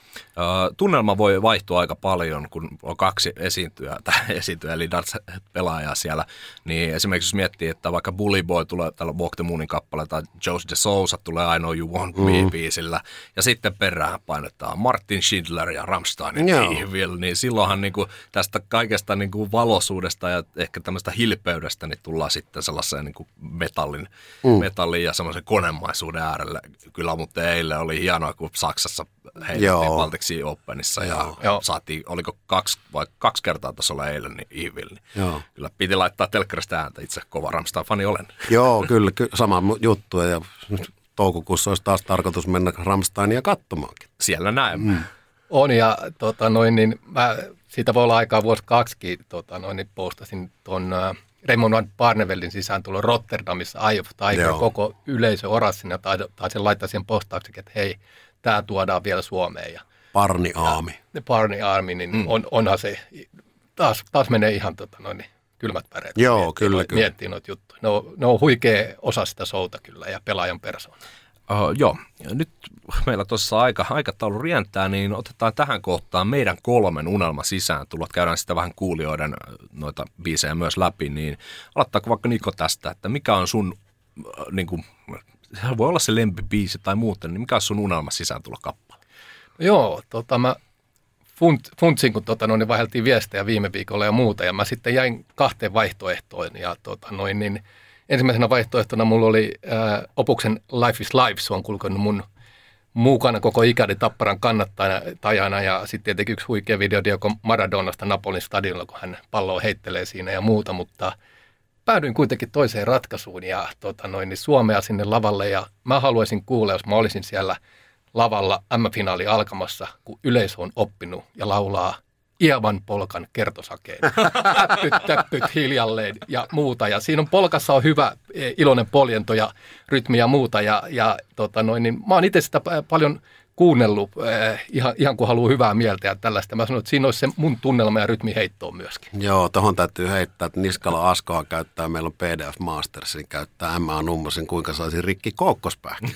Tunnelma voi vaihtua aika paljon, kun on kaksi esiintyjää, tai esiintyjää, eli darts-pelaajaa siellä. Niin esimerkiksi jos miettii, että vaikka Bully Boy tulee tällä Walk the Moonin kappale, tai Joe De Souza tulee I Know You Want Me mm. biisillä, ja sitten perään painetaan Martin Schindler ja Rammsteinin Evil, niin silloinhan niin kuin tästä kaikesta niin kuin valoisuudesta ja ehkä tämmöistä hilpeydestä niin tullaan sitten sellaiseen niin kuin metallin, mm. metallin ja semmoisen konemaisuuden äärelle. Kyllä, mutta eilen oli hienoa, kun Saksassa heitettiin Baltic Openissa ja Joo. saatiin, oliko kaksi vai kaksi kertaa tasolla eilen niin Evil. Niin Joo. Kyllä piti laittaa telkkarista ääntä, itse kova Rammstein-fani olen. Joo, kyllä, ky- sama juttu ja toukokuussa olisi taas tarkoitus mennä Rammsteinia katsomaankin. Siellä näemme. Mm. On ja tota, noin, niin mä, siitä voi olla aikaa vuosi kaksikin, tota, noin, niin postasin tuon äh, Raymond van Barneveldin sisään tullut Rotterdamissa Eye of Tiger, koko yleisö orasi sinne tai, tai sen laittaa siihen postauksikin, että hei, tämä tuodaan vielä Suomeen. Ja, Barney Army. Ja Barney Army, niin mm. on, onhan se, taas, taas menee ihan tota, noin, kylmät väreet. Joo, miettii, kyllä, noit, kyllä. Miettii noita juttuja. Ne on, ne on huikea osa sitä showta kyllä ja pelaajan persoona. Uh, joo, nyt meillä tuossa aika, aikataulu rientää, niin otetaan tähän kohtaan meidän kolmen unelma sisään tulot. Käydään sitä vähän kuulijoiden noita biisejä myös läpi, niin aloittaako vaikka Niko tästä, että mikä on sun, äh, niin kuin, se voi olla se lempibiisi tai muuten, niin mikä on sun unelma sisään tulla kappale? Joo, tota mä funt, funtsin, kun tota, noin, vaihdeltiin viestejä viime viikolla ja muuta, ja mä sitten jäin kahteen vaihtoehtoon, ja tota, noin, niin ensimmäisenä vaihtoehtona mulla oli äh, Opuksen Life is Life, se on kulkenut mun mukana koko ikäni Tapparan kannattajana, ja sitten tietenkin yksi huikea video Diego Maradonasta Napolin stadionilla, kun hän palloa heittelee siinä ja muuta, mutta päädyin kuitenkin toiseen ratkaisuun ja tota, noin, niin Suomea sinne lavalle, ja mä haluaisin kuulla, jos mä olisin siellä lavalla äm äm-finaali alkamassa, kun yleisö on oppinut ja laulaa Ievan polkan kertosakeen. Täppyt, täppyt hiljalleen ja muuta. Ja siinä on polkassa on hyvä iloinen poljento ja rytmi ja muuta. Ja, ja tota noin, niin mä oon itse sitä paljon kuunnellut eh, ihan, ihan kun haluaa hyvää mieltä ja tällaista. Mä sanoin, että siinä olisi se mun tunnelma ja rytmi heittoon myöskin. Joo, tohon täytyy heittää, että Niskala Askoa käyttää, meillä on P D F Mastersin, käyttää M A Nummosin, kuinka saisi rikki kookospähkinä.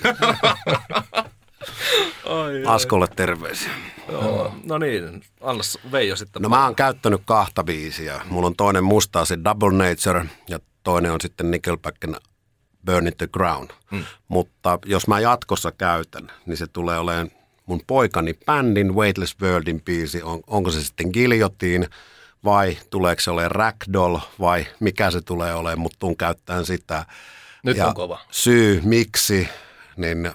Ai, Askolle terveisiä. Joo. No niin, annas Veijo sitten. No mä oon käyttänyt kahta biisiä. Mulla on toinen mustaa se Double Nature ja toinen on sitten Nickelbackin Burn It The Ground. Hmm. Mutta jos mä jatkossa käytän, niin se tulee olemaan mun poikani bändin Weightless Worldin biisi. On, onko se sitten Guillotine vai tuleeko se olemaan Ragdoll vai mikä se tulee olemaan, mutta tuun käyttämään sitä. Nyt ja on kova. Syy miksi, niin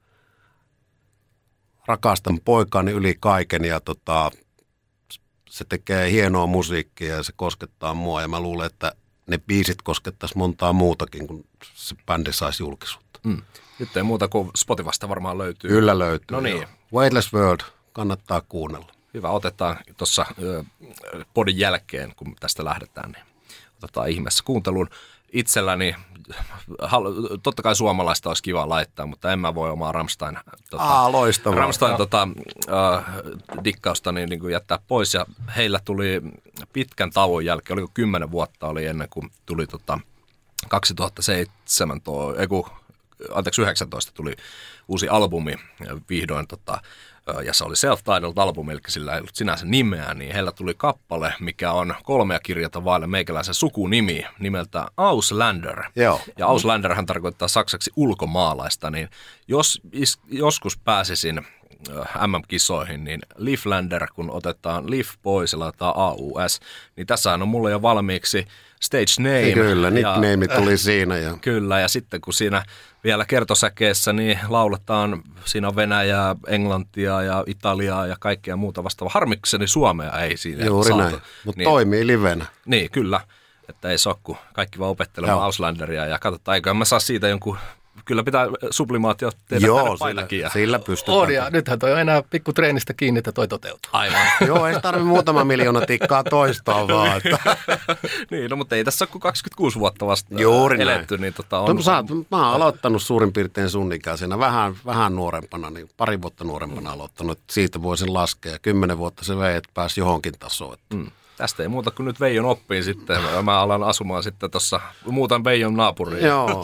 rakastan poikaani yli kaiken ja tota, se tekee hienoa musiikkia ja se koskettaa mua ja mä luulen, että ne biisit koskettaisi montaa muutakin, kun se bändi saisi julkisuutta. Mm. Nyt ei muuta kuin Spotifysta varmaan löytyy. Kyllä löytyy. No niin. Weightless World, kannattaa kuunnella. Hyvä, otetaan tuossa podin jälkeen, kun tästä lähdetään, niin otetaan ihmeessä kuunteluun. itselläni, totta kai suomalaista olisi kiva laittaa, mutta en mä voi omaa Rammstein, tota, Aa, loistavaa. Rammstein tota, äh, dikkausta niin, niin kuin jättää pois. Ja heillä tuli pitkän tauon jälkeen, oliko kymmenen vuotta oli ennen kuin tuli tota, kaksituhattaseitsemäntoista, ei kun, anteeksi yhdeksäntoista tuli uusi albumi vihdoin, tota, ja se oli self-titled albumi, eli sillä ei ollut sinänsä nimeä, niin heillä tuli kappale, mikä on kolmea kirjata vaille meikäläisen sukunimi nimeltä Ausländer. Joo. Ja Ausländerhän tarkoittaa saksaksi ulkomaalaista, niin jos is, joskus pääsisin M M-kisoihin, niin Leaflander, kun otetaan Leaf pois ja laitetaan A U S, niin tässähän on mulle jo valmiiksi stage name. Kyllä, nickname ja, tuli siinä. Ja. Kyllä, ja sitten kun siinä vielä kertosäkeessä niin lauletaan, siinä on Venäjää, Englantia ja Italiaa ja kaikkea muuta vastaavaa. Harmikseni Suomea ei siinä Juuri saatu. näin, mutta niin, toimii livenä. Niin, kyllä, että ei sokku. Kaikki vaan opettelemaan Auslanderia ja katsotaan, eiköhän mä saa siitä jonkun. Kyllä pitää sublimaatio tehdä Joo, painakin. sillä, sillä pystytään. On, ja nythän toi on enää pikku treenistä kiinni, että toi toteutuu. Aivan. Joo, ei tarvitse muutama miljoona tikkaa toistaa vaan. Että. Niin, no mutta ei tässä ole kuin kaksikymmentäkuusi vuotta vasta Juuri eletty. Näin. Niin tota on, no, sä, mä oon aloittanut suurin piirtein sun ikäisenä, vähän, vähän nuorempana, niin pari vuotta nuorempana aloittanut. Siitä voisin laskea. Kymmenen vuotta se vei, että pääsi johonkin tasoon. Mm. Tästä ei muuta kuin nyt Veijon oppii sitten. Mä alan asumaan sitten tuossa, muutan Veijon naapuriin. Joo.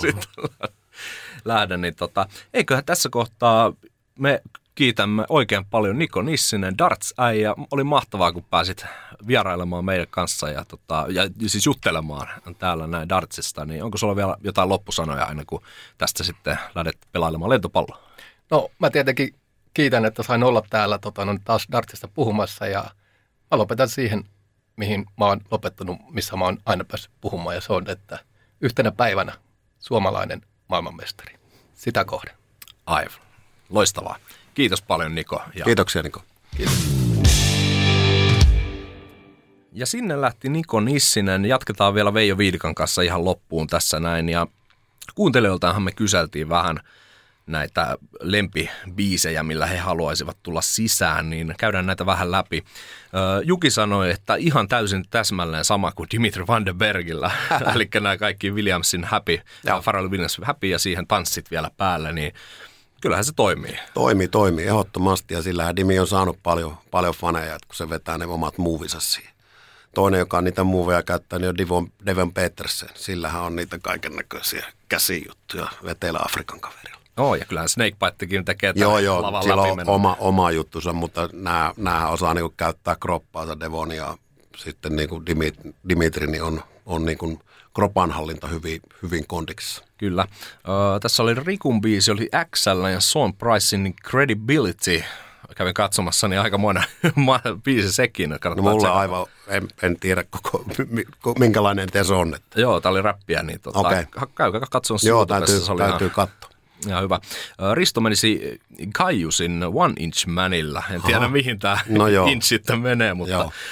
Lähden, niin tota, eiköhän tässä kohtaa me kiitämme oikein paljon Niko Nissinen, Darts-äijä. Oli mahtavaa, kun pääsit vierailemaan meidän kanssa ja, tota, ja siis juttelemaan täällä näin Dartsista. Niin onko sulla vielä jotain loppusanoja ennen kuin tästä sitten lähdet pelailemaan lentopalloa? No mä tietenkin kiitän, että sain olla täällä tota, no, taas Dartsista puhumassa ja mä lopetan siihen, mihin mä oon lopettanut, missä mä oon aina päässyt puhumaan ja se on, että yhtenä päivänä suomalainen maailmanmestari. Sitä kohden. Aivan. Loistavaa. Kiitos paljon, Niko. Ja Kiitoksia, Niko. Kiitos. Ja sinne lähti Niko Nissinen. Jatketaan vielä Veijo Viidikan kanssa ihan loppuun tässä näin. Ja kuuntelijoiltaanhan me kyseltiin vähän näitä lempibiisejä, millä he haluaisivat tulla sisään, niin käydään näitä vähän läpi. Juki sanoi, että ihan täysin täsmälleen sama kuin Dimitri van den Bergillä, eli nämä kaikki Williamsin Happy, Pharrell Williams Happy ja siihen tanssit vielä päälle, niin kyllähän se toimii. Toimii, toimii, ehdottomasti, ja sillähän Dimi on saanut paljon, paljon faneja, kun se vetää ne omat muuvinsa siihen. Toinen, joka on niitä muuveja käyttää, niin on Devon, Devon Petersen. Sillähän on niitä kaiken näköisiä käsijuttuja Etelä-Afrikan kaverilla. Oh, ja kyllähän Snakebitekin tekee joo, joo, sillä on oma, oma juttusa, mutta nämä, nämä osaa niinku käyttää kroppaansa Devon ja sitten niinku Dimitri niin on, on niinku kropanhallinta hyvin, hyvin kondiksessa. Kyllä. Ö, tässä oli Rikun biisi, oli X L ja Sean Pricein Credibility. Kävin katsomassa, niin aikamoinen biisi sekin. No mulle aivan, en, en tiedä koko, minkälainen te se on. Että. Joo, tää oli räppiä, niin tota, okay. käykää katsomassa. Joo, täytyy, täytyy katsoa. Ja hyvä. Risto menisi Kaijusin One Inch Manilla. En tiedä, Aha. mihin tämä no inch sitten menee, mutta uh,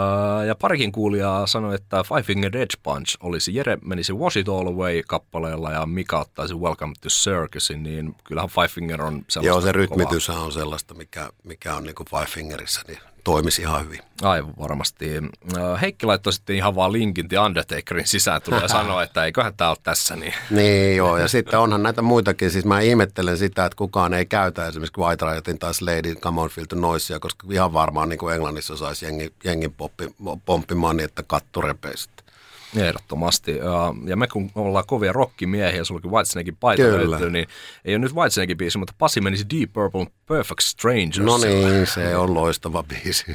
ja parikin kuulijaa sanoi, että Five Finger Death Punch olisi, Jere menisi Wash It All Away kappaleella ja Mika ottaisi Welcome to Circusin, niin kyllähän Five Finger on sellaista. Joo, se rytmityshän on sellaista, mikä, mikä on niin kuin Five Fingerissä, niin toimisi ihan hyvin. Aivan varmasti. Heikki laittoi sitten ihan vaan linkin The Undertakerin sisään tulee ja sanoi, että eiköhän tämä ole tässä. Niin. niin joo, ja sitten onhan näitä muitakin. Siis mä ihmettelen sitä, että kukaan ei käytä esimerkiksi White Riotin tai Sladyn Come On Feel the Noisea, koska ihan varmaan niin kuin Englannissa saisi jengi, jengin poppi, pomppimaan niin, että katto repeisi. Ehdottomasti. Ja me kun ollaan kovia rockimiehiä, sullakin Whitesnakein paita löytyy, niin ei ole nyt Whitesnakein biisi, mutta Pasi menisi Deep Purple Perfect Strangers. No niin, se on loistava biisi.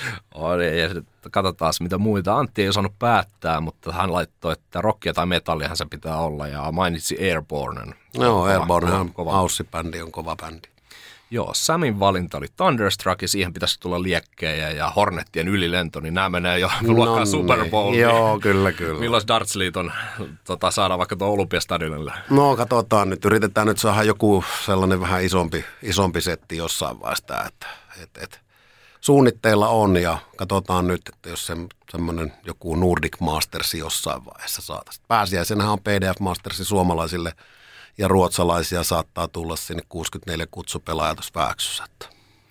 Ja katsotaan mitä muita. Antti ei osannut päättää, mutta hän laittoi, että rockia tai metalliahan se pitää olla ja mainitsi Airbornen. No Airbornehan Aussi-bändi on kova bändi. Joo, Samin valinta oli Thunderstruck ja siihen pitäisi tulla liekkejä ja Hornettien ylilento, niin nämä menee jo luokkaan no, Super Bowliin. Joo, kyllä, kyllä. Milloin Darts-liiton tota, saadaan vaikka tuon Olympiastadionille? No katsotaan nyt, yritetään nyt saada joku sellainen vähän isompi, isompi setti jossain vaiheessa, että et, et, suunnitteilla on ja katsotaan nyt, että jos se, semmoinen joku Nordic Masters jossain vaiheessa saataisiin. Pääsiäisenähän on P D F Mastersi suomalaisille ja ruotsalaisia saattaa tulla sinne kuusikymmentäneljä kutsupelaajaa tuossa Vääksyssä.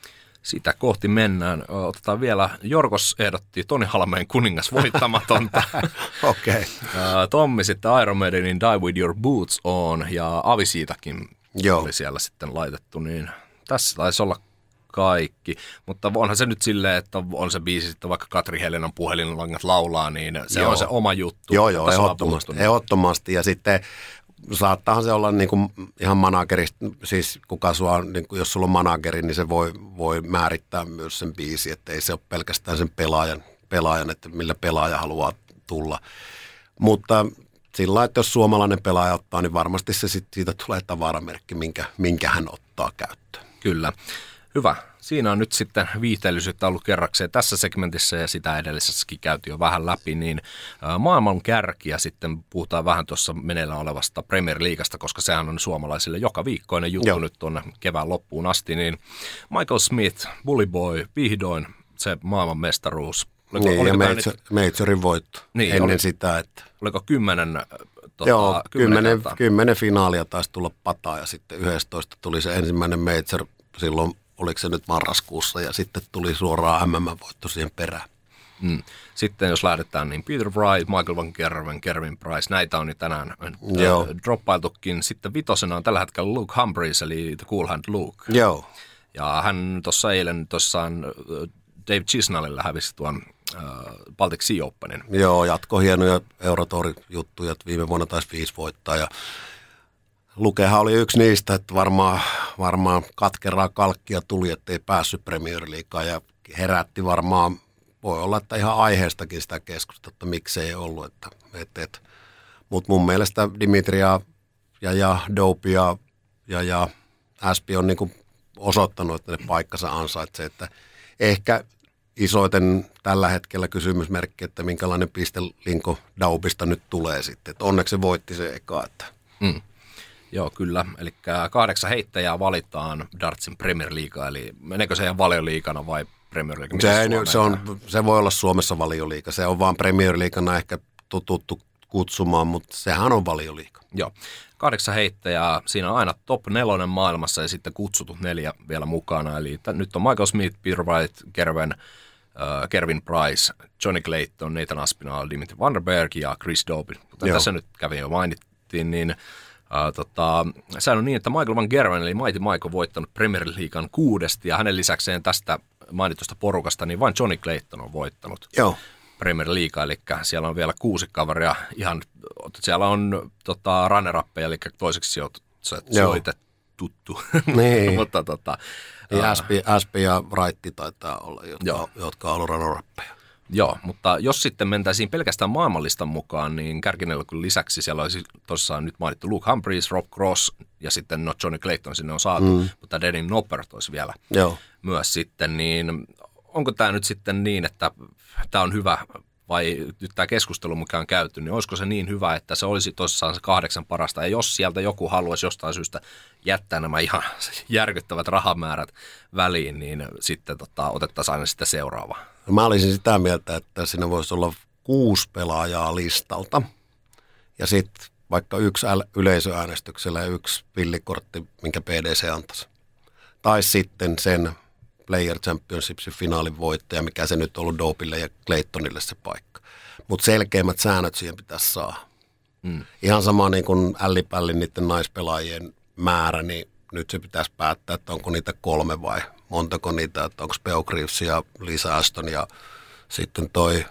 Sitä kohti mennään. Otetaan vielä, Jorgos ehdotti Toni Halmeen kuningas voittamatonta. Okei. Okay. Tommi sitten Iron Maidenin Die With Your Boots On ja Avi siitäkin Joo. oli siellä sitten laitettu. Niin tässä taisi olla kaikki, mutta onhan se nyt silleen, että on se biisi sitten vaikka Katri Helenan Puhelinlangat laulaa, niin se joo. on se oma juttu. Joo, joo, ehdottomasti, ehdottomasti. Ja sitten saattaahan se olla niin kuin ihan managerista, siis kuka sua, niin kuin jos sulla on manageri, niin se voi, voi määrittää myös sen biisi, että ei se ole pelkästään sen pelaajan, pelaajan, että millä pelaaja haluaa tulla. Mutta sillä että jos suomalainen pelaaja ottaa, niin varmasti se sit, siitä tulee tavaramerkki, minkä, minkä hän ottaa käyttöön. Kyllä. Hyvä. Siinä on nyt sitten viihteellisyyttä ollut kerrakseen tässä segmentissä ja sitä edellisessäkin käytiin jo vähän läpi, niin maailman kärkiä sitten puhutaan vähän tuossa meneillään olevasta Premier Leaguesta, koska sehän on suomalaisille joka viikkoinen juttu Joo. nyt tuonne kevään loppuun asti, niin Michael Smith, Bully Boy, vihdoin se maailman mestaruus. Oliko, niin, oliko ja major, nyt, majorin voitto niin, ennen oli, sitä, että... Oliko kymmenen... Tota, Joo, kymmenen, kymmenen finaalia taisi tulla pataa ja sitten yhdestoista tuli se ensimmäinen major silloin, oliko se nyt marraskuussa, ja sitten tuli suoraan M M-voitto siihen perään. Mm. Sitten jos lähdetään, niin Peter Wright, Michael Van Gerwen, Kevin Price, näitä on nyt tänään Joo. droppailtukin. Sitten vitosena on tällä hetkellä Luke Humphries, eli The Cool Hand Luke. Joo. Ja hän tuossa eilen tuossaan Dave Chisnallille hävisi tuon uh, Baltic Sea Openin. Joo, jatko hienoja Eurotour-juttuja, viime vuonna taisi viisi voittaa, ja Lukehan oli yksi niistä, että varmaan, varmaan katkeraa kalkkia tuli, ettei päässyt Premier Leagueen ja herätti varmaan, voi olla, että ihan aiheestakin sitä keskustelua, että miksei ollut. Että, et, et. Mutta mun mielestä Dimitria ja, ja Dope ja, ja, ja Aspi on niinku osoittanut, että ne paikkansa ansaitsee, että ehkä isoiten tällä hetkellä kysymysmerkki, että minkälainen pistelinko Daubista nyt tulee sitten. Että onneksi se voitti se eka, että... Mm. Joo, kyllä. Eli kahdeksan heittäjää valitaan Dartsin Premier League, eli meneekö se ihan Valioliigana vai Premier League? Se, se, on, se voi olla Suomessa Valioliiga. Se on vaan Premier Leaguena ehkä tuttu kutsumaan, mutta sehän on Valioliiga. Joo, kahdeksan heittäjää. Siinä on aina top nelonen maailmassa ja sitten kutsutut neljä vielä mukana. Eli t- nyt on Michael Smith, Peter Wright, Gerwen, uh, Kevin Price, Johnny Clayton, Nathan Aspinall, Dimitri Vandenberg ja Chris Dope. Kuten tässä nyt kävi jo mainittiin, niin... Uh, tota, sehän on niin, että Michael Van Gerwen eli Mighty Mike on voittanut Premier Leaguean kuudesti ja hänen lisäkseen tästä mainitusta porukasta niin vain Johnny Clayton on voittanut Joo. Premier Leaguea, eli siellä on vielä kuusi kaveria ihan, siellä on tota, runner-uppeja, eli toiseksi sijoitettu tuttu, niin. mutta tota... Niin Aspi, Aspi ja Wright taitaa olla, jotka, jotka on ollut runner-uppeja. Joo, mutta jos sitten mentäisiin pelkästään maailmanlistan mukaan, niin kärkinelkyn lisäksi siellä olisi tuossaan nyt mainittu Luke Humphries, Rob Cross ja sitten no Johnny Clayton sinne on saatu, mm. mutta Denny Noppert olisi vielä Joo. myös sitten, niin onko tämä nyt sitten niin, että tämä on hyvä vai nyt tämä keskustelu, mikä on käyty, niin olisiko se niin hyvä, että se olisi tuossaan se kahdeksan parasta ja jos sieltä joku haluaisi jostain syystä jättää nämä ihan järkyttävät rahamäärät väliin, niin sitten tota, otettaisiin aina sitten seuraava. Mä olisin sitä mieltä, että siinä voisi olla kuusi pelaajaa listalta ja sitten vaikka yksi yleisöäänestyksellä ja yksi pillikortti, minkä P D C antaisi. Tai sitten sen Player Championshipsin finaalin voittaja, mikä se nyt on ollut Dopille ja Claytonille se paikka. Mutta selkeimmät säännöt siihen pitäisi saada. Mm. Ihan sama niin kuin ällipällin niiden naispelaajien määrä, niin nyt se pitäisi päättää, että onko niitä kolme vai montako niitä, että onko Beau Greaves ja Lisa Ashton ja sitten toi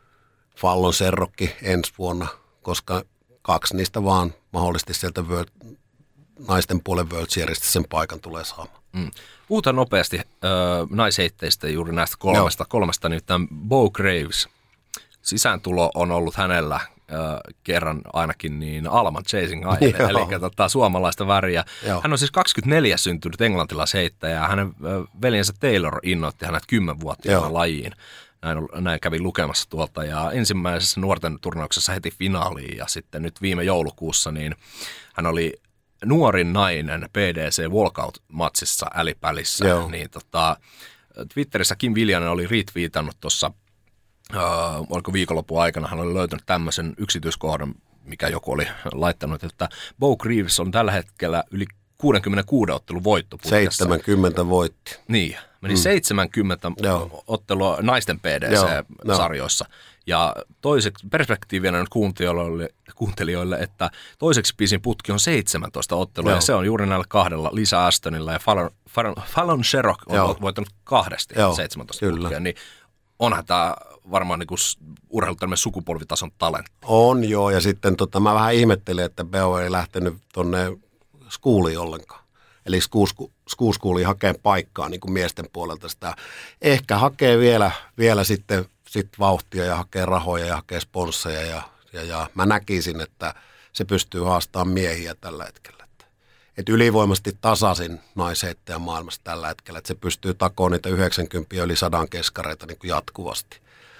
Fallon Serrokki ensi vuonna, koska kaksi niistä vaan mahdollisesti sieltä World, naisten puolen World Seriesistä sen paikan tulee saamaan. Mm. Puhutaan nopeasti äh, naisheitteistä juuri näistä kolmesta, Joo. kolmesta nyt tämän Beau Greaves. Sisääntulo on ollut hänellä äh, kerran ainakin niin Alman Chasing Island, eli tota, suomalaista väriä. Joo. Hän on siis kaksikymmentäneljä syntynyt englantilasheittäjä ja hänen äh, veljensä Taylor innoitti hänet kymmenvuotiaana lajiin. Näin, näin kävin lukemassa tuolta ja ensimmäisessä nuorten turnauksessa heti finaaliin ja sitten nyt viime joulukuussa niin hän oli nuorin nainen P D C walkout-matsissa älipälissä. Niin, tota, Twitterissä Kim Viljanen oli retweetannut tuossa, äh, oliko viikonlopun aikana, hän oli löytänyt tämmöisen yksityiskohdan, mikä joku oli laittanut, että Beau Greaves on tällä hetkellä yli kuusikymmentäkuusi ottelun voittoputkessa. seitsemänkymmentä voitti. Niin, meni mm. seitsemänkymmentä Joo. ottelua naisten P D C-sarjoissa. Ja toiseksi perspektiivinä nyt kuuntelijoille, kuuntelijoille, että toiseksi pisin putki on seitsemäntoista ottelua, Joo. ja se on juuri näillä kahdella, Lisa Astonilla ja Fallon, Fallon, Fallon Sherrock on Joo. voittanut kahdesti Joo. seitsemäntoista Kyllä. putkia, niin onhan tämä varmaan niin urheilutelmien sukupolvitason talentti. On joo, ja sitten tota, mä vähän ihmettelin, että Beo ei lähtenyt tuonne schooliin ollenkaan. Eli schooliin hakee paikkaa niin kuin miesten puolelta sitä. Ehkä hakee vielä, vielä sitten sit vauhtia ja hakee rahoja ja hakee sponsseja. Ja, ja, ja mä näkisin, että se pystyy haastamaan miehiä tällä hetkellä. Että, että ylivoimaisesti tasaisin naisheittäjä maailmassa tällä hetkellä. Että se pystyy takoon niitä yhdeksänkymmentä yli sadan keskareita niin kuin jatkuvasti.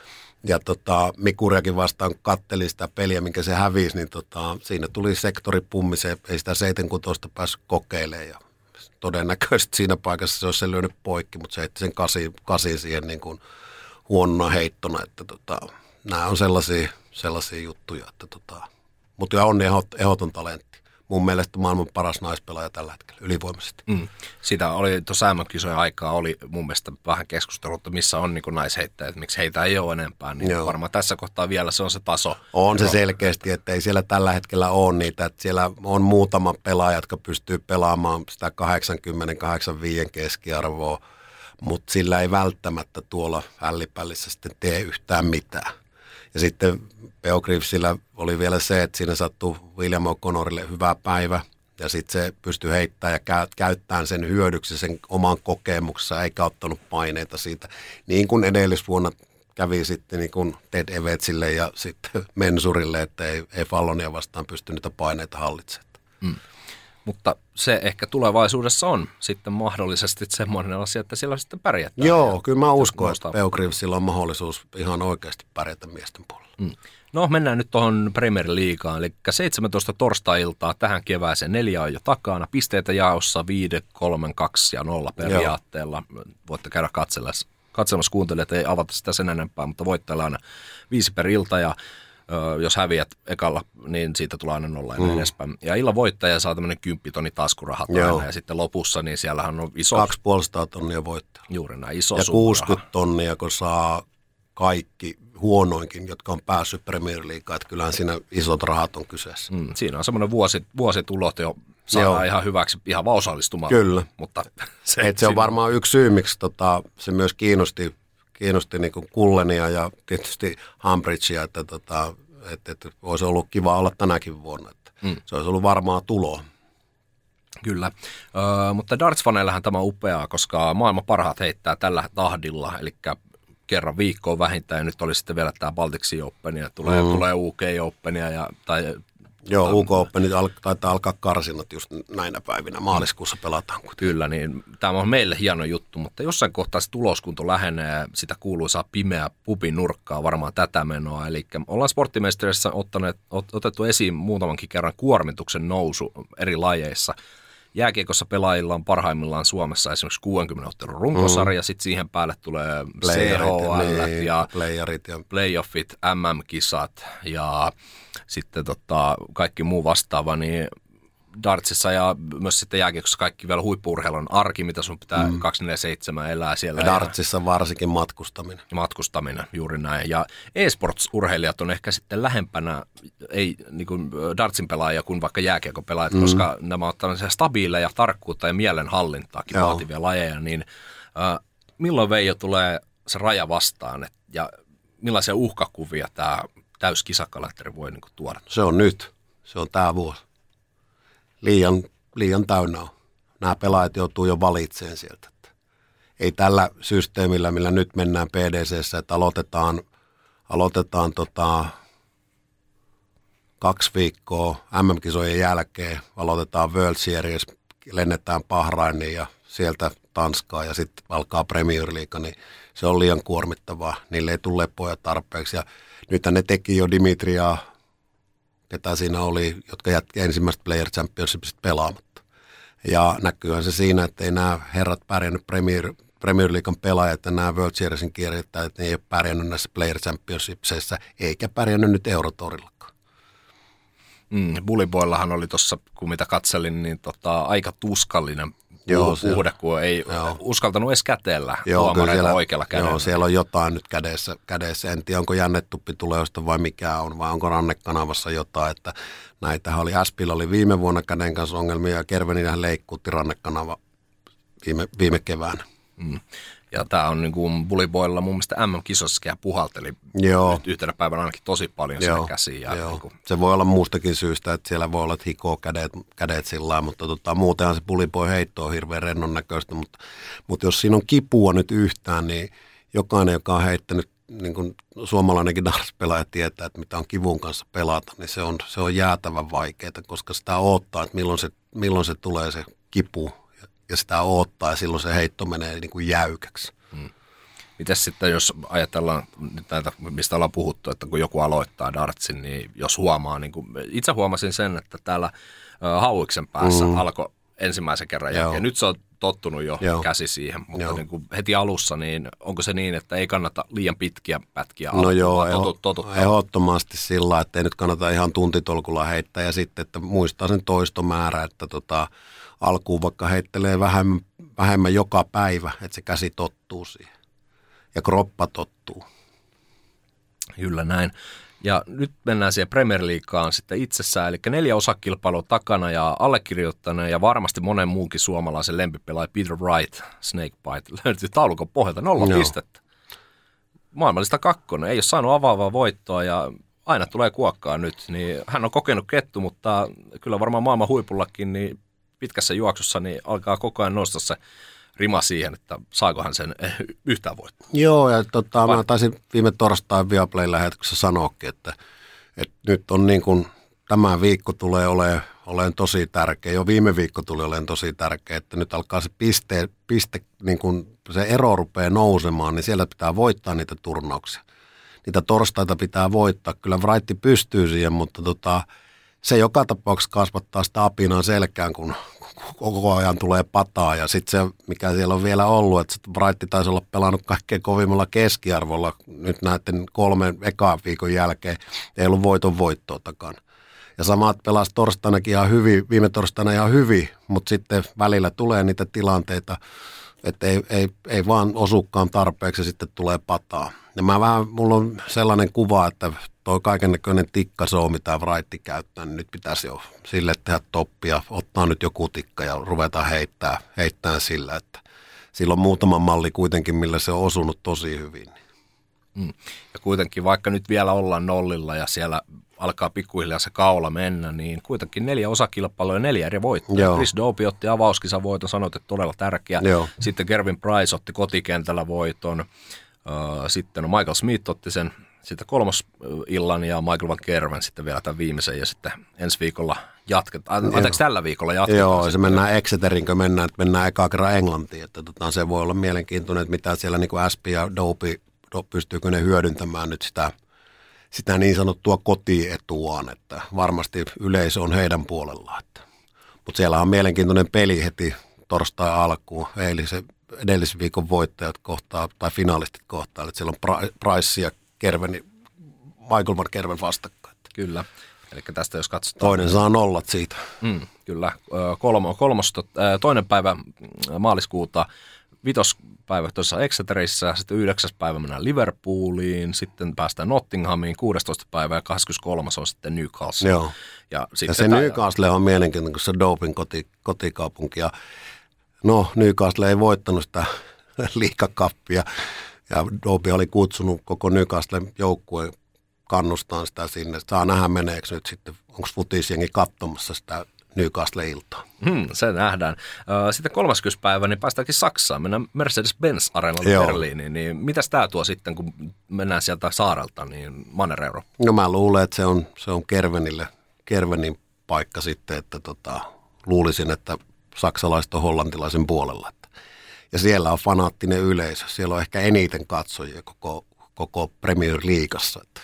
Ja tota, Mikuriakin vastaan, kun katselin sitä peliä, minkä se hävisi, niin tota, siinä tuli sektoripummi, se ei sitä seitsemäntoista päässyt kokeilemaan. Ja todennäköisesti siinä paikassa se olisi se lyönyt poikki, mutta se heitti sen kasi, kasi siihen niin kuin huonona heittona. Että tota, nämä on sellaisia, sellaisia juttuja. Että tota, mutta on ehot, ehdoton talentti. Mun mielestä maailman paras naispelaaja tällä hetkellä, ylivoimaisesti. Mm. Sitä oli tuossa M M-kisojen aikaa, oli mun mielestä vähän keskustelua, että missä on niin naisheittäjät, että miksi heitä ei ole enempää. Niin Joo. varmaan tässä kohtaa vielä se on se taso. On se selkeästi, että ei siellä tällä hetkellä ole niitä. Että siellä on muutama pelaaja, jotka pystyy pelaamaan sitä kahdeksankymmentä kahdeksankymmentäviisi keskiarvoa, mutta sillä ei välttämättä tuolla ällipällissä sitten tee yhtään mitään. Ja sitten Bear Gryllsillä oli vielä se, että siinä sattui William O'Connorille hyvä päivä. Ja sitten se pystyi heittämään ja käyttämään sen hyödyksi sen oman kokemuksensa, eikä ottanut paineita siitä. Niin kuin edellisvuonna kävi sitten niin kuin Ted Evetsille ja sitten Mensurille, että ei, ei Fallonia vastaan pysty niitä paineita hallitsemaan. Mm. Mutta se ehkä tulevaisuudessa on sitten mahdollisesti semmoinen asia, että siellä sitten pärjätään. Joo, kyllä mä uskon, että Bear Gryllsillä on mahdollisuus ihan oikeasti pärjätä miesten puolella. Mm. No mennään nyt tuohon Premier Leagueen, eli seitsemäntoista torstai-iltaa tähän kevääseen, neljä on jo takana, pisteitä jaossa viisi, kolme, kaksi ja nolla periaatteella. Joo. Voitte käydä katselemassa, katselemassa kuuntelijat, ei avata sitä sen enempää, mutta voittajalla aina viisi per ilta ja ö, jos häviät ekalla, niin siitä tulee aina nolla ja mm. edespäin. Ja illan voittaja saa tämmöinen kymppitonni taskurahat aina ja sitten lopussa, niin siellähän on iso... kaksisataaviisikymmentä tonnia voittaja. Juuri näin, iso ja kuusikymmentä tonnia, kun saa kaikki huonoinkin, jotka on päässyt Premier Leagueen, että kyllähän siinä isot rahat on kyseessä. Mm, siinä on semmoinen vuosi, vuositulot jo saadaan ihan hyväksi, ihan vaan osallistumaan. Kyllä. Mutta se, Et se on varmaan yksi syy, miksi tota, se myös kiinnosti, kiinnosti niin kuin Kullenia ja tietysti Humbridgea, että, tota, että, että olisi ollut kiva olla tänäkin vuonna. Että mm. Se olisi ollut varmaa tuloa. Kyllä, ö, mutta darts-faneillähän tämä on upeaa, koska maailman parhaat heittää tällä tahdilla, eli kerran viikkoon vähintään, ja nyt oli sitten vielä tämä Baltic Sea Openia, tulee, mm. tulee U K Openia, ja, tai... Joo, U K Openit al, taitaa alkaa karsinnat just näinä päivinä, maaliskuussa pelataan. Kyllä, niin tämä on meille hieno juttu, mutta jossain kohtaa se tuloskunto lähenee, sitä kuuluisaa pimeä pubin nurkkaa varmaan tätä menoa, eli ollaan sporttimesterissä ottaneet, ot, otettu esiin muutamankin kerran kuormituksen nousu eri lajeissa. Jääkiekossa pelaajilla on parhaimmillaan Suomessa esimerkiksi kuusikymmentä ottelun runkosarja, mm. sitten siihen päälle tulee C H L ja, ja playerit ja playoffit, M M-kisat ja sitten tota, kaikki muu vastaava, niin dartsissa ja myös sitten jääkiekossa kaikki vielä huippu-urheilun arki, mitä sun pitää mm. kaksikymmentäneljä seitsemän elää siellä. Ja dartsissa ja varsinkin matkustaminen. Matkustaminen, juuri näin. Ja e-sports-urheilijat on ehkä sitten lähempänä, ei niin kuin dartsin pelaajia kuin vaikka jääkiekon pelaajat, mm. koska nämä ovat tämmöisiä stabiileja tarkkuutta ja mielenhallintaakin Joo. vaativia lajeja, niin äh, milloin Veijo tulee se raja vastaan et, ja millaisia uhkakuvia tämä täyskisakalenteri voi niin kuin tuoda? Se on nyt. Se on tämä vuosi. Liian, liian täynnä on. Nämä pelaajat joutuu jo valitsemaan sieltä. Että ei tällä systeemillä, millä nyt mennään P D C:ssä, että aloitetaan, aloitetaan tota, kaksi viikkoa M M-kisojen jälkeen, aloitetaan World Series, lennetään Bahrainiin ja sieltä Tanskaa ja sitten alkaa Premier League, niin se on liian kuormittavaa. Niille ei tule lepoja tarpeeksi. Ja nythän ne teki jo Dimitriaa, ketä siinä oli, jotka jätki ensimmäistä Player Championshipista pelaamatta. Ja näkyyhän se siinä, että ei nämä herrat pärjännyt Premier, Premier Leaguean pelaajat ja nämä World Seriesin kirjoittajat, että ne ei ole pärjännyt näissä Player Championshipseissa, eikä pärjännyt nyt Eurotorillakaan. Mm, Bullyboillahan oli tuossa, kun mitä katselin, niin tota, aika tuskallinen Joo, puhude, kun ei joo. uskaltanut edes käteellä tuomareita oikealla kädellä. Joo, siellä on jotain nyt kädessä. kädessä. En tiedä, onko jännetuppi tuleosta vai mikä on, vai onko rannekanavassa jotain. Että näitähän oli, Äspillä oli viime vuonna käden kanssa ongelmia, ja Kerveninähän leikkuutti rannekanava viime, viime keväänä. Mm. Ja tämä on niin kuin Bullyboilla mun mielestä M M-kisossakin ja puhalteli Joo. yhtenä päivänä ainakin tosi paljon Joo. sinne käsiin. Ja Joo. niin kuin... Se voi olla muustakin syystä, että siellä voi olla, että hikoo kädet, kädet sillä lailla, mutta tota, muutenhan se Bullyboy heitto on hirveän rennon näköistä, mutta, mutta jos siinä on kipua nyt yhtään, niin jokainen, joka on heittänyt, niin kuin suomalainenkin darts-pelaaja tietää, että mitä on kivun kanssa pelata, niin se on, se on jäätävän vaikeaa, koska sitä odottaa, että milloin se, milloin se tulee se kipu. Ja sitä odottaa ja silloin se heitto menee niin kuin jäykäksi. Hmm. Mites sitten, jos ajatellaan nyt näitä, mistä ollaan puhuttu, että kun joku aloittaa dartsin, niin jos huomaa, niin kuin, itse huomasin sen, että täällä uh, Hauiksen päässä hmm. alkoi ensimmäisen kerran jälkeen. Nyt se on tottunut jo Joo. käsi siihen, mutta niin kuin heti alussa, niin onko se niin, että ei kannata liian pitkiä pätkiä alkuun, no joo, totu, totuttaa? Ehdottomasti sillä, että ei nyt kannata ihan tuntitolkulla heittää ja sitten, että muistaa sen toistomäärä, että tota, alkuun vaikka heittelee vähemmän, vähemmän joka päivä, että se käsi tottuu siihen ja kroppa tottuu. Kyllä näin. Ja nyt mennään siihen Premier Leagueen sitten itsessään, eli neljä osakilpailua takana ja allekirjoittaneen ja varmasti monen muunkin suomalaisen lempipelaaja Peter Wright, Snakebite, löytyy taulukon pohjalta nolla no. pistettä. Maailmallista kakkonen, ei ole saanut avaavaa voittoa ja aina tulee kuokkaa nyt, niin hän on kokenut kettu, mutta kyllä varmaan maailman huipullakin niin pitkässä juoksussa niin alkaa koko ajan nostaa se rima siihen, että saako hän sen yhtään voittaa. Joo, ja tota, mä taisin viime torstain Viaplayn lähetyksessä sanoakin, että, että nyt on niin kuin, tämä viikko tulee olemaan, olemaan tosi tärkeä, jo viime viikko tuli olemaan tosi tärkeä, että nyt alkaa se piste, piste niin kuin se ero rupeaa nousemaan, niin siellä pitää voittaa niitä turnauksia. Niitä torstaita pitää voittaa, kyllä Wright pystyy siihen, mutta tota, se joka tapauksessa kasvattaa sitä apinaa selkään, kun koko ajan tulee pataa. Ja sitten se, mikä siellä on vielä ollut, että Wright taisi olla pelannut kaikkein kovimmalla keskiarvolla nyt näiden kolmen ekaan viikon jälkeen. Ei ollut voiton voittoa takana. Ja samat pelasi torstainakin ihan hyvin, viime torstaina ihan hyvin, mutta sitten välillä tulee niitä tilanteita, että ei, ei, ei vaan osukaan tarpeeksi ja sitten tulee pataa. Ja mä vähän, mulla on sellainen kuva, että toi kaikennäköinen tikkasoo, mitä Wright käyttää, niin nyt pitäisi jo sille tehdä toppia, ottaa nyt joku tikka ja ruveta heittää, heittää sillä, että sillä on muutama malli kuitenkin, millä se on osunut tosi hyvin. Mm. Ja kuitenkin vaikka nyt vielä ollaan nollilla ja siellä alkaa pikkuhiljaa se kaula mennä, niin kuitenkin neljä osakilpailua ja neljä eri voittoa. Chris Doby otti avauskisan voiton, sanoit, että todella tärkeä. Joo. Sitten Gervin Price otti kotikentällä voiton. Sitten Michael Smith otti sen sitten kolmas illan ja Michael Van Gerwen sitten vielä tämän viimeisen ja sitten ensi viikolla jatketaan. Anteeksi, tällä viikolla jatketaan. Joo, se mennään Exeterinkö mennään, että mennään ekaa kerran Englantiin. Että tota, se voi olla mielenkiintoinen, että mitä siellä niin kuin Aspi ja Doby, pystyykö ne hyödyntämään nyt sitä, sitä niin sanottua kotietuaan, että varmasti yleisö on heidän puolellaan. Mutta siellä on mielenkiintoinen peli heti torstai alkuun, eilisen edellisen viikon voittajat kohtaa, tai finalistit kohtaa, että siellä on Price ja Gerveni, Michael Van Gerwen vastakkain. Kyllä, eli tästä jos katsotaan. Toinen saa nollat siitä. Mm, kyllä, Kolmo, kolmos, toinen päivä maaliskuuta, vitospäivä tuossa Exeterissä, sitten yhdeksäs päivä mennään Liverpooliin, sitten päästään Nottinghamiin, kuudestoista päivä ja kahdeskymmeneskolmas on sitten Newcastle. Joo, ja, ja se tämä... Newcastle on mielenkiintoinen, kun se Dobyn koti, kotikaupunki ja no, Newcastle ei voittanut sitä liigakappia ja Doby oli kutsunut koko Newcastlen joukkueen kannustaan sitä sinne. Saa nähdä meneekö nyt sitten, onko futisjengi katsomassa sitä Newcastle-iltaa. Hmm, se nähdään. Sitten kolmaskymmenes päivä, niin päästäänkin Saksaan. Mennään Mercedes-Benz-areenalle Berliiniin. Niin mitäs tämä tuo sitten, kun mennään sieltä saarelta, niin Manner-Euro? No mä luulen, että se on, se on Kervenille, Kervenin paikka sitten, että tota, luulisin, että saksalaiset on hollantilaisen puolella. Ja siellä on fanaattinen yleisö. Siellä on ehkä eniten katsojia koko, koko Premier Leaguessa. Että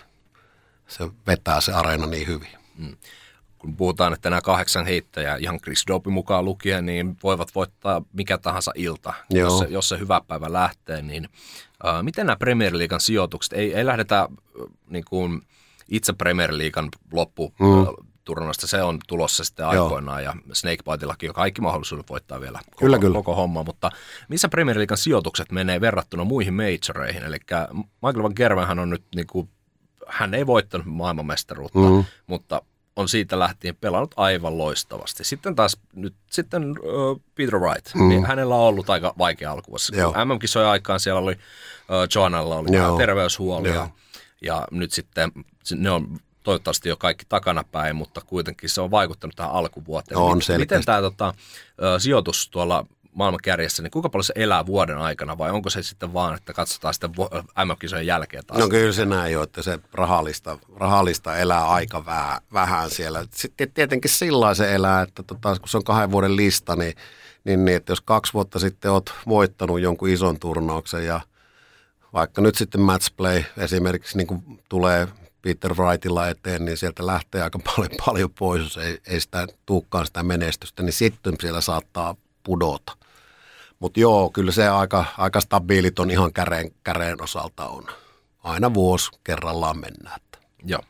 se vetää se areena niin hyvin. Hmm. Kun puhutaan, että nämä kahdeksan heittäjää, ihan Chris Doby mukaan lukien, niin voivat voittaa mikä tahansa ilta, jos se, jos se hyvä päivä lähtee. Niin, äh, miten nämä Premier Leaguean sijoitukset, ei, ei lähdetä äh, niin kuin itse Premier Leaguean loppu, mm. turnausta, se on tulossa sitten Joo. aikoinaan ja Snakebitellakin on kaikki mahdollisuudet voittaa vielä koko, Kyllä, kyllä. koko homma, mutta missä Premier Leaguean sijoitukset menee verrattuna muihin majoreihin, eli Michael Van Gerwenhän on nyt niin kuin, hän ei voittanut maailmanmestaruutta, mm. mutta on siitä lähtien pelannut aivan loistavasti. Sitten taas nyt sitten uh, Peter Wright, mm. niin hänellä on ollut aika vaikea alkuvuosi. M M-kisojen aikaan siellä oli, uh, Joannalla oli terveyshuoli ja, ja nyt sitten ne on toivottavasti jo kaikki takanapäin, mutta kuitenkin se on vaikuttanut tähän alkuvuoteen. On miten, miten tämä tota, uh, sijoitus tuolla maailman kärjessä, niin kuinka paljon se elää vuoden aikana vai onko se sitten vaan, että katsotaan sitten M M-kisojen jälkeen taas? No kyllä se näin jo, että se rahallista, rahallista elää aika vähän, vähän siellä. Sitten tietenkin sillä se elää, että tota, kun se on kahden vuoden lista, niin, niin, niin että jos kaksi vuotta sitten olet voittanut jonkun ison turnauksen ja vaikka nyt sitten matchplay esimerkiksi niin kuin tulee Peter Wrightilla eteen, niin sieltä lähtee aika paljon, paljon pois, jos ei, ei sitä tulekaan sitä menestystä, niin sitten siellä saattaa pudota. Mutta joo, kyllä se aika, aika stabiilit on ihan käreen, käreen osalta on. Aina vuosi kerrallaan mennään. Joo,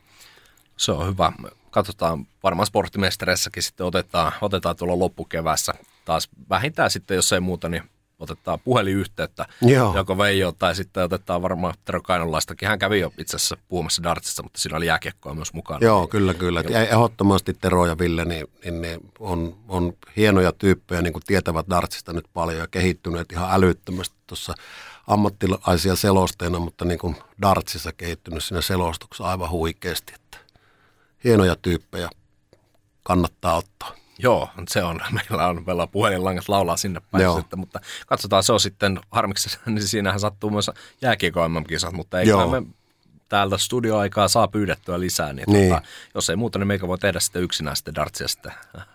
se on hyvä. Katsotaan, varmaan sporttimestareissakin sitten otetaan, otetaan tuolla loppukevässä taas vähintään sitten, jos ei muuta, niin otetaan puhelinyhteyttä, Joo. joko Veijo, tai sitten otetaan varmaan Tero Kainolaistakin. Hän kävi jo itse asiassa puhumassa dartsista, mutta siinä oli jääkiekkoa myös mukana. Joo, kyllä, kyllä. Ja ehdottomasti Tero ja Ville niin, niin, niin on, on hienoja tyyppejä, niin kuin tietävät dartsista nyt paljon ja kehittyneet ihan älyttömästi tuossa ammattilaisia selosteina, mutta niin kuin dartsissa kehittynyt siinä selostuksessa aivan huikeasti. Että hienoja tyyppejä kannattaa ottaa. Joo, se on. Meillä on, meillä on puhelinlangat laulaa sinne päin sitten, mutta katsotaan, se on sitten harmiksi, niin siinähän sattuu myös jääkiekon M M-kisat, mutta ei me täältä studioaikaa saa pyydettyä lisää, niin, niin. Tota, jos ei muuta, niin meikä voi tehdä sitten yksinään sitten dartsia sitten,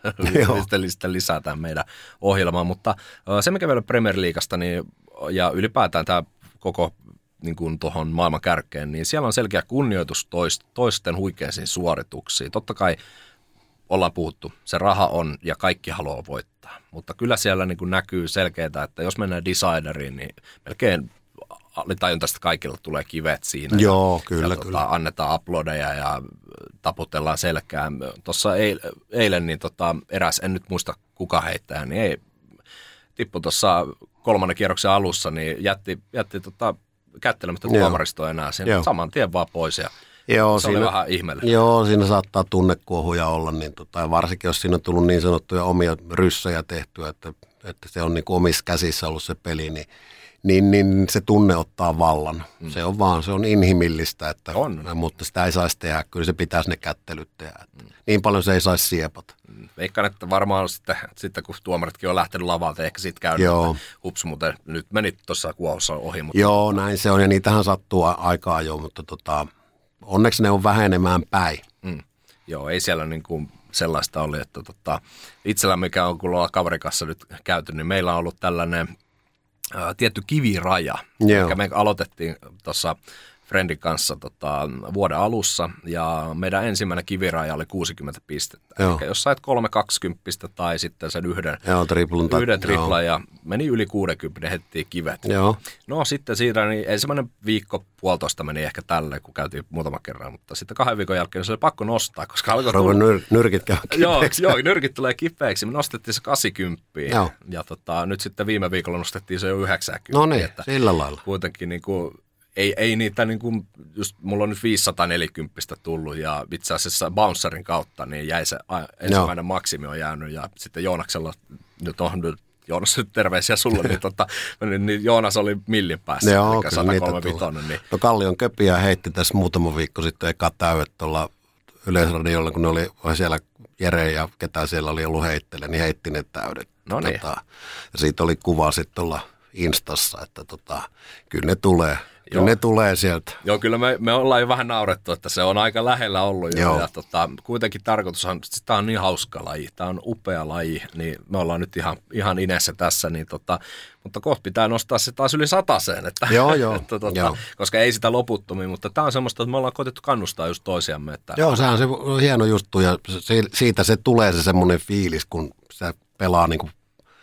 sitten lisää tämän meidän ohjelmaan, mutta se mikä vielä Premier Leaguesta, niin, ja ylipäätään tämä koko niin kuin tuohon maailman kärkeen, niin siellä on selkeä kunnioitus toisten huikeisiin suorituksiin. Totta kai ollaan puhuttu, se raha on ja kaikki haluaa voittaa, mutta kyllä siellä niin kuin näkyy selkeää, että jos mennään decideriin, niin melkein alitajuntaista kaikilla tulee kivet siinä. Joo, ja, kyllä, ja kyllä. Tota, annetaan aplodeja ja taputellaan selkään. Tuossa eil, eilen niin tota, eräs, en nyt muista kuka heittää, niin ei, tippu tuossa kolmannen kierroksen alussa, niin jätti, jätti tota, kättelemättä tuomaristoa enää siinä saman tien vaan pois ja Joo, se siinä, oli vähän ihmeellinen. Joo, siinä saattaa tunnekuohuja olla, niin tota, varsinkin jos siinä on tullut niin sanottuja omia ryssejä tehtyä, että, että se on niin kuin omissa käsissä ollut se peli, niin, niin, niin se tunne ottaa vallan. Mm. Se on vaan, se on inhimillistä, että, on. mutta sitä ei saisi tehdä, kyllä se pitäisi ne kättelyt tehdä. Mm. Niin paljon se ei saisi siepata. Veikkaan, että varmaan sitten, sitten kun tuomaritkin on lähtenyt lavalta, ehkä sitten käydään, hups, mutta nyt meni tuossa kuohussa ohi. Mutta joo, näin se on, ja niitähän sattuu aikaa jo, mutta tota, onneksi ne on vähenemään päin. Mm. Joo, ei siellä niin kuin sellaista oli, että tota, itsellä mikä on, kun ollaan kaverikassa nyt käyty, niin meillä on ollut tällainen ää, tietty kiviraja. Eli me aloitettiin tuossa Friendin kanssa tota, vuoden alussa, ja meidän ensimmäinen kiviraja oli kuusikymmentä pistettä. Joo. Eli jos sait kolme kaksikymmentä tai sitten sen yhden, joo, triplun, yhden triplan, ja meni yli kuusikymmentä, heti kivet. Joo. No sitten siitä niin ensimmäinen viikko puolitoista meni ehkä tälleen, kun käytiin muutama kerran, mutta sitten kahden viikon jälkeen se oli pakko nostaa, koska alkoi tulla. Nyr- nyrkit käy kipeäksi. Joo, joo, nyrkit tulee kipeäksi. Me nostettiin se kahdeksankymmentä, joo. Ja tota, nyt sitten viime viikolla nostettiin se jo yhdeksänkymmentä. No niin, sillä lailla. Kuitenkin niin kuin, Ei, ei niitä niin kuin, just mulla on nyt viisisataaneljäkymmentä tullut ja itse asiassa bouncerin kautta niin jäi se ensimmäinen no. maksimi on jäänyt ja sitten Joonaksella, nyt on nyt Joonas nyt terveisiä sulle, niin, tota, niin Joonas oli millin päässä, joo, eli sata kolmekymmentäviisi. Niin. No Kallion Köpiä heitti tässä muutama viikko sitten eka täydet tuolla Yleisradiolla, kun ne oli siellä Jere ja ketä siellä oli ollut heittele, niin heitti ne täydet. No niin. Tota, ja siitä oli kuva sitten tuolla Instassa, että tota, kyllä ne tulee. Kyllä Joo. ne tulee sieltä. Joo, kyllä me, me ollaan jo vähän naurettu, että se on aika lähellä ollut jo. Joo. Ja tota, kuitenkin tarkoitus on, että tämä on niin hauska laji, tämä on upea laji, niin me ollaan nyt ihan, ihan inessä tässä, niin tota, mutta kohta pitää nostaa se taas yli sataseen, että, joo, joo, että, tota, joo. koska ei sitä loputtomia, mutta tämä on semmoista, että me ollaan koetettu kannustaa just toisiamme. Että joo, sehän on se hieno juttu ja se, siitä se tulee se semmoinen fiilis, kun se pelaa niin kuin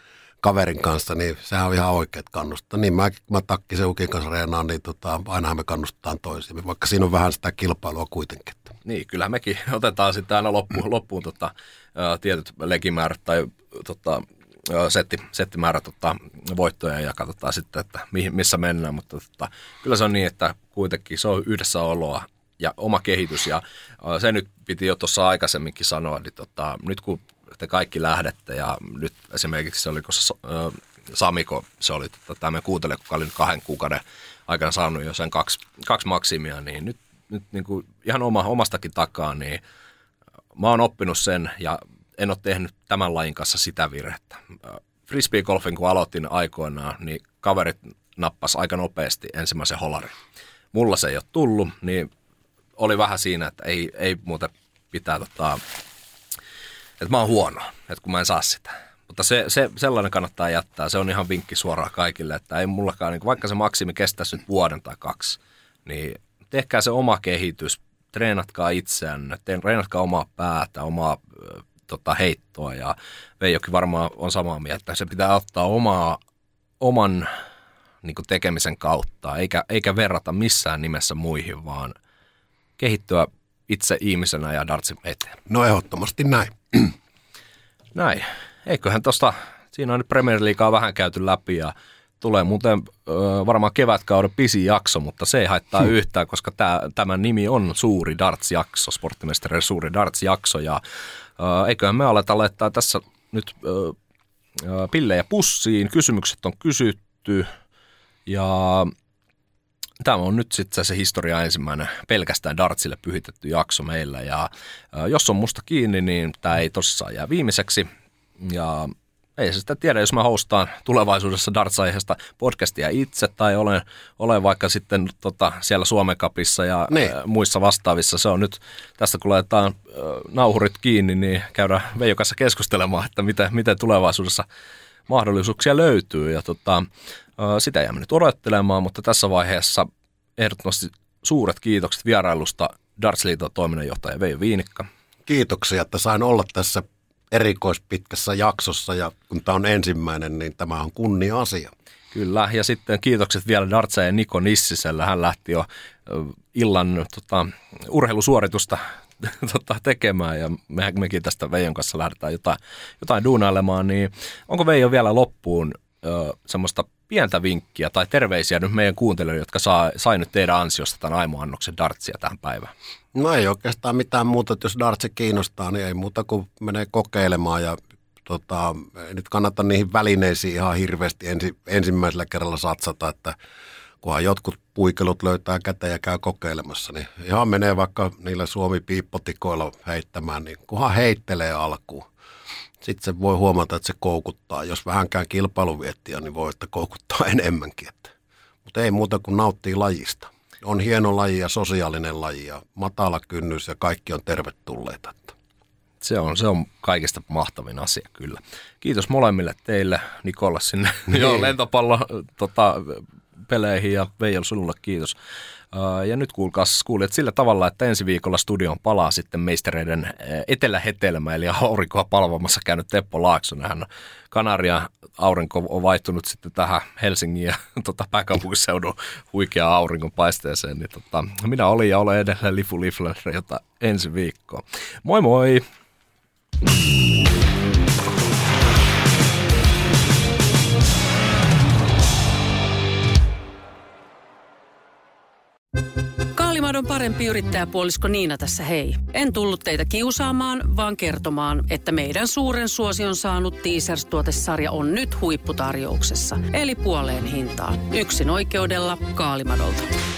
kaverin kanssa, niin sehän on ihan oikeat kannustaa. Niin mä, mä Takkisen Ukin kanssa reenaan, niin tota, ainahan me kannustetaan toisiamme, vaikka siinä on vähän sitä kilpailua kuitenkin. Niin, kyllä mekin otetaan sitten aina loppuun, loppuun tota, ä, tietyt legimäärät tai tota, ä, setti, settimäärät tota, voittoja ja katsotaan sitten, että mihin, missä mennään. Mutta tota, kyllä se on niin, että kuitenkin se on yhdessäoloa ja oma kehitys. Ja ä, se nyt piti jo tuossa aikaisemminkin sanoa, niin tota, nyt kun te kaikki lähdette ja nyt esimerkiksi se oliko se ä, Samiko, se oli tota, tämä kuuntele, kuka oli nyt kahden kuukauden aikana saanut jo sen kaksi, kaksi maksimia, niin nyt nyt niin kuin ihan oma, omastakin takaa, niin mä oon oppinut sen ja en ole tehnyt tämän lajin kanssa sitä virhettä. Frisbee-golfin kun aloitin aikoinaan, niin kaverit nappas aika nopeasti ensimmäisen holarin. Mulla se ei ole tullut, niin oli vähän siinä, että ei, ei muuten pitää, tota, että mä oon huono, että kun mä en saa sitä. Mutta se, se, sellainen kannattaa jättää, se on ihan vinkki suoraan kaikille, että ei mullakaan, niin vaikka se maksimi kestäisi nyt vuoden tai kaksi, niin tehkää se oma kehitys, treenatkaa itseänne, treenatkaa omaa päätä, omaa äh, tota, heittoa ja Veijokin varmaan on samaa mieltä. Se pitää ottaa omaa, oman niin kuin tekemisen kautta, eikä, eikä verrata missään nimessä muihin, vaan kehittyä itse ihmisenä ja dartsin eteen. No ehdottomasti näin. Näin. Eiköhän tuosta, siinä on nyt Premier Leaguea vähän käyty läpi ja tulee muuten ö, varmaan kevätkauden pisin jakso, mutta se ei haittaa hmm. yhtään, koska tää, tämän nimi on Suuri Darts-jakso, Sporttimestarin Suuri Darts-jakso. Ja ö, eiköhän me aleta laittaa tässä nyt ö, ö, pillejä pussiin, kysymykset on kysytty ja tämä on nyt sitten se historia ensimmäinen pelkästään dartsille pyhitetty jakso meillä. Ja ö, jos on musta kiinni, niin tämä ei tosissaan jää viimeiseksi ja ei se sitä tiedä, jos mä hostaan tulevaisuudessa darts-aiheesta podcastia itse tai olen, olen vaikka sitten tota, siellä Suomen Cupissa ja niin. ä, muissa vastaavissa. Se on nyt, tästä kun laitetaan ä, nauhurit kiinni, niin käydään Veijon kanssa keskustelemaan, että miten, miten tulevaisuudessa mahdollisuuksia löytyy. Ja tota, ä, sitä jäämme nyt odottelemaan, mutta tässä vaiheessa ehdottomasti suuret kiitokset vierailusta Darts-liiton toiminnanjohtaja Veijo Viinikka. Kiitoksia, että sain olla tässä erikoispitkässä jaksossa ja kun tämä on ensimmäinen, niin tämä on kunnia-asia. Kyllä, ja sitten kiitokset vielä dartsaja Niko Nissiselle. Hän lähti jo illan tota, urheilusuoritusta tota, tekemään ja me, mekin tästä Veijon kanssa lähdetään jotain, jotain duunailemaan. Niin onko Veijo vielä loppuun ö, semmoista pientä vinkkiä tai terveisiä nyt meidän kuuntelijoille, jotka saa, sai nyt teidän ansiosta tämän aimoannoksen dartsia tähän päivään? No ei oikeastaan mitään muuta, että jos dartsi kiinnostaa, niin ei muuta kuin menee kokeilemaan ja tota, ei nyt kannata niihin välineisiin ihan hirveästi ensi, ensimmäisellä kerralla satsata, että kunhan jotkut puikelut löytää käteen ja käy kokeilemassa, niin ihan menee vaikka niillä Suomi-piippotikoilla heittämään, niin kunhan heittelee alkuun. Sitten se voi huomata, että se koukuttaa. Jos vähänkään kilpailuviettiä, niin voi, että koukuttaa enemmänkin. Että. Mutta ei muuta kuin nauttii lajista. On hieno laji ja sosiaalinen laji ja matala kynnys ja kaikki on tervetulleita. Se on, se on kaikista mahtavin asia kyllä. Kiitos molemmille teille, Nikolla sinne jo lentopallo tota, peleihin ja Veijolle sinulle kiitos. Uh, ja nyt kuulkaas kuulijat sillä tavalla, että ensi viikolla studioon palaa sitten meistereiden etelähetelmä, eli aurinkoa palvomassa käynyt Teppo Laaksonen. Hän Kanarian aurinko on vaihtunut sitten tähän Helsingin ja tota, pääkaupunkiseudun huikeaan auringonpaisteeseen. Niin, tota, minä olin ja olen edelleen Lifu Lifler, jota ensi viikkoon. Moi moi! Kaalimadon parempi yrittäjäpuolisko Niina tässä hei. En tullut teitä kiusaamaan, vaan kertomaan, että meidän suuren suosion saanut Teasers-tuotesarja on nyt huipputarjouksessa. Eli puoleen hintaan. Yksin oikeudella Kaalimadolta.